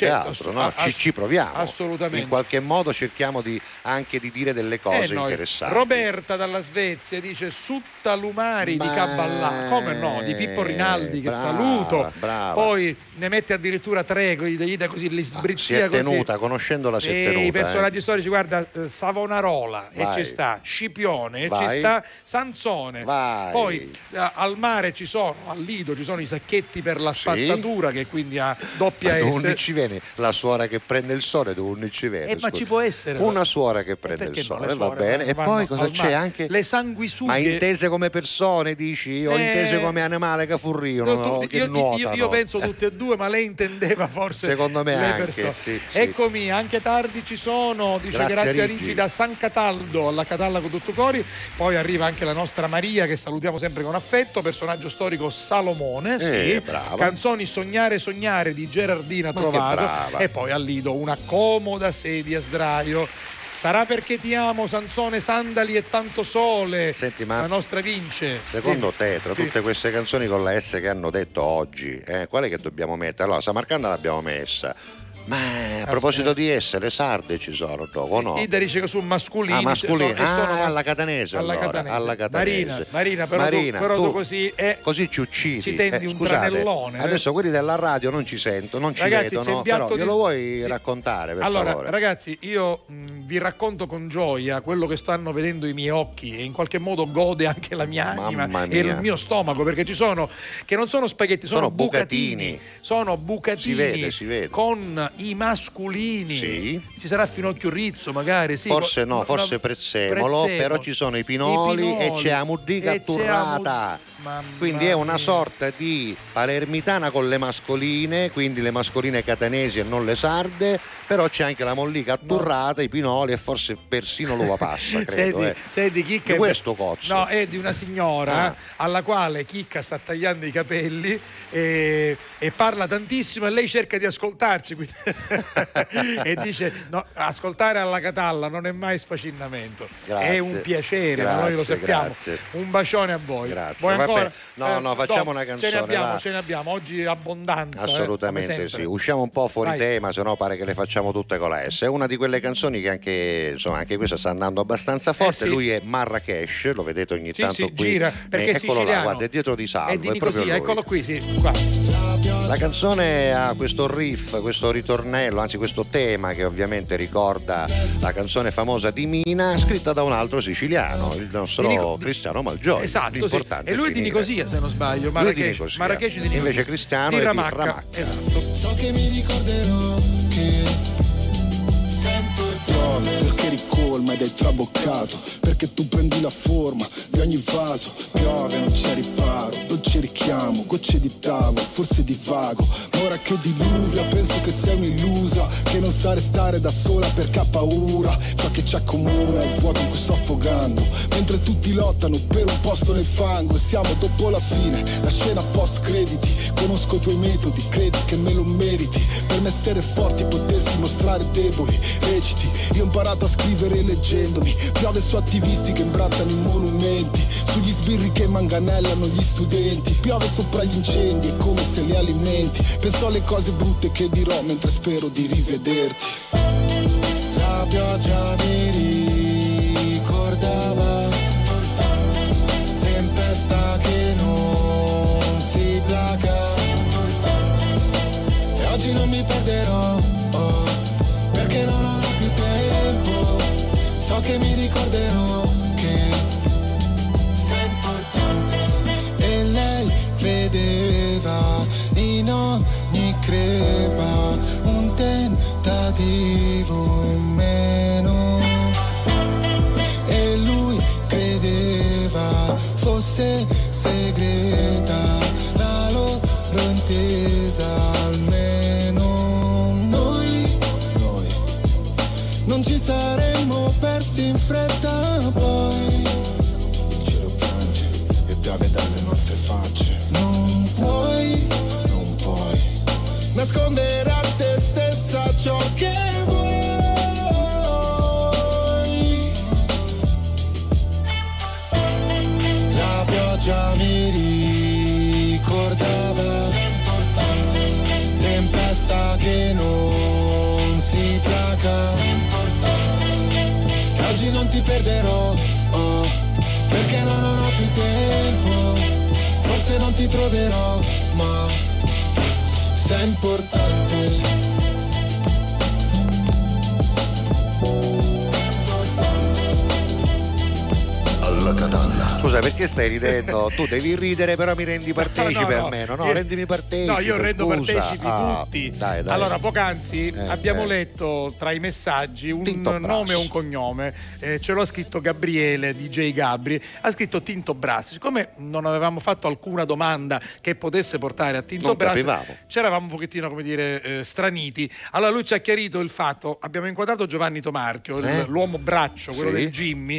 Ci proviamo. Assolutamente. In qualche modo cerchiamo anche di dire delle cose interessanti. Roberta dalla Svezia dice Sutta Lumari di Caballà. Come no? Di Pippo Rinaldi, che saluto. Brava. Poi ne mette addirittura 3, gli dà così, li sbrizzia si è tenuta, conoscendola si è tenuta. I personaggi storici, guarda, Savonarola, e ci sta Scipione, e ci sta Sansone. Poi al mare al Lido ci sono i sacchetti per la spazzatura, che quindi ha doppia S. Non ci viene la suora che prende il sole, non ci viene. Ma ci può essere una suora che prende il sole, va bene. E poi cosa c'è anche? Le sanguisughe. Ma intese come persone, dici? O intese come animale che furriono, che nuotano? Io penso tutte e due, ma lei intendeva forse secondo me le anche, persone. Sì. Eccomi, anche tardi ci sono, dice Grazia Ricci da San Cataldo alla Catalla con tutto cori. Poi arriva anche la nostra Maria, che salutiamo sempre con affetto, personaggio storico Salomone, canzoni Sognare di Gerardina Trovato, e poi al Lido una comoda sedia a sdraio. Sarà perché ti amo, Sansone, sandali e tanto sole. Senti, ma la nostra vince. Secondo te, tra tutte queste canzoni con la S che hanno detto oggi, quale che dobbiamo mettere? Allora, Samarcanda l'abbiamo messa. Ma a proposito di S, le sarde ci sono, no? Ida dice che sono masculini. Alla catanese. Alla catanese. Marina, però tu così ci uccidi. Ci tendi un tranellone. Adesso quelli della radio non ci sentono, non ci vedono, però glielo vuoi raccontare, per favore? Ragazzi, io vi racconto con gioia quello che stanno vedendo i miei occhi, e in qualche modo gode anche la mia anima e il mio stomaco, perché ci sono che non sono spaghetti, sono bucatini. Sono bucatini si vede. Con i masculini. Ci sarà Finocchio Rizzo magari, forse prezzemolo, però ci sono i pinoli e c'è la muddica atturrata. Quindi è una sorta di palermitana con le mascoline, quindi le mascoline catanesi e non le sarde, però c'è anche la mollica atturrata, i pinoli e forse persino l'uva passa, credo. Senti, Chicca, di questo cozzo. No, è di una signora alla quale Chicca sta tagliando i capelli e parla tantissimo, e lei cerca di ascoltarci e dice ascoltare alla Catalla non è mai sfacinnamento. È un piacere, noi lo sappiamo. Grazie. Un bacione a voi. Grazie. Vuoi ancora? Facciamo una canzone. Ce ne abbiamo oggi abbondanza. Assolutamente sì. Usciamo un po' fuori tema, se no pare che le facciamo tutte con la S. È una di quelle canzoni che anche questa sta andando abbastanza forte. Lui è Marrakesh, lo vedete ogni tanto qui. Gira, perché eccolo là, guarda, è dietro di Salvo. È proprio lui. Eccolo qui, qua. La canzone ha questo riff, questo ritornello, anzi questo tema che ovviamente ricorda la canzone famosa di Mina, scritta da un altro siciliano, il nostro Cristiano Malgioglio. Esatto, e lui è di Nicosia, se non sbaglio. Marrakesh di Nicosia. Invece Cristiano di è Ramacca. di Ramacca. Esatto. So che mi ricorderò che sempre piove perché ricolma ed hai traboccato, perché tu prendi la forma di ogni vaso. Piove, non c'è riparo, dolce richiamo, gocce di tavolo, forse divago. Ma ora che diluvia penso che sei un'illusa, che non sa restare da sola perché ha paura. Ciò che ci accomuna è il vuoto in cui sto affogando, mentre tutti lottano per un posto nel fango. E siamo dopo la fine, la scena post crediti. Conosco i tuoi metodi, credi che me lo meriti. Per me essere forti potessi mostrare deboli. Reciti, io ho imparato a scrivere leggendomi. Piove su attivisti che imbrattano i monumenti, sugli sbirri che manganellano gli studenti. Piove sopra gli incendi, è come se li alimenti. Penso alle cose brutte che dirò mentre spero di rivederti. La pioggia mi ricordava, tempesta che non si placa, e oggi non mi perderò che mi ricorderò che sei importante. E lei vedeva in ogni crepa un tentativo in meno, e lui credeva fosse segreta la loro intesa. Almeno noi non ci saremmo persi in fretta, poi il cielo piange e piove dalle nostre facce. Non puoi nascondere a te stessa ciò che vuoi. La pioggia mi ricordava tempesta che non si placa. E oggi non ti perderò, oh, perché non ho più tempo. Forse non ti troverò, ma sei importante. Alla Catalla. Scusa, perché stai ridendo? Tu devi ridere, però mi rendi partecipe almeno. No, rendimi partecipe. No, io rendo scusa. partecipi tutti. Dai. Allora, poc'anzi abbiamo letto tra i messaggi un nome e un cognome. Ce l'ha scritto Gabriele, DJ Gabri. Ha scritto Tinto Brass. Siccome non avevamo fatto alcuna domanda che potesse portare a Tinto Brass, c'eravamo un pochettino, come dire, straniti. Allora lui ci ha chiarito il fatto. Abbiamo inquadrato Giovanni Tomarchio, l'uomo braccio, quello del Jimmy,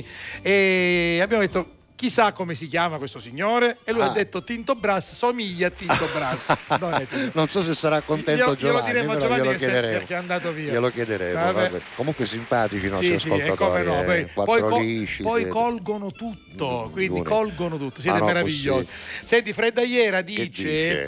e abbiamo detto: chissà come si chiama questo signore, e lui ha detto Tinto Brass somiglia a Tinto Brass. Non so se sarà contento Giovanni, glielo diremo a Giovanni glielo chiederemo. Che è andato via. Glielo chiederemo. Vabbè. Comunque simpatici i nostri ascoltatori. No. Poi colgono tutto, quindi colgono tutto. Siete meravigliosi. Senti, Fredda Iera dice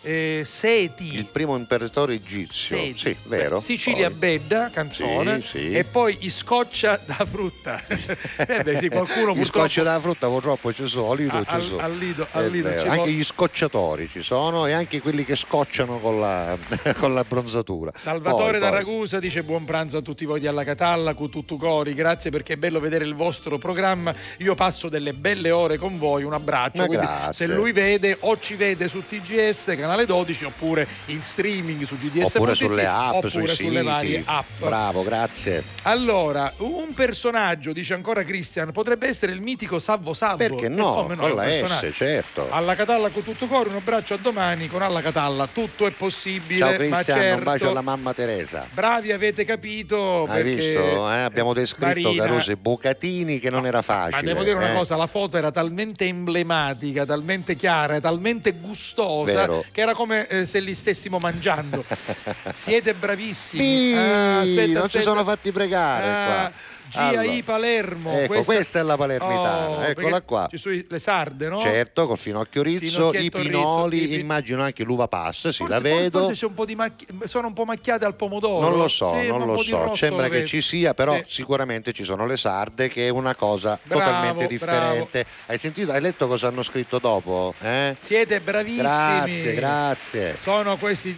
Seti, il primo imperatore egizio. Seti. Sì, vero. Sicilia Bedda, canzone. Sì. E poi i scoccia da frutta. Sì, qualcuno gli scoccia da frutta purtroppo ci sono, al Lido anche gli scocciatori ci sono, e anche quelli che scocciano con l'abbronzatura. Salvatore da Ragusa dice: buon pranzo a tutti voi di Alla Catalla, cu tutto cori, grazie perché è bello vedere il vostro programma, io passo delle belle ore con voi, un abbraccio. Quindi, se lui vede o ci vede su TGS canale 12 oppure in streaming su GDS, oppure sulle app, oppure sui sulle siti. varie app. Bravo, grazie. Allora, un personaggio, dice ancora Christian, potrebbe essere il mitico Salvo Salvo. Perché no? Con la S, certo. Alla Catalla con tutto cuore, un abbraccio a domani con Alla Catalla, tutto è possibile. Ciao Cristian, ma certo, un bacio alla mamma Teresa. Bravi, avete capito. Hai visto? Abbiamo descritto Caruso e Bucatini, che non era facile. Ma devo dire una cosa, la foto era talmente emblematica, talmente chiara, talmente gustosa, vero, che era come se li stessimo mangiando. Siete bravissimi. Non ci sono fatti pregare qua. GAI Palermo. Ecco, questa è la palermitana, eccola qua. Ci sono le sarde, no? Certo, col finocchio rizzo, i pinoli, immagino anche l'uva passa, la vedo. Forse c'è un po' di sono un po' macchiate al pomodoro. Non lo so, sembra che ci sia, però sicuramente ci sono le sarde, che è una cosa totalmente differente. Hai letto cosa hanno scritto dopo? Siete bravissimi. Grazie. Sono questi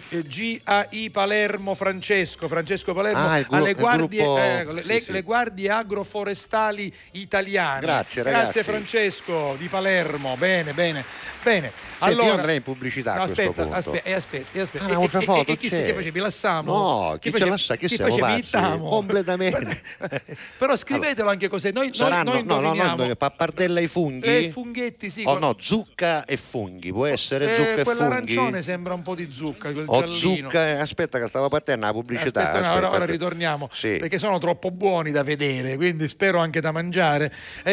GAI Palermo Francesco Palermo, alle guardie, le guardie agroforestali italiane. Grazie ragazzi. Grazie Francesco di Palermo. Bene. Senti, allora, io andrei in pubblicità a questo punto. Aspetta. Un'altra foto chi c'è. che facevi? Lassamo? No, chi ce lascia? Che siamo pazzi? Completamente. Però scrivetelo anche così. Noi indoviniamo. Pappardella ai funghi? Funghetti, sì. No, zucca e funghi. Può essere zucca e funghi? Quell'arancione sembra un po' di zucca. Zucca. Aspetta che stava partendo la pubblicità. Ora ritorniamo. Sì. Perché sono troppo buoni da vedere, quindi spero anche da mangiare.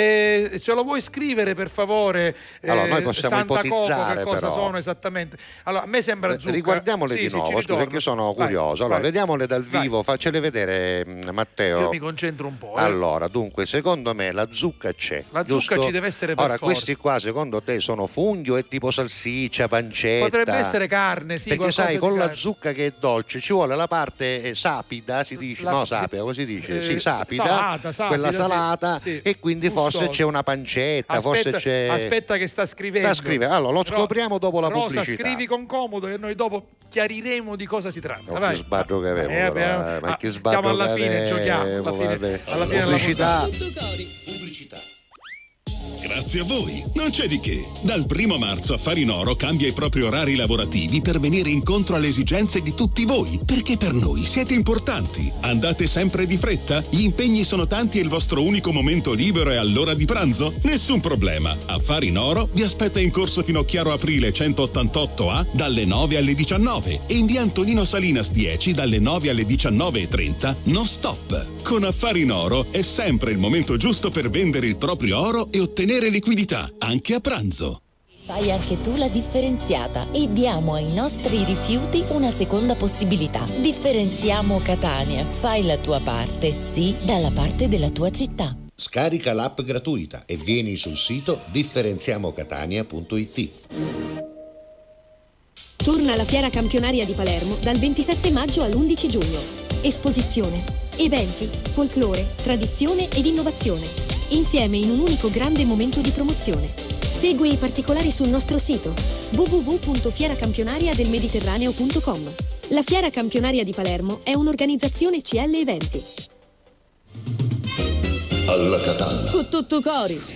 Ce lo vuoi scrivere per favore? Allora, noi possiamo Santa ipotizzare, che cosa però sono esattamente. Allora, a me sembra zucca. Riguardiamole di nuovo, scusa, perché sono curioso. Allora, vediamole dal vivo, faccele vedere, Matteo. Io mi concentro un po'. Allora, dunque, secondo me la zucca c'è. La zucca ci deve essere per forza. Questi qua, secondo te, sono funghi o è tipo salsiccia, pancetta? Potrebbe essere carne, sì. Perché sai, con la zucca che è dolce ci vuole la parte sapida, si dice, sapida, come si dice? Sì, sapida. quella salata e quindi forse c'è una pancetta, aspetta che sta scrivendo. Allora lo scopriamo dopo la pubblicità. Scrivi con comodo e noi dopo chiariremo di cosa si tratta. Che sbaddo che avevo, ma che sbaddo siamo alla fine, giochiamo alla fine pubblicità. Pubblicità. Grazie a voi, non c'è di che. Dal 1 marzo Affari in Oro cambia i propri orari lavorativi per venire incontro alle esigenze di tutti voi, perché per noi siete importanti. Andate sempre di fretta? Gli impegni sono tanti e il vostro unico momento libero è all'ora di pranzo? Nessun problema. Affari in Oro vi aspetta in corso Finocchiaro Aprile 188A dalle 9 alle 19 e in via Antonino Salinas 10 dalle 9 alle 19:30 non stop. Con Affari in Oro è sempre il momento giusto per vendere il proprio oro e ottenere liquidità, anche a pranzo. Fai anche tu la differenziata e diamo ai nostri rifiuti una seconda possibilità. Differenziamo Catania. Fai la tua parte, sì, dalla parte della tua città. Scarica l'app gratuita e vieni sul sito differenziamocatania.it. Torna la Fiera Campionaria di Palermo dal 27 maggio all'11 giugno. Esposizione, eventi, folklore, tradizione ed innovazione. Insieme in un unico grande momento di promozione. Segui i particolari sul nostro sito www.fieracampionariadelmediterraneo.com. La Fiera Campionaria di Palermo è un'organizzazione CL Eventi. Alla Catalla. Con tutto cori.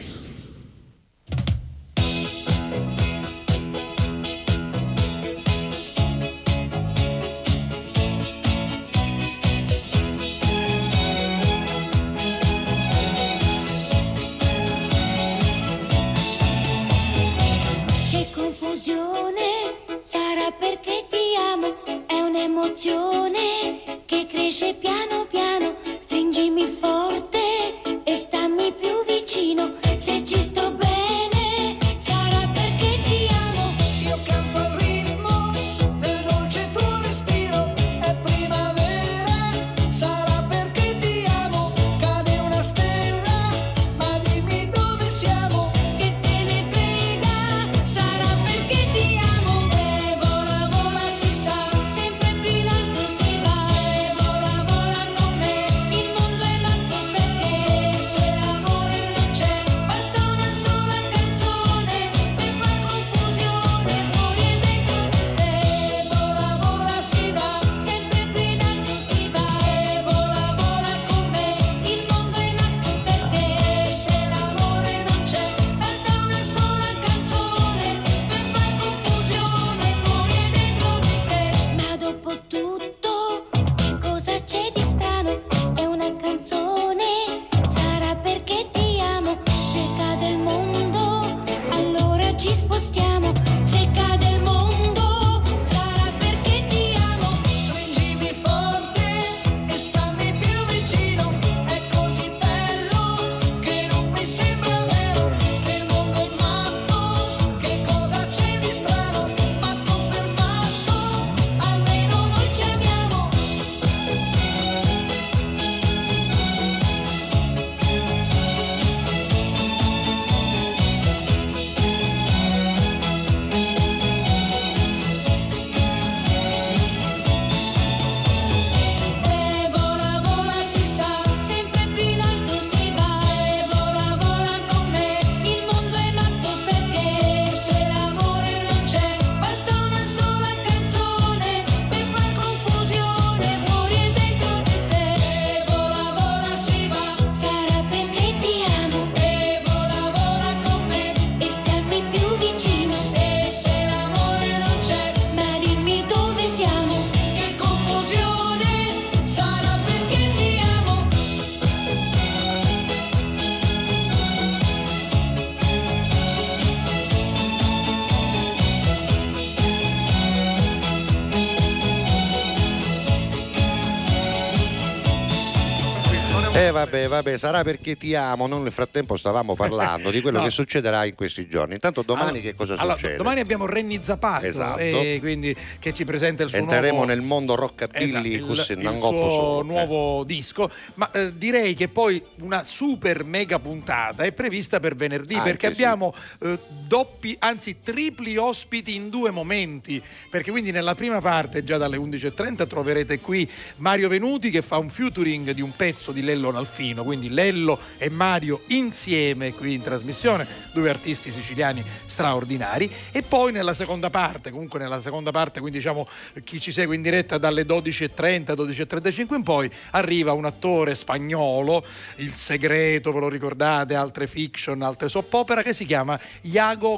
Sarà perché ti amo, è un'emozione che cresce piano piano. Stringimi forte e stammi più vicino. Se ci sto bene, sarà perché ti amo. Io canto al ritmo del dolce tuo respiro. È primavera, sarà perché ti amo. Cade una stella, ma dimmi dove siamo. Che te ne frega, sarà perché ti amo. E vola, vola, si sa, sempre più in alto si va. E vola, vola con me, il mondo è matto perché se l'amore non c'è, basta una sola canzone per far confusione fuori e dentro di te. Vola, vola, si va, sempre più in alto si va. E vola, vola con me, il mondo è matto perché se l'amore non c'è, basta una sola canzone per far confusione fuori e dentro di te. Ma dopo tutto, cosa c'è di strano? È una canzone, sarà perché ti amo. Se cade il mondo, allora ci spostiamo. Se cade il mondo, sarà perché ti amo. Stringimi forte e stammi più vicino. È così bello che non mi sembra vero. Se il mondo è matto, che cosa c'è di strano? Ma confermato, almeno noi ci amiamo. E vola, vola, si sa, sempre più in alto si va. E vola, vola con me, il mondo è matto perché se l'amore non c'è, basta una sola canzone per far confusione fuori e dentro di te. E vola, vola, si va, sarà perché ti amo. E vola, vola con me e stammi più vicino. E se l'amore non c'è, ma dimmi dove siamo. Che confusione, sarà perché ti amo. Vabbè, sarà perché ti amo. Noi nel frattempo stavamo parlando di quello che succederà in questi giorni. Intanto domani che cosa succede? Domani abbiamo Renny Zappato, Esatto. Quindi che ci presenta il suo Entreremo nuovo, nel mondo rockabilly, il non suo nuovo disco, ma direi che poi una super mega puntata è prevista per venerdì, Anche perché sì. abbiamo doppi, anzi tripli ospiti in due momenti, perché quindi nella prima parte già dalle 11:30 troverete qui Mario Venuti che fa un featuring di un pezzo di Lello Lellon Alfino, quindi Lello e Mario insieme qui in trasmissione, due artisti siciliani straordinari. E poi nella seconda parte, quindi diciamo chi ci segue in diretta dalle 12.30, 12.35 in poi, arriva un attore spagnolo, Il Segreto, ve lo ricordate, altre fiction, altre soap opera, che si chiama Iago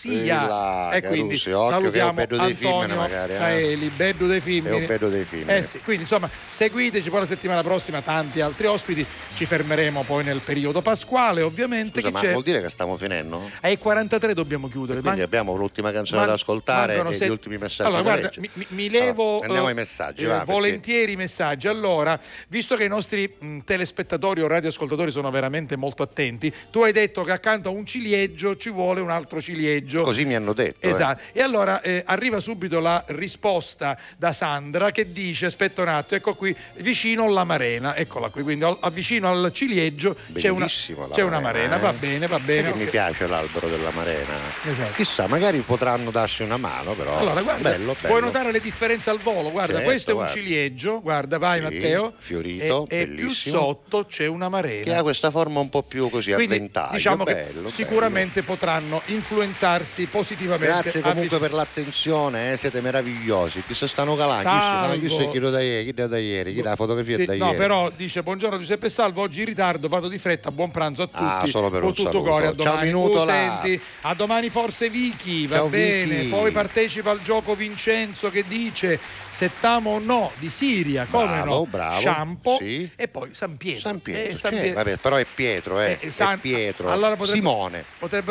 Garcia. E quindi salutiamo Antonio Saeli, bello dei film. È un bello dei film. Sì, quindi insomma seguiteci, poi la settimana prossima tanti altri ospiti, ci fermeremo poi nel periodo pasquale ovviamente. Scusa, ma vuol dire che stiamo finendo? Ai 43 dobbiamo chiudere. Quindi abbiamo l'ultima canzone da ascoltare e gli ultimi messaggi. Allora guarda, mi levo andiamo ai messaggi, volentieri i messaggi. Allora, visto che i nostri telespettatori o radioascoltatori sono veramente molto attenti, tu hai detto che accanto a un ciliegio ci vuole un altro ciliegio. Così mi hanno detto. Esatto. E allora arriva subito la risposta da Sandra che dice: aspetta un attimo, ecco qui vicino all'Amarena, eccola qui, quindi vicino al ciliegio c'è una marena. Va bene. Mi piace l'albero della marena. Esatto. Chissà, magari potranno darsi una mano, però. Allora, guarda, bello. Puoi notare le differenze al volo. Guarda, certo, questo è un ciliegio. Guarda, vai Matteo. Fiorito, e più sotto c'è una marena. Che ha questa forma un po' più così a ventaglio. Diciamo bello, che sicuramente potranno influenzarsi positivamente. Grazie comunque per l'attenzione, siete meravigliosi. Chi si stanno calando? Chi è chi da ieri? Chi la fotografia da ieri? No, però dice: buongiorno Giuseppe Salvo, oggi in ritardo, vado di fretta, buon pranzo a tutti. Solo per con un tutto saluto. cuore, a domani. Ciao Minuto senti, a domani forse Vicky, va Ciao, bene. Vicky. Poi partecipa al gioco Vincenzo che dice Settamo o no di Siria, come bravo, Shampoo, sì. E poi San Pietro. San Pietro. Vabbè, però è Pietro, è Pietro. Allora Simone.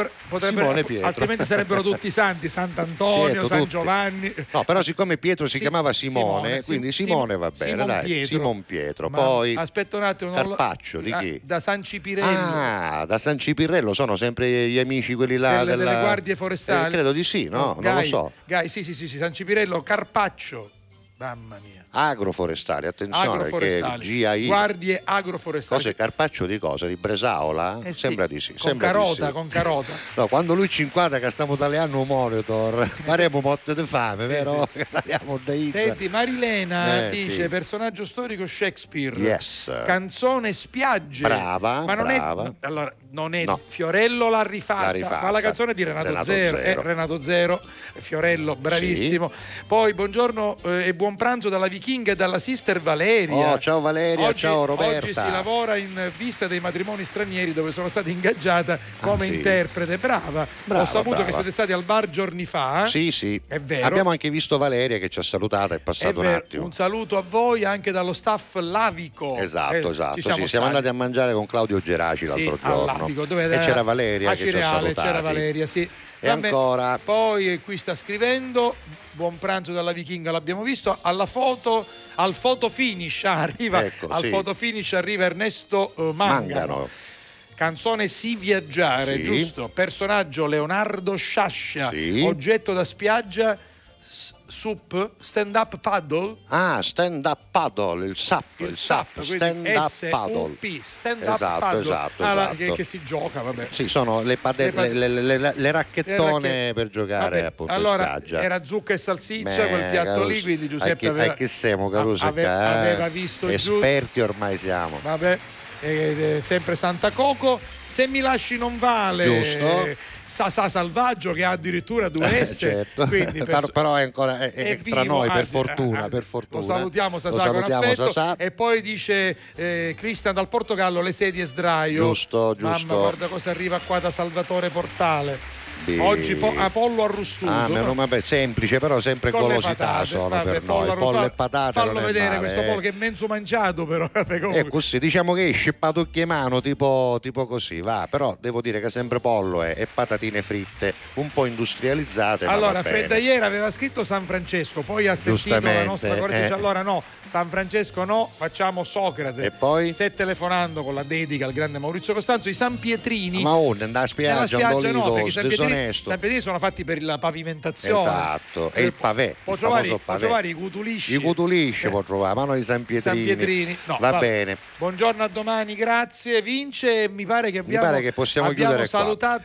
Simone Pietro. Altrimenti sarebbero tutti santi, Sant'Antonio, certo, San tutti. Giovanni. No, però siccome Pietro si chiamava Simone, quindi Simone va bene, Simon dai. Pietro. Simon Pietro. Ma Poi aspetta un attimo, Carpaccio, di chi? Da San Cipirello. Da San Cipirello sono sempre gli amici quelli là delle guardie forestali. Credo di sì, no? Non lo so. Sì, San Cipirello, Carpaccio. Mamma mia. Agroforestali, attenzione, agroforestali. Che GAI. Guardie agroforestali. Cos'è Carpaccio di cosa? Di Bresaola? Sembra di sì. Con carota. No, quando lui ci inquadra che stiamo tagliando un monitor, faremo morte di fame, vero? Senti, Marilena dice personaggio storico Shakespeare. Yes. Canzone Spiagge. Brava. Ma non è. Allora, non è Fiorello l'ha rifatta. Ma la canzone è di Renato Zero. Renato Zero, Fiorello, bravissimo. Sì. Poi buongiorno e buon pranzo dalla Vichinga e dalla Sister Valeria. Ciao Valeria, ciao Roberta. Oggi si lavora in vista dei matrimoni stranieri dove sono stata ingaggiata come interprete. Brava. Ho saputo che siete stati al bar giorni fa. Sì. È vero. Abbiamo anche visto Valeria che ci ha salutata, è passato un attimo. Un saluto a voi anche dallo staff Lavico. Esatto. Siamo andati a mangiare con Claudio Geraci l'altro giorno. E c'era Valeria che ci ha salutati. C'era Valeria, sì. E ancora. Poi qui sta scrivendo: buon pranzo dalla Vichinga, l'abbiamo visto. Al foto finish arriva. Foto finish arriva Ernesto Mangano. Canzone Si viaggiare, giusto? Personaggio Leonardo Sciascia. Oggetto da spiaggia SUP, stand up paddle. Stand up paddle, il SUP, stand up paddle. Stand up paddle. Esatto. Che si gioca, vabbè. Sì, sono le racchettone per giocare appunto allora, in spiaggia. Era zucca e salsiccia quel piatto lì, quindi Giuseppe aveva visto esperti ormai siamo. Vabbè, sempre Santa Coco. Se mi lasci non vale. Giusto. Sasà Salvaggio che ha addirittura 2 S, certo. Però è ancora è tra noi, per fortuna. Lo salutiamo Sasà con affetto. E poi dice Cristian dal Portogallo, le sedie sdraio. Giusto. Mamma, guarda cosa arriva qua da Salvatore Portale. Oggi Apollo arrostuto. Vabbè, semplice, però sempre con golosità sono per noi. Pollo e patate. Fallo vedere questo pollo che è mezzo mangiato, però. È così, diciamo che è scippato chiamano tipo così, va. Però devo dire che sempre pollo e patatine fritte, un po' industrializzate. Allora, Fredda ieri aveva scritto San Francesco, poi ha sentito la nostra correttrice. Allora no, San Francesco no, facciamo Socrate. E poi? Se telefonando con la dedica al grande Maurizio Costanzo, i San Pietrini. Ma andare a spiaggia, no, perché San Pietrini sono fatti per la pavimentazione. Esatto, e il pavè. Può trovare i cutulisci. I cutulisci può trovare, ma noi i San Pietrini. No, va bene. Buongiorno a domani, grazie. Vince, mi pare che possiamo chiudere salutato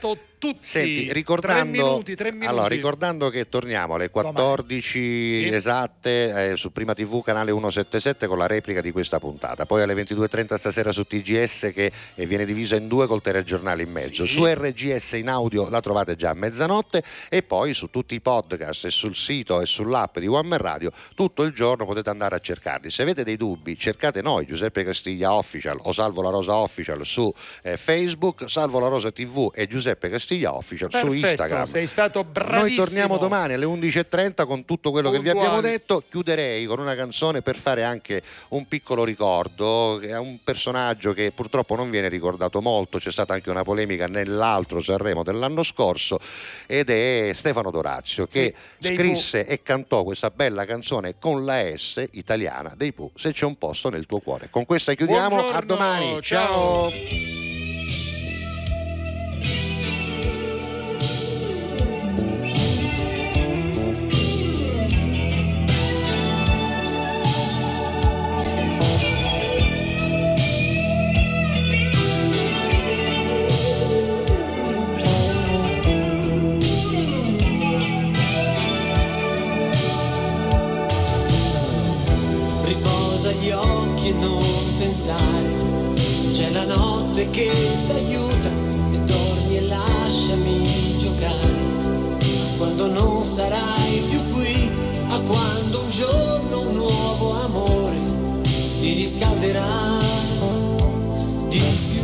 tutti. Senti, ricordando, 3 minuti. Allora, ricordando che torniamo alle 14 esatte su Prima TV canale 177 con la replica di questa puntata, poi alle 22:30 stasera su TGS che viene divisa in due col telegiornale in mezzo, su RGS in audio la trovate già a mezzanotte e poi su tutti i podcast e sul sito e sull'app di One Man Radio tutto il giorno potete andare a cercarli. Se avete dei dubbi cercate noi, Giuseppe Castiglia Official o Salvo La Rosa Official su Facebook, Salvo La Rosa TV e Giuseppe Castiglia Official. Perfetto, su Instagram. Sei stato bravissimo. Noi torniamo domani alle 11:30 con tutto quello che vi abbiamo detto. Chiuderei con una canzone per fare anche un piccolo ricordo a un personaggio che purtroppo non viene ricordato molto. C'è stata anche una polemica nell'altro Sanremo dell'anno scorso ed è Stefano Dorazio che scrisse e cantò questa bella canzone con la S italiana dei Pooh, Se c'è un posto nel tuo cuore. Con questa chiudiamo. Buongiorno, a domani. ciao. Riposa gli occhi e non pensare, c'è la notte che t'aiuta e dormi e lasciami giocare. Quando non sarai più qui, a quando un giorno un nuovo amore ti riscalderà di più.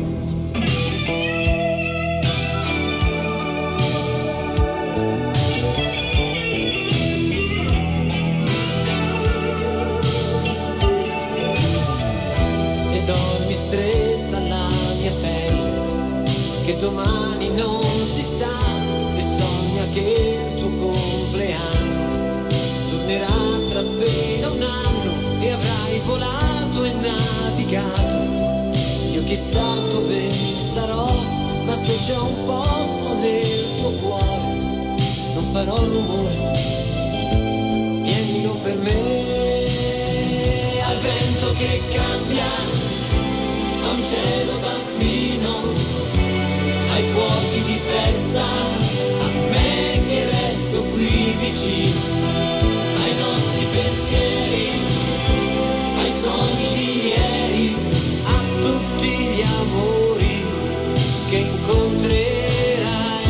Dormi stretta alla mia pelle, che domani non si sa, e sogna che il tuo compleanno tornerà tra appena un anno e avrai volato e navigato. Io chissà dove sarò, ma se c'è un posto nel tuo cuore non farò rumore, tienilo per me. Al vento che cambia, a un cielo bambino, ai fuochi di festa, a me che resto qui vicino, ai nostri pensieri, ai sogni di ieri, a tutti gli amori che incontrerai.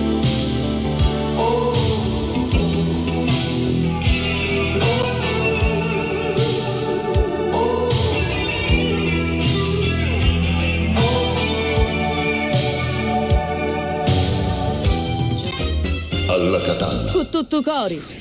Oh, Alla Catalla. Con tutto cori.